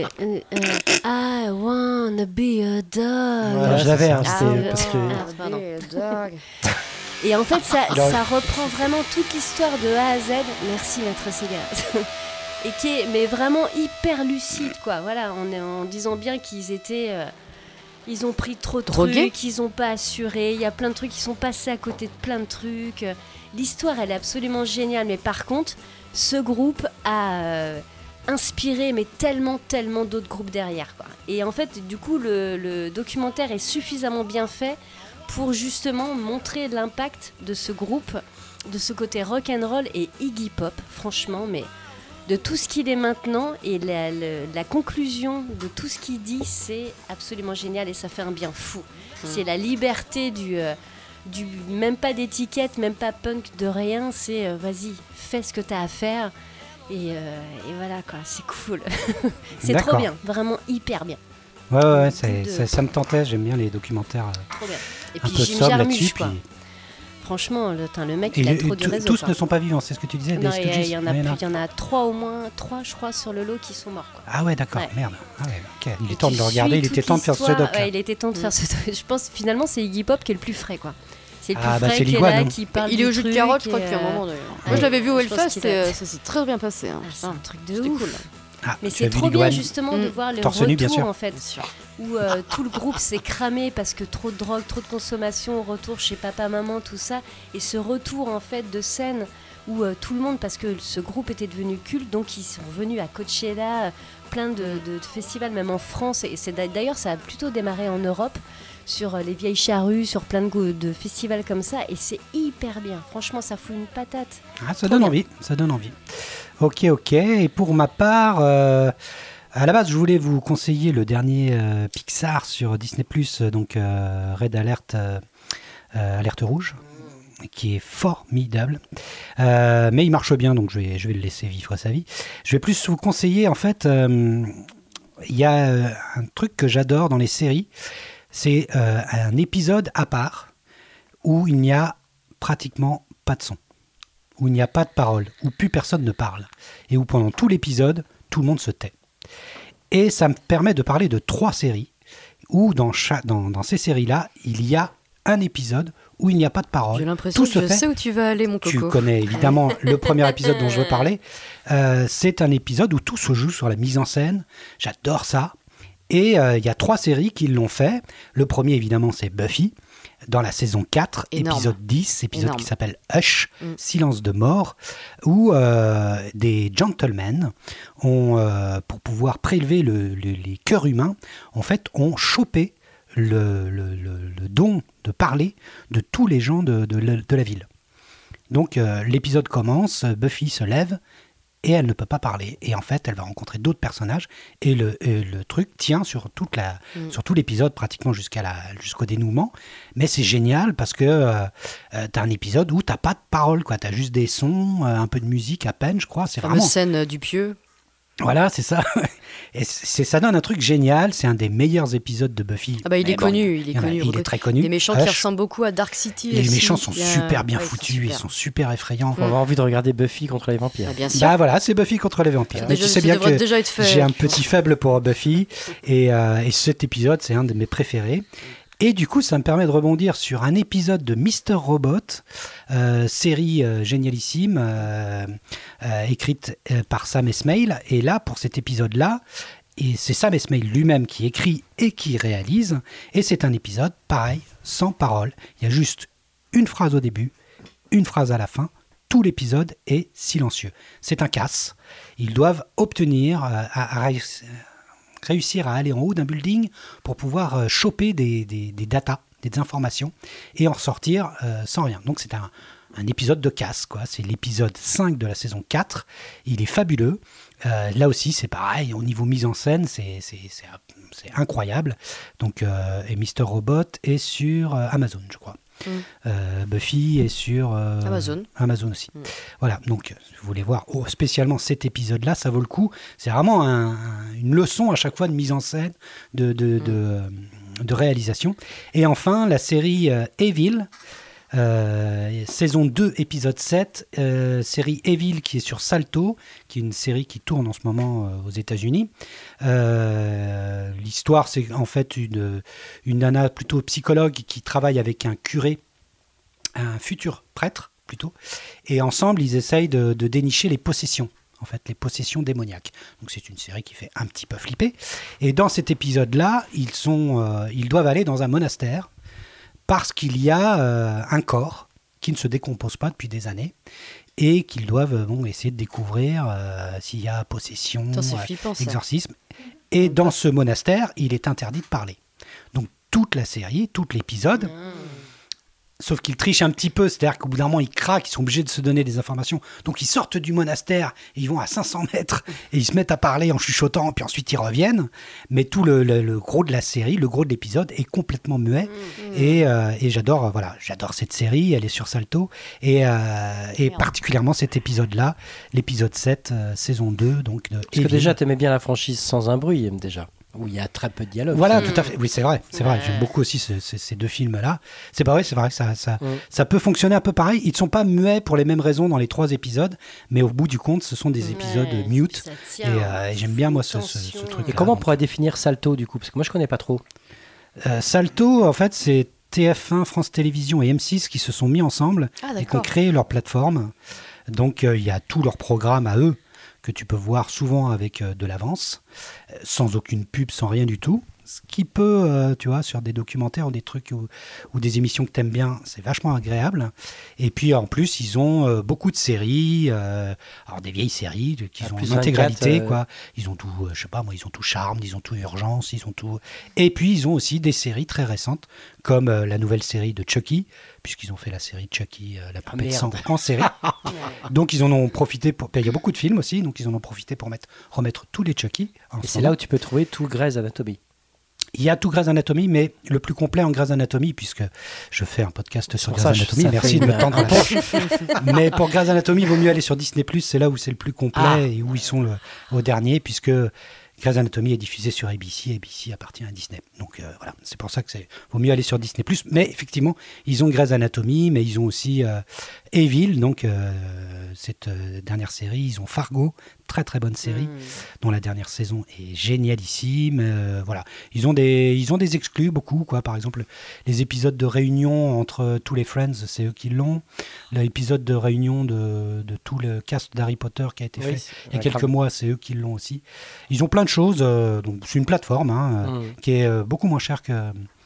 I wanna be a dog.
Voilà, je l'avais, hein,
Ah,
c'était
ouais.
parce que.
Ah, pardon. Et en fait, ça reprend vraiment toute l'histoire de A à Z. Merci, maître Sega. Et qui est mais vraiment hyper lucide, quoi. Voilà, en disant bien qu'ils étaient. Ils ont pris trop de
Drogués.
trucs, ils n'ont pas assuré. Il y a plein de trucs qui sont passés à côté de plein de trucs. L'histoire, elle est absolument géniale. Mais par contre, ce groupe a inspiré mais tellement d'autres groupes derrière, quoi. Et en fait, du coup, le documentaire est suffisamment bien fait pour justement montrer l'impact de ce groupe, de ce côté rock'n'roll et Iggy Pop, franchement, mais de tout ce qu'il est maintenant et la conclusion de tout ce qu'il dit, c'est absolument génial et ça fait un bien fou. C'est la liberté du même pas d'étiquette, même pas punk de rien, c'est vas-y, fais ce que t'as à faire et voilà quoi, c'est cool. C'est
D'accord.
trop bien, vraiment hyper bien,
Ouais,
de-
ça me tentait. J'aime bien les documentaires
trop bien. Et
un
puis
peu
Jim
sobres
Jarmusch,
là-dessus.
quoi.
Puis...
Franchement, le mec,
Et
il a trop du réseau.
tous
quoi.
ne sont pas vivants, c'est ce que tu disais.
Non,
des
il
Stooges.
y en a plus, il y en a 3 au moins, 3 je crois sur le lot qui sont morts, quoi.
Ah ouais, d'accord.
Ouais.
Merde. Ah ouais, ok. Il
Et
est temps de
tu
le regarder.
suis
Il était
toute
temps de faire ce
l'histoire.
doc.
Ouais, il était temps de faire ce doc. Je pense finalement c'est Iggy Pop qui est le plus frais, quoi. C'est le plus
Ah, bah,
frais
c'est
qui est
l'iguane,
là,
hein.
qui parle
Il est
du
au jus de
truc
carotte, je crois,
et,
depuis un moment d'ailleurs. Moi,
ouais,
je l'avais vu au
je pense
Hellfest
qu'il a-
et ça s'est très bien passé. Hein.
Ah, c'est
Putain,
un truc de
c'était
ouf.
cool.
Ah,
Mais
tu as
c'est
vu
trop bien
l'iguane
justement de
Mm.
voir le
Torse nu, bien
retour
sûr.
en fait, où tout le groupe s'est cramé parce que trop de drogue, trop de consommation, retour chez papa, maman, tout ça, et ce retour en fait de scène où tout le monde, parce que ce groupe était devenu culte, donc ils sont venus à Coachella, plein de festivals, même en France, et c'est d'ailleurs ça a plutôt démarré en Europe, sur les vieilles charrues, sur plein de festivals comme ça, et c'est hyper bien. Franchement, ça fout une patate.
Ah, ça donne envie. Ça donne envie. Ok. Et pour ma part, à la base, je voulais vous conseiller le dernier Pixar sur Disney+, donc Red Alert, Alerte Rouge, qui est formidable. Mais il marche bien, donc je vais le laisser vivre sa vie. Je vais plus vous conseiller, en fait, il y a un truc que j'adore dans les séries, c'est un épisode à part où il n'y a pratiquement pas de son, où il n'y a pas de parole, où plus personne ne parle, et où pendant tout l'épisode, tout le monde se tait. Et ça me permet de parler de 3 séries, où dans ces séries-là, il y a un épisode où il n'y a pas de parole.
J'ai l'impression
Tout
que
se
je
fait.
sais où tu vas aller, mon
Tu
coco.
connais évidemment le premier épisode dont je veux parler. C'est un épisode où tout se joue sur la mise en scène. J'adore ça. Et il y a 3 séries qui l'ont fait. Le premier, évidemment, c'est Buffy. dans la saison 4,
Énorme.
épisode 10, épisode
Énorme.
qui s'appelle Hush, Silence de mort, où des gentlemen ont, pour pouvoir prélever les cœurs humains, en fait, ont chopé le don de parler de tous les gens de la ville. Donc l'épisode commence, Buffy se lève et elle ne peut pas parler. Et en fait, elle va rencontrer d'autres personnages et le truc tient sur sur tout l'épisode, pratiquement jusqu'au dénouement. Mais c'est génial parce que t'as un épisode où t'as pas de paroles, quoi. T'as juste des sons, un peu de musique à peine, je crois. C'est
La fameuse
vraiment...
scène du pieu.
Voilà, c'est ça. Et ça donne un truc génial. C'est un des meilleurs épisodes de Buffy.
Ah bah il
Mais
est
bon,
connu, il est connu.
il est très connu.
Des méchants qui
Hush.
ressemblent beaucoup à Dark City.
Et les
aussi.
méchants sont super bien
ouais,
foutus,
super.
ils sont super effrayants.
On va avoir envie de regarder Buffy contre les vampires.
Ah, bien sûr.
Bah voilà, c'est Buffy contre les vampires. Mais tu sais bien
devrait
que
déjà être fait.
j'ai un petit faible pour Buffy et cet épisode, c'est un de mes préférés. Et du coup, ça me permet de rebondir sur un épisode de Mr. Robot, série génialissime, écrite par Sam Esmail. Et là, pour cet épisode-là, et c'est Sam Esmail lui-même qui écrit et qui réalise. Et c'est un épisode, pareil, sans parole. Il y a juste une phrase au début, une phrase à la fin. Tout l'épisode est silencieux. C'est un casse. Ils doivent obtenir, réussir à aller en haut d'un building pour pouvoir choper des datas, des informations, et en ressortir sans rien. Donc c'est un épisode de casse, quoi. C'est l'épisode 5 de la saison 4. Il est fabuleux. Là aussi, c'est pareil. Au niveau mise en scène, c'est incroyable. Donc, et Mr. Robot est sur Amazon, je crois. Buffy est sur Amazon aussi. Voilà, donc si vous voulez voir spécialement cet épisode-là, ça vaut le coup. C'est vraiment une leçon à chaque fois de mise en scène, de réalisation. Et enfin, la série Evil, saison 2, épisode 7, série Evil qui est sur Salto, qui est une série qui tourne en ce moment aux États-Unis. L'histoire, c'est en fait une nana plutôt psychologue qui travaille avec un curé, un futur prêtre plutôt, et ensemble ils essayent de dénicher les possessions. En fait, les possessions démoniaques. Donc c'est une série qui fait un petit peu flipper. Et dans cet épisode-là, ils doivent aller dans un monastère parce qu'il y a un corps qui ne se décompose pas depuis des années et qu'ils doivent essayer de découvrir s'il y a possession,
C'est flippant, ça.
exorcisme. Et dans ce monastère, il est interdit de parler. Donc toute la série, tout l'épisode, sauf qu'ils trichent un petit peu, c'est-à-dire qu'au bout d'un moment, ils craquent, ils sont obligés de se donner des informations. Donc ils sortent du monastère, et ils vont à 500 mètres, et ils se mettent à parler en chuchotant, puis ensuite ils reviennent. Mais tout le gros de la série, le gros de l'épisode est complètement muet. Et j'adore cette série, elle est sur Salto. Et particulièrement cet épisode-là, l'épisode 7, saison 2. Donc
Parce que déjà, t'aimais bien la franchise Sans un bruit, déjà. Où il y a très peu de dialogue.
Voilà, tout à fait. Oui, c'est vrai. J'aime beaucoup aussi ces deux films-là. C'est vrai que ça peut fonctionner un peu pareil. Ils ne sont pas muets pour les mêmes raisons dans les 3 épisodes, mais au bout du compte, ce sont des épisodes mute. Et j'aime bien, moi, ce truc-là.
Et comment on pourrait définir Salto, du coup? Parce que moi, je ne connais pas trop.
Salto, en fait, c'est TF1, France Télévisions et M6 qui se sont mis ensemble et qui ont créé leur plateforme. Donc, il y a tous leurs programmes à eux que tu peux voir souvent avec de l'avance, sans aucune pub, sans rien du tout. Ce qui peut, tu vois, sur des documentaires ou des trucs ou des émissions que tu aimes bien, c'est vachement agréable. Et puis en plus, ils ont beaucoup de séries, alors des vieilles séries qui ont une intégralité, quoi. Ils ont tout, je sais pas moi, ils ont tout Charme, ils ont tout Urgence, ils ont tout. Et puis ils ont aussi des séries très récentes, comme la nouvelle série de Chucky, puisqu'ils ont fait la série Chucky, la poupée de sang en série. Donc ils en ont profité pour. Il y a beaucoup de films aussi, donc ils en ont profité pour remettre tous les Chucky.
Et c'est là où tu peux trouver tout Grey's Anatomy.
Il y a tout Grey's Anatomy, mais le plus complet en Grey's Anatomy, puisque je fais un podcast sur Grey's Anatomy. Merci de me tendre la poche. Mais pour Grey's Anatomy, il vaut mieux aller sur Disney+, c'est là où c'est le plus complet et où ils sont au dernier, puisque Grey's Anatomy est diffusé sur ABC. ABC appartient à Disney. Donc voilà, c'est pour ça que vaut mieux aller sur Disney+. Mais effectivement, ils ont Grey's Anatomy, mais ils ont aussi Evil, donc cette dernière série. Ils ont Fargo, très très bonne série, dont la dernière saison est génialissime. Voilà, ils ont des exclus beaucoup, quoi. Par exemple, les épisodes de réunion entre tous les Friends, c'est eux qui l'ont. L'épisode de réunion de tout le cast d'Harry Potter qui a été fait il y a quelques mois, c'est eux qui l'ont aussi. Ils ont plein de choses. Donc c'est une plateforme qui est beaucoup moins chère que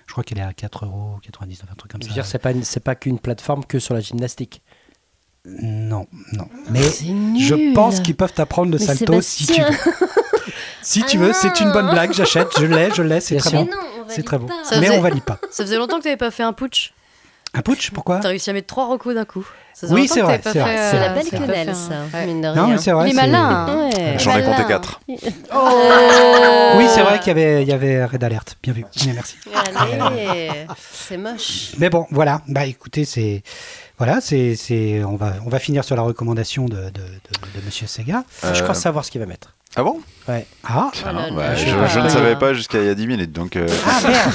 Je crois qu'elle est à 4,99€, un truc comme
Je
ça.
veux dire, c'est pas qu'une plateforme que sur la gymnastique.
Non. Mais
C'est nul.
je pense qu'ils peuvent t'apprendre le
Mais
salto si tu
Sébastien.
veux. Si tu
Ah
veux,
non.
c'est une bonne blague, j'achète, je l'ai, c'est
Bien
très
sûr.
bon.
Mais non, on valide
C'est très bon.
pas.
Ça
Mais
faisait-
on valide pas.
Ça faisait longtemps que tu n'avais pas fait un putsch.
Un putsch, pourquoi
Tu as réussi à mettre 3 recos d'un coup. Ça faisait
Oui,
longtemps
c'est
que
vrai,
t'avais pas
c'est vrai,
fait,
C'est la
vrai,
belle
c'est
vrai.
quenelle,
Pas
ça,
fait un-
mine de
Non,
rien.
mais c'est vrai.
Il est
c'est-
malin. hein.
Ouais.
J'en ai compté
Malin.
4.
Oui, c'est vrai qu'il y avait Red Alert. Bien vu. Mais merci.
Allez, c'est moche.
Mais bon, voilà. Bah écoutez, on va finir sur la recommandation de Monsieur Sega.
Je crois savoir ce qu'il va mettre.
Ah bon?
Ah,
Tiens,
là
bah,
là.
je ne savais pas jusqu'à il y a 10 minutes. Donc,
ah merde.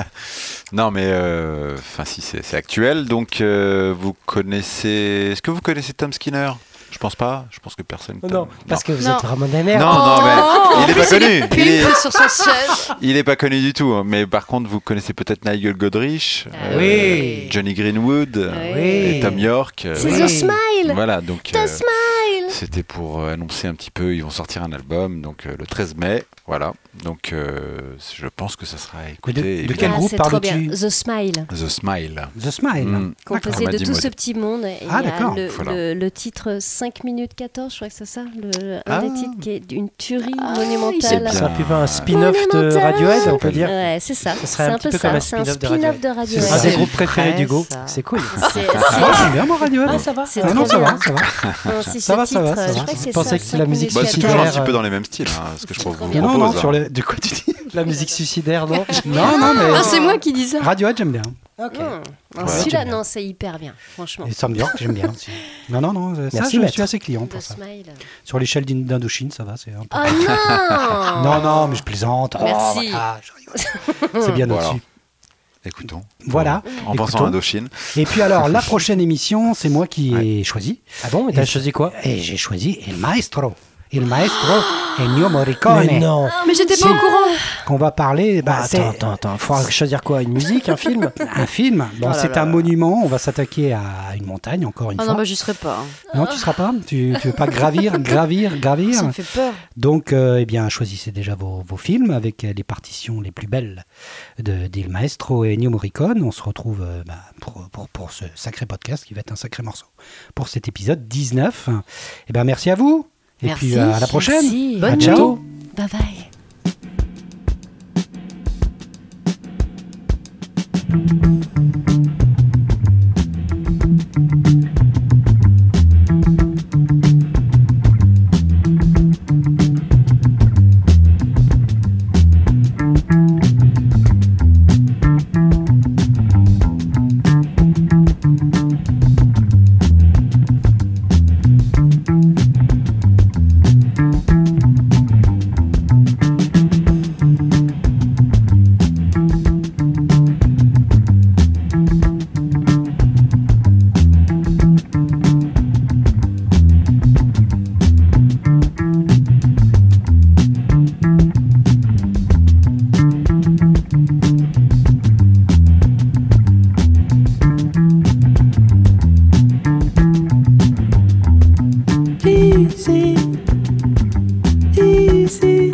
non, mais si c'est actuel. Donc, vous connaissez. Est-ce que vous connaissez Tom Skinner? Je pense pas. Je pense que personne.
Non, parce que vous
Non.
êtes vraiment des merdes.
Non, mais
Oh,
il est pas connu.
Pump sur son siège.
Il est pas connu du tout. hein. Mais par contre, vous connaissez peut-être Nigel Godrich,
Oui.
Johnny Greenwood, et Tom York.
C'est
Oui.
The Smile.
Voilà, donc
The Smile.
c'était pour annoncer un petit peu. Ils vont sortir un album, donc le 13 mai. Voilà, donc je pense que ça sera écouté.
de
évidemment.
quel groupe
C'est trop bien.
parles-tu
The Smile.
The Smile.
The Smile.
Mm.
Composé
On m'a
de
dit
tout
Maud.
ce petit monde. Et
Ah,
il y a
d'accord.
Voilà.
le titre 5 minutes 14, je crois que c'est ça. Un
Ah.
des titres qui est une tuerie
c'est
monumentale.
bien.
C'est un peu un spin-off de
Monumental.
Radiohead, on peut dire.
Ouais, c'est ça.
Ce
C'est
serait un
un
petit
peu
peu comme
ça.
un
C'est un
spin-off de
spin-off de
C'est
Radiohead.
un des
C'est
groupes préférés
vrai,
d'Hugo.
ça.
C'est cool.
C'est
Ah, j'aime bien moi Radiohead.
Ah, ça va.
C'est
Ah
trop
non, ça
bien.
va, ça va.
Non, si
Ça
ce
va, ça
titre,
va, ça
je
va.
crois que
Je
c'est
pensais
ça,
que c'était la
5
musique
Bah,
minutes
c'est toujours un
14.
petit peu dans les mêmes styles, hein, ce que je vous
trop
propose.
bien.
Non, non,
hein.
sur le. De quoi tu dis
La musique suicidaire, non?
Non, non, mais.
Ah, c'est moi qui dis ça.
Radiohead, j'aime bien.
Ok.
Non,
Ouais.
celui-là,
J'aime bien.
non, c'est hyper bien, franchement.
Et Tom York, j'aime bien aussi. Non, ça,
Merci,
je
maître.
suis assez client
The
pour ça.
Smile.
Sur l'échelle d'Indochine, ça va, c'est un peu.
Oh non
Non, mais je plaisante. Oh,
Merci.
voilà, je rigole. C'est bien
Voilà.
au-dessus.
Écoutons.
Voilà.
En pensant
Écoutons.
à Indochine.
Et puis alors, la prochaine émission, c'est moi qui ai choisi.
Ah bon, mais t'as choisi quoi?
Et j'ai choisi El Maestro. El Maestro Ennio Morricone.
Mais non.
Mais j'étais
Si.
pas au courant.
Qu'on va parler. Bah, c'est
Attends. Faudra choisir quoi? Une musique, un film?
un film. Bon,
Oh là
c'est
là
un
là.
monument. On va s'attaquer à une montagne, encore une
Ah
fois.
non, bah j'y serais pas. hein.
Non, tu seras pas. Tu veux pas gravir.
Ça me fait peur.
Donc, eh bien, choisissez déjà vos films avec les partitions les plus belles d'Il Maestro et Ennio Morricone. On se retrouve pour ce sacré podcast qui va être un sacré morceau. Pour cet épisode 19. Eh bien, merci à vous. Et
Merci.
puis, à la prochaine.
Merci.
À
Bonne
ciao.
nuit.
Bye bye.
Easy, easy.